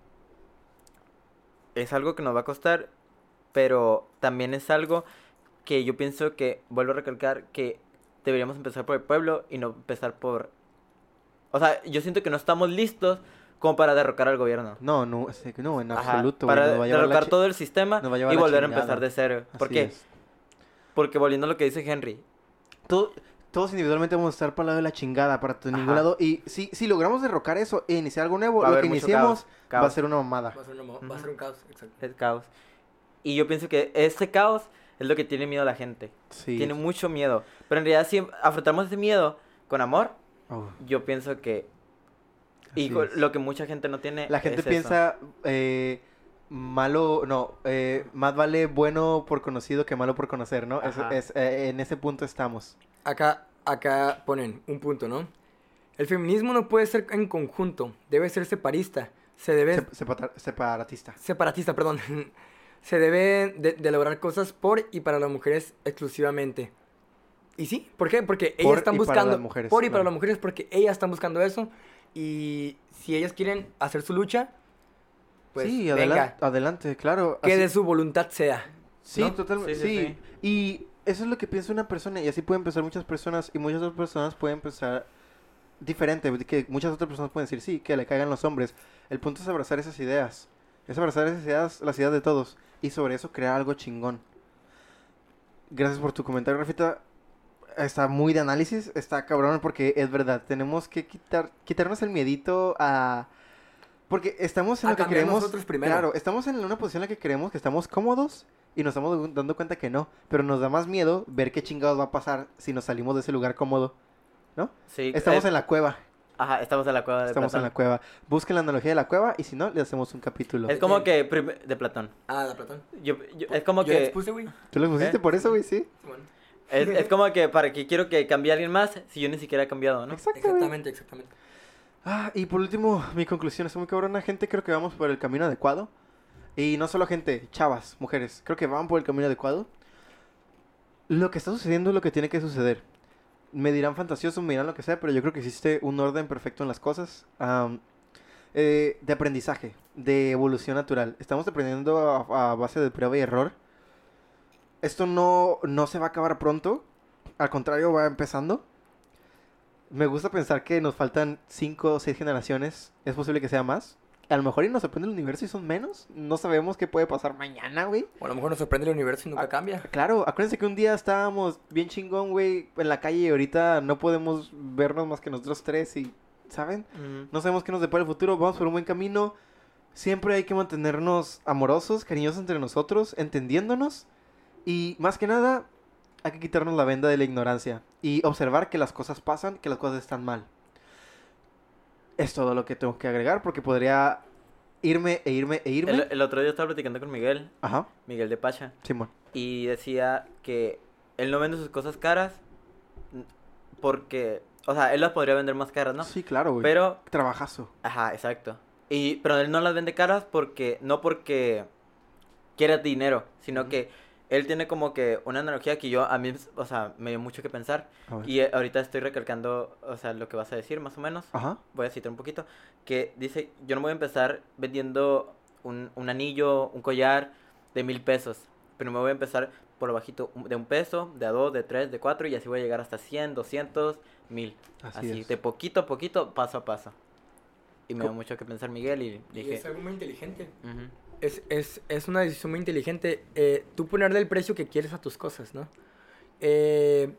es algo que nos va a costar, pero también es algo que yo pienso que, vuelvo a recalcar, que deberíamos empezar por el pueblo y no empezar por... O sea, yo siento que no estamos listos como para derrocar al gobierno. No, no, es que no, en Ajá, absoluto, güey. para Nos va a llevar la derrocar chi- todo el sistema nos va a llevar y la volver a chingada. empezar de cero. ¿Por Así qué? es. Porque volviendo a lo que dice Henry, Todo- todos individualmente vamos a estar para el lado de la chingada, para tu- ningún Ajá. lado. Y si, si logramos derrocar eso e iniciar algo nuevo, Va a lo haber que mucho iniciemos caos, va a caos. ser una mamada. Va a ser, una mo- va a Ujú. ser un caos, exacto. es caos. Y yo pienso que ese caos es lo que tiene miedo la gente. Sí. Tiene mucho miedo. Pero en realidad si afrontamos ese miedo con amor, Oh, yo pienso que... Y así co- es. lo que mucha gente no tiene La gente es eso. piensa eh, malo, no, eh, más vale bueno por conocido que malo por conocer, ¿no? Eso Ajá. es, eh, en ese punto estamos. Acá, acá ponen un punto, ¿no? El feminismo no puede ser en conjunto, debe ser separista. Se debe... Sep- sepata- separatista. Separatista, perdón. Se debe de, de lograr cosas por y para las mujeres exclusivamente. ¿Y sí? ¿Por qué? Porque ellas Por están y para buscando... las mujeres, por y para claro. las mujeres porque ellas están buscando eso. Y si ellas quieren hacer su lucha, pues sí, venga, adelante, adelante, claro. que así- de su voluntad sea. Sí, ¿no? totalmente. Sí, Sí, sí, sí. Y eso es lo que piensa una persona y así pueden pensar muchas personas y muchas otras personas pueden pensar diferente, que muchas otras personas pueden decir sí, que le caigan los hombres. El punto es abrazar esas ideas, es abrazar esas ideas, las ideas de todos y sobre eso crear algo chingón. Gracias por tu comentario, Rafita. Está muy de análisis, está cabrón porque es verdad, tenemos que quitar quitarnos el miedito a... Porque estamos en A lo que cambiar creemos... nosotros primero. Claro, estamos en una posición en la que creemos que estamos cómodos y nos estamos dando cuenta que no. Pero nos da más miedo ver qué chingados va a pasar si nos salimos de ese lugar cómodo. Sí, Estamos eh, en la cueva, Ajá, estamos en la cueva de estamos en Platón. la cueva. Busquen la analogía de la cueva y si no, le hacemos un capítulo. Es como que... prim- De Platón. Ah, de Platón. Yo, yo- es como Yo le que... expuse, güey. ¿Tú lo pusiste ¿Eh? por eso, güey? Sí. Bueno, Es, es como que para que quiero que cambie a alguien más si yo ni siquiera he cambiado, ¿no? Exacto, güey. exactamente, exactamente. Ah, y por último, mi conclusión es muy cabrona, gente, creo que vamos por el camino adecuado. Y no solo gente, chavas, mujeres, creo que van por el camino adecuado. Lo que está sucediendo es lo que tiene que suceder. Me dirán fantasioso, me dirán lo que sea, pero yo creo que existe un orden perfecto en las cosas. Am, eh, de aprendizaje, de evolución natural. Estamos aprendiendo a, a base de prueba y error. Esto no, no se va a acabar pronto. Al contrario, va empezando. Me gusta pensar que nos faltan cinco o seis generaciones. Es posible que sea más. A lo mejor y nos sorprende el universo y son menos. No sabemos qué puede pasar mañana, güey. O a lo mejor nos sorprende el universo y nunca Ah, cambia. Claro, acuérdense que un día estábamos bien chingón, güey, en la calle y ahorita no podemos vernos más que nosotros tres y, ¿saben? Ujú. No sabemos qué nos depara el futuro, vamos por un buen camino. Siempre hay que mantenernos amorosos, cariñosos entre nosotros, entendiéndonos. Y más que nada, hay que quitarnos la venda de la ignorancia y observar que las cosas pasan, que las cosas están mal. Es todo lo que tengo que agregar porque podría irme e irme e irme. El, el otro día estaba platicando con Miguel, Ajá, Miguel de Pacha, Simón. y decía que él no vende sus cosas caras n- porque, o sea, él las podría vender más caras, ¿no? Sí, claro, güey. Pero, Trabajazo. ajá, exacto. Y, pero él no las vende caras porque, no porque quiera dinero, sino Ujú. que él tiene como que una analogía que yo, a mí, o sea, me dio mucho que pensar. A ver. Y eh, ahorita estoy recalcando, o sea, lo que vas a decir, más o menos. Ajá. Voy a citar un poquito. Que dice, yo no voy a empezar vendiendo un, un anillo, un collar de mil pesos. Pero me voy a empezar por bajito de un peso, de a dos, de tres, de cuatro, y así voy a llegar hasta cien, doscientos, mil. Así Así, es. de poquito a poquito, paso a paso. Y me Co- dio mucho que pensar Miguel y Y dije... es algo muy inteligente. "Ujú". Es, es, es una decisión muy inteligente. Eh, tú ponerle el precio que quieres a tus cosas, ¿no? Eh,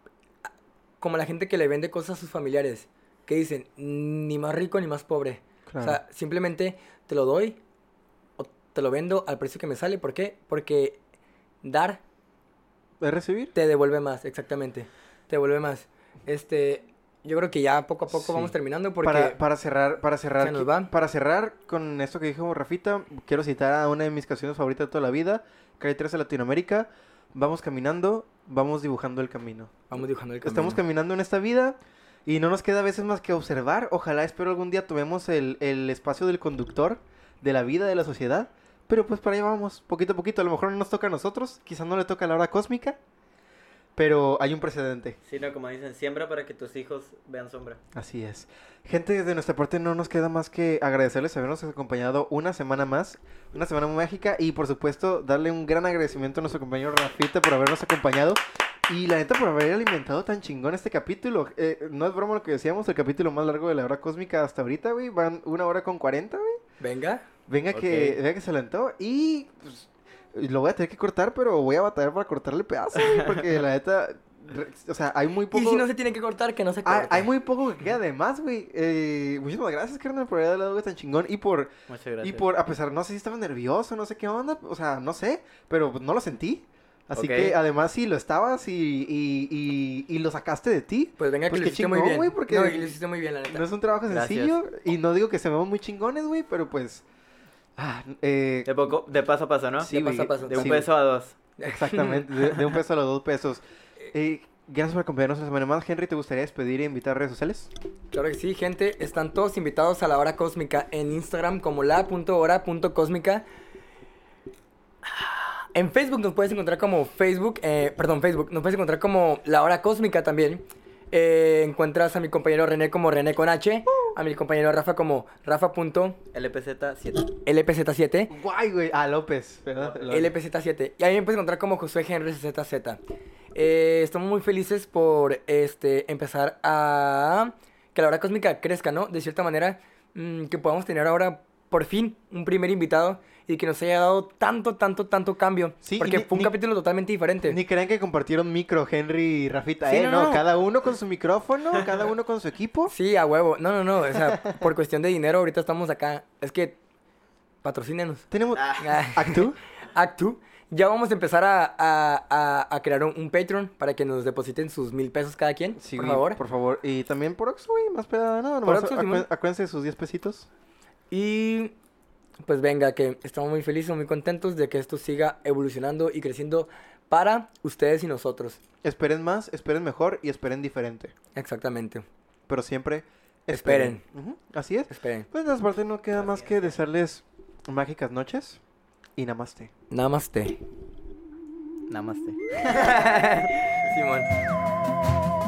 como la gente que le vende cosas a sus familiares, que dicen, ni más rico ni más pobre. Claro. O sea, simplemente te lo doy o te lo vendo al precio que me sale. ¿Por qué? Porque dar ¿Es recibir? te devuelve más, exactamente. Te devuelve más. Este, yo creo que ya poco a poco Sí. vamos terminando porque... Para, para cerrar, para cerrar, se nos qui- va. para cerrar con esto que dijo Rafita, quiero citar a una de mis canciones favoritas de toda la vida, Calle trece Latinoamérica. Vamos caminando, vamos dibujando el camino. Vamos dibujando el camino. Estamos caminando en esta vida y no nos queda a veces más que observar. Ojalá, espero algún día tomemos el, el espacio del conductor de la vida, de la sociedad. Pero pues para allá vamos, poquito a poquito. A lo mejor no nos toca a nosotros, quizás no le toca a la hora cósmica, pero hay un precedente. Sí, no, como dicen, siembra para que tus hijos vean sombra. Así es. Gente, de nuestra parte no nos queda más que agradecerles habernos acompañado una semana más, una semana muy mágica, y por supuesto darle un gran agradecimiento a nuestro compañero Rafita por habernos acompañado y la neta por haber alimentado tan chingón este capítulo. Eh, no es broma lo que decíamos, el capítulo más largo de la hora cósmica hasta ahorita, güey, van una hora con cuarenta, güey. Venga. Venga que, Ok. venga que se alentó y pues, lo voy a tener que cortar, pero voy a batallar para cortarle pedazos, güey, porque la neta, re- o sea, hay muy poco... Y si no se tiene que cortar, que no se corte. Hay, hay muy poco que queda de más, güey. Eh, muchísimas gracias, carnal, por haber dado algo tan chingón. Y por, Muchas gracias. y por, a pesar, no sé si estaba nervioso, no sé qué onda, o sea, no sé, pero no lo sentí. Así Ok. que, además, sí lo estabas y, y, y, y lo sacaste de ti. Pues venga, Pues que lo qué hiciste muy chingón, bien. güey, porque- No, y lo hiciste muy bien, la neta. No es un trabajo Gracias. sencillo y no digo que se vean muy chingones, güey, pero pues... Ah, eh, De poco, de paso a paso, ¿no? sí, de güey, paso a paso. De un sí, peso a dos. exactamente, de, de un peso a los dos pesos. Eh, gracias por acompañarnos una semana más. Henry, ¿te gustaría despedir e invitar a redes sociales? Claro que sí, gente. Están todos invitados a la hora cósmica en Instagram como la punto hora punto cósmica. En Facebook nos puedes encontrar como Facebook, eh, perdón, Facebook, nos puedes encontrar como La Hora Cósmica también. Eh, encuentras a mi compañero René como René con H, a mi compañero Rafa como Rafa punto L P Z siete. L P Z siete, Guay, güey. Ah, López, ¿verdad? L P Z siete. Y ahí me puedes encontrar como Josué Henry Z Z. Eh, estamos muy felices por este empezar a que la hora cósmica crezca, ¿no? De cierta manera, mm, que podamos tener ahora por fin un primer invitado y que nos haya dado tanto, tanto, tanto cambio. Sí, y porque ni- fue un ni- capítulo totalmente diferente. Ni crean que compartieron micro Henry y Rafita, Sí, ¿eh? no, No, no. cada uno con su micrófono, cada uno con su equipo. Sí, a huevo. No, no, no. O sea, por cuestión de dinero, ahorita estamos acá. Es que patrocínenos. Tenemos... Ah. ¿Actú? Actu. Ya vamos a empezar a, a, a, a crear un, un Patreon para que nos depositen sus mil pesos cada quien, Sí, por güey, favor. por favor. Y también por Oxxo, güey, más pedada, ¿no? Por Nomás Oxxo, acue- Simón. acuérdense de sus diez pesitos. Y pues venga, que estamos muy felices, muy contentos de que esto siga evolucionando y creciendo para ustedes y nosotros. Esperen más, esperen mejor y esperen diferente. Exactamente. Pero siempre Esperen. esperen. Ujú, así es. Esperen. Pues de nuestra parte no queda más que desearles mágicas noches y namaste. Namaste. Namaste. Simón.